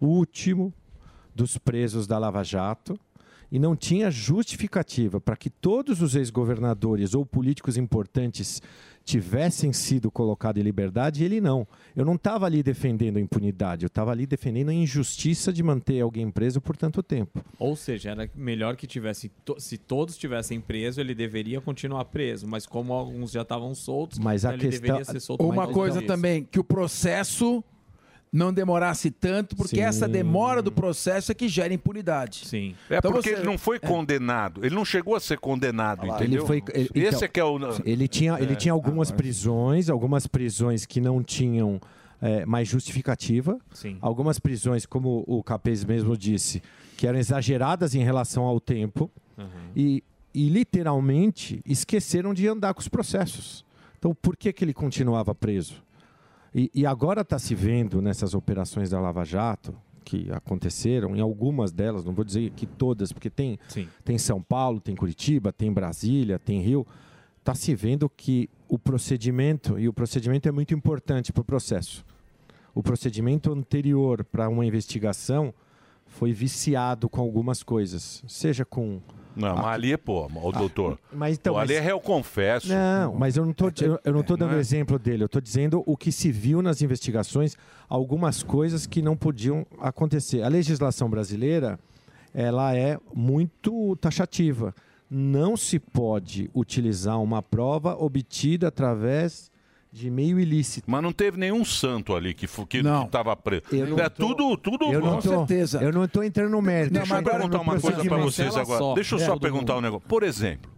dos presos da Lava Jato e não tinha justificativa para que todos os ex-governadores ou políticos importantes tivessem sido colocados em liberdade, e ele não. Eu não estava ali defendendo a impunidade, eu estava ali defendendo a injustiça de manter alguém preso por tanto tempo. Ou seja, era melhor que tivesse, se todos tivessem preso, ele deveria continuar preso, mas como alguns já estavam soltos, mas a ele questão... deveria ser solto. Uma coisa também, que o processo não demorasse tanto, porque essa demora do processo é que gera impunidade. Sim. Então porque ele não foi condenado. Ele não chegou a ser condenado, entendeu? Esse é que é o... Ele tinha algumas prisões que não tinham mais justificativa. Sim. Algumas prisões, como o Capês mesmo disse, que eram exageradas em relação ao tempo. E literalmente esqueceram de andar com os processos. Então, por que ele continuava preso? E agora está se vendo nessas operações da Lava Jato, que aconteceram, em algumas delas, não vou dizer que todas, porque tem São Paulo, tem Curitiba, tem Brasília, tem Rio, está se vendo que o procedimento é muito importante para o processo. O procedimento anterior para uma investigação foi viciado com algumas coisas, seja com... Não, mas ali é, doutor. Ali é réu confesso. Não, mas eu não estou dando o exemplo dele. Eu estou dizendo o que se viu nas investigações, algumas coisas que não podiam acontecer. A legislação brasileira, ela é muito taxativa. Não se pode utilizar uma prova obtida através de meio ilícito. Mas não teve nenhum santo ali que estava preso. Tudo com certeza. Eu não estou entrando no mérito. Deixa eu perguntar uma coisa para vocês agora. Deixa eu só perguntar um negócio. Por exemplo,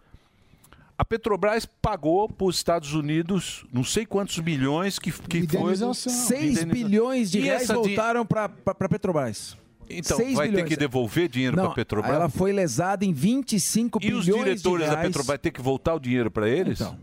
a Petrobras pagou para os Estados Unidos não sei quantos milhões que foi... 6 bilhões de reais voltaram para a Petrobras. Então, vai ter que devolver dinheiro para a Petrobras? Ela foi lesada em 25 bilhões de reais. E os diretores da Petrobras vai ter que voltar o dinheiro para eles? Então...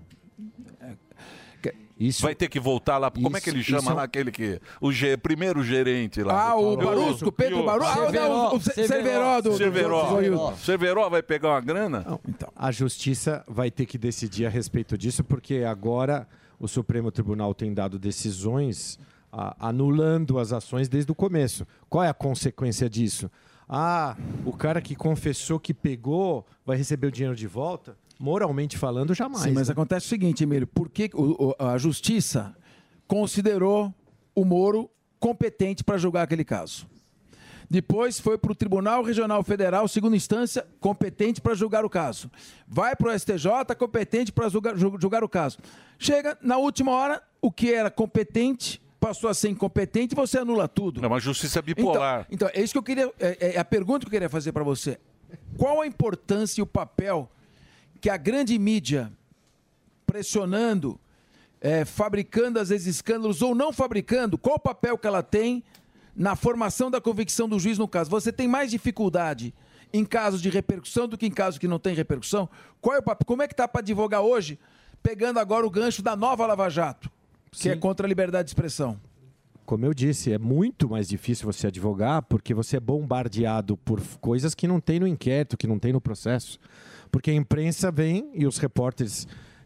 Vai ter que voltar lá. Como é que ele chama lá aquele que... primeiro gerente lá. O Barusco, Pedro Barusco. O Cerveró. Cerveró vai pegar uma grana? Não, então. A justiça vai ter que decidir a respeito disso, porque agora o Supremo Tribunal tem dado decisões anulando as ações desde o começo. Qual é a consequência disso? O cara que confessou que pegou vai receber o dinheiro de volta? Moralmente falando, jamais. Sim, mas acontece o seguinte, Emílio, por que a Justiça considerou o Moro competente para julgar aquele caso? Depois foi para o Tribunal Regional Federal, segunda instância, competente para julgar o caso. Vai para o STJ, competente para julgar o caso. Chega, na última hora, o que era competente passou a ser incompetente e você anula tudo. É uma justiça bipolar. Então é isso que eu queria... É a pergunta que eu queria fazer para você. Qual a importância e o papel que a grande mídia, pressionando, fabricando às vezes escândalos ou não fabricando, qual o papel que ela tem na formação da convicção do juiz no caso? Você tem mais dificuldade em casos de repercussão do que em casos que não tem repercussão? Qual é o papel? Como é que está para advogar hoje, pegando agora o gancho da nova Lava Jato, que é contra a liberdade de expressão? Como eu disse, é muito mais difícil você advogar porque você é bombardeado por coisas que não tem no inquérito, que não tem no processo. Porque a imprensa vem e os repórteres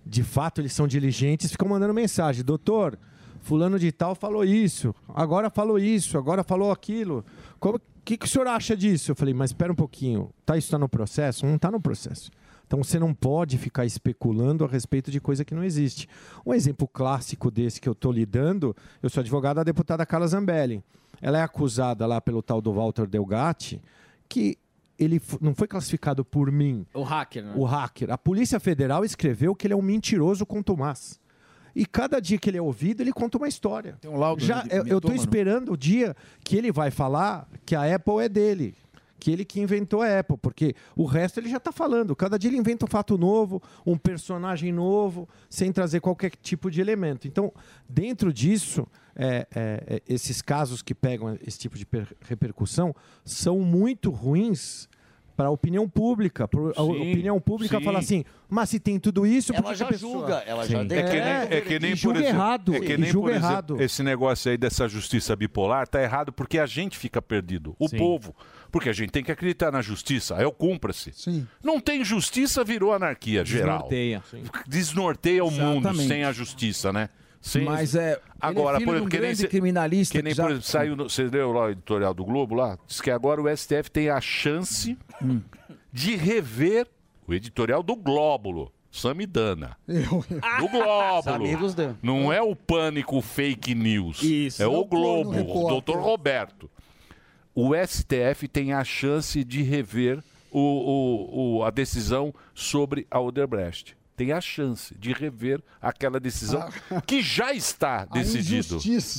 de fato eles são diligentes, ficam mandando mensagem. Doutor, fulano de tal falou isso, agora falou isso, agora falou aquilo. O que o senhor acha disso? Eu falei, mas espera um pouquinho, isso está no processo? Não está no processo. Então você não pode ficar especulando a respeito de coisa que não existe. Um exemplo clássico desse que eu estou lidando, eu sou advogado da deputada Carla Zambelli. Ela é acusada lá pelo tal do Walter Delgatti, que ele não foi classificado por mim. O hacker, né? O hacker. A Polícia Federal escreveu que ele é um mentiroso contumaz. E cada dia que ele é ouvido, ele conta uma história. Tem um laudo. Eu estou esperando o dia que ele vai falar que a Apple é dele. Que ele que inventou a Apple, porque o resto ele já está falando. Cada dia ele inventa um fato novo, um personagem novo, sem trazer qualquer tipo de elemento. Então, dentro disso, esses casos que pegam esse tipo de repercussão são muito ruins para a opinião pública. A opinião pública fala assim, mas se tem tudo isso, por ela que já a pessoa... julga, ela já É que nem, por exemplo, esse negócio aí dessa justiça bipolar tá errado porque a gente fica perdido, o povo, porque a gente tem que acreditar na justiça, é o cúmplice. Não tem justiça, virou anarquia geral. Desnorteia o mundo sem a justiça, né? Mas agora, ele é filho de um grande criminalista que nem, por exemplo, saiu, você leu lá o editorial do Globo lá? Diz que agora o STF tem a chance de rever o editorial do Glóbulo, Samidana. Do Glóbulo. Amigos dele. Não é o Pânico Fake News. Isso. É o Globo, o doutor Roberto. O STF tem a chance de rever a decisão sobre a Odebrecht. Tem a chance de rever aquela decisão que já está decidido.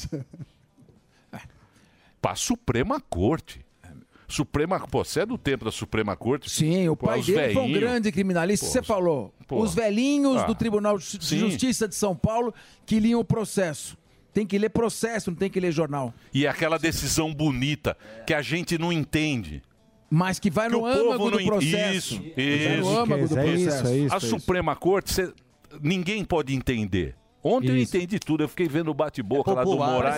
Para a Suprema Corte. Você é do tempo da Suprema Corte? Sim, o pai dele foi um grande criminalista. Você falou, os velhinhos do Tribunal de Justiça de São Paulo que liam o processo. Tem que ler processo, não tem que ler jornal. E aquela decisão bonita que a gente não entende. Mas que vai no âmago do processo. A Suprema Corte, ninguém pode entender. Ontem eu entendi tudo, eu fiquei vendo o bate-boca lá do Moraes.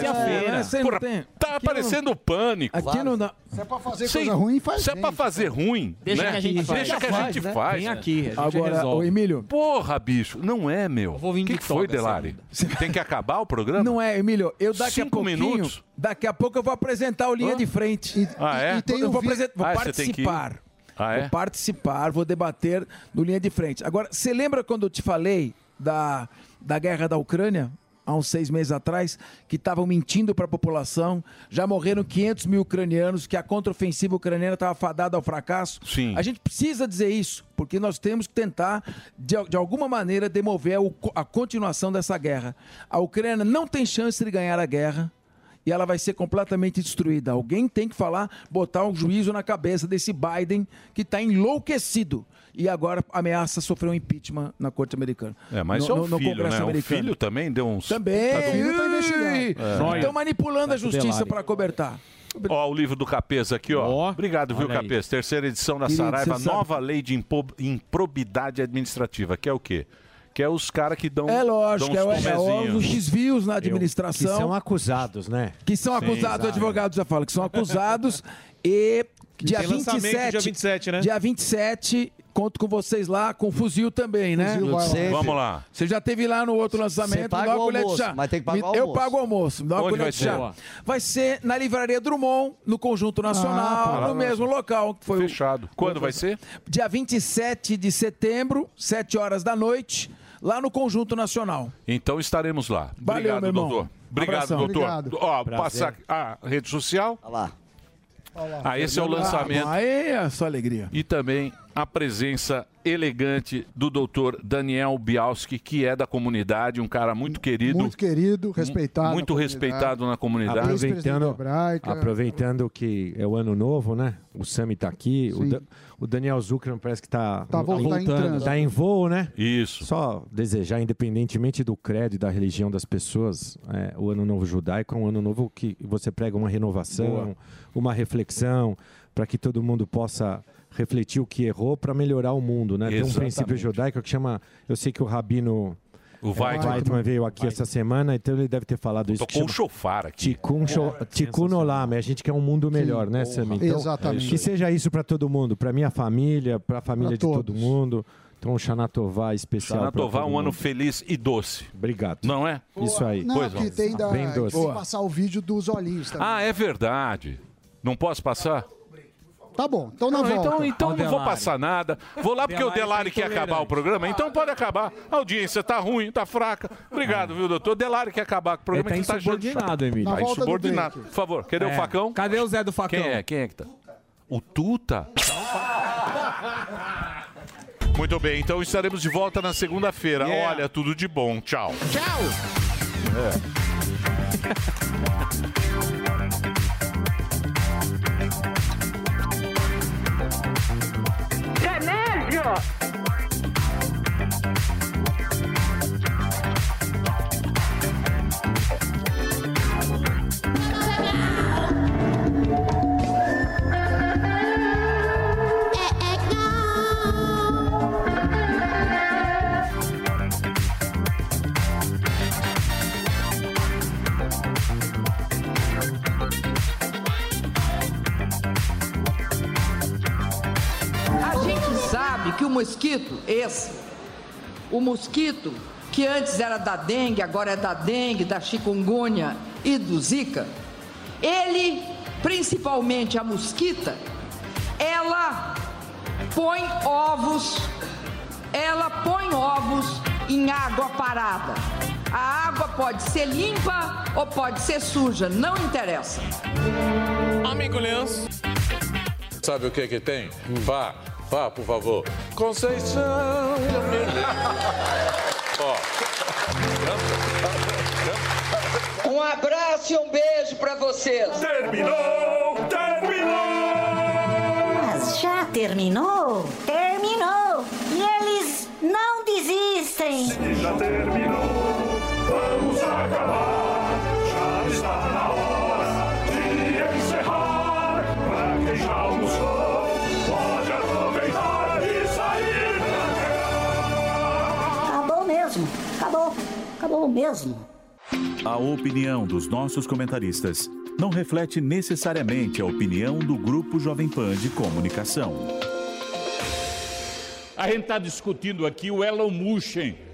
Tá aparecendo Pânico. Aqui não dá. Se é pra fazer coisa ruim, faz. Se é pra fazer ruim, deixa né? que a gente faz. Deixa que a gente faz. Vem aqui, agora, ô Emílio. Porra, bicho, não é, meu. O que foi, Delari? Tem que acabar o programa? Não é, Emílio. Eu daqui a 5 pouquinho, minutos. daqui a pouco eu vou apresentar o Linha de Frente. Eu vou participar. Vou participar, vou debater no Linha de Frente. Agora, você lembra quando eu te falei da guerra da Ucrânia? Há uns 6 meses atrás, que estavam mentindo para a população, já morreram 500 mil ucranianos, que a contraofensiva ucraniana estava fadada ao fracasso. Sim. A gente precisa dizer isso, porque nós temos que tentar, de alguma maneira, demover a continuação dessa guerra. A Ucrânia não tem chance de ganhar a guerra e ela vai ser completamente destruída. Alguém tem que botar um juízo na cabeça desse Biden, que está enlouquecido. E agora ameaça sofrer um impeachment na Corte Americana. Mas no filho, Congresso né? americano. O filho também deu uns... Também. Tá Estão manipulando a justiça para cobertar. Ó, o livro do Capês aqui, ó. Obrigado, viu, Capês? Terceira edição da Saraiva, nova lei de improbidade administrativa, que é o quê? Que é os caras que dão. É lógico, os desvios na administração. Que são acusados, né? Que são acusados, o advogado já fala, que são acusados e dia 27, né? Dia 27, conto com vocês lá, com fuzil também, né? Vamos lá. Você já teve lá no outro lançamento. Você paga o almoço, mas tem que pagar o almoço. Eu pago o almoço. Onde vai ser? Vai ser na Livraria Drummond, no Conjunto Nacional, no mesmo local. Que foi fechado. Quando vai ser? Dia 27 de setembro, 7 horas da noite, lá no Conjunto Nacional. Então estaremos lá. Valeu, Obrigado, meu irmão. doutor. Obrigado, doutor. Obrigado. Ó, passar a rede social. Olha lá. Esse é o lançamento. Aí é só alegria. E também a presença elegante do doutor Daniel Bialski, que é da comunidade, um cara muito querido. Muito querido, respeitado. Muito respeitado na comunidade. Aproveitando que é o ano novo, né? O Sami está aqui. O Daniel Zuckerman parece que está voltando. Está em voo, né? Isso. Só desejar, independentemente do credo e da religião das pessoas, o ano novo judaico é um ano novo que você prega uma renovação, uma reflexão, para que todo mundo possa refletir o que errou para melhorar o mundo, né? Tem um princípio judaico que chama... Eu sei que o rabino... O Weidman veio aqui essa semana, então ele deve ter falado isso. Tocou o chofar aqui. Tikkun Olam, a gente quer um mundo melhor, né, Sami? Então, exatamente. Que seja isso para todo mundo, para minha família, para a família de todo mundo. Então, um Xanatová especial. Xanatová, um ano feliz e doce. Obrigado. Não é? Isso aí. Não, Pois que tem da... Bem doce. Tem que passar o vídeo dos olhinhos também. Ah, é verdade. Não posso passar? Tá bom, então na volta. Então não vou passar nada. Vou lá porque o Delari quer acabar o programa. Então pode acabar. A audiência tá ruim, tá fraca. Obrigado, viu, doutor? O Delari quer acabar com o programa. Ele tá que insubordinado, Emílio. Tá Na volta do insubordinado. break. Por favor, cadê o facão? Cadê o Zé do facão? Quem é que tá? O Tuta? Muito bem, então estaremos de volta na segunda-feira. Olha, tudo de bom. Tchau. Tchau. Remédio! A gente sabe que o mosquito, o mosquito que antes era da dengue, agora é da dengue, da chikungunya e do zika, ele, principalmente a mosquita, ela põe ovos em água parada. A água pode ser limpa ou pode ser suja, não interessa. Amigo Leãs. Sabe o que tem? Vá, por favor. Conceição. Um abraço e um beijo pra vocês. Terminou! Mas já terminou? Terminou! E eles não desistem! Se já terminou, vamos acabar. Já está na hora de encerrar. Pra quem já almoçou, pode aproveitar e sair pra cá. Acabou mesmo! Acabou mesmo! A opinião dos nossos comentaristas não reflete necessariamente a opinião do Grupo Jovem Pan de Comunicação. A gente está discutindo aqui o Elon Musk.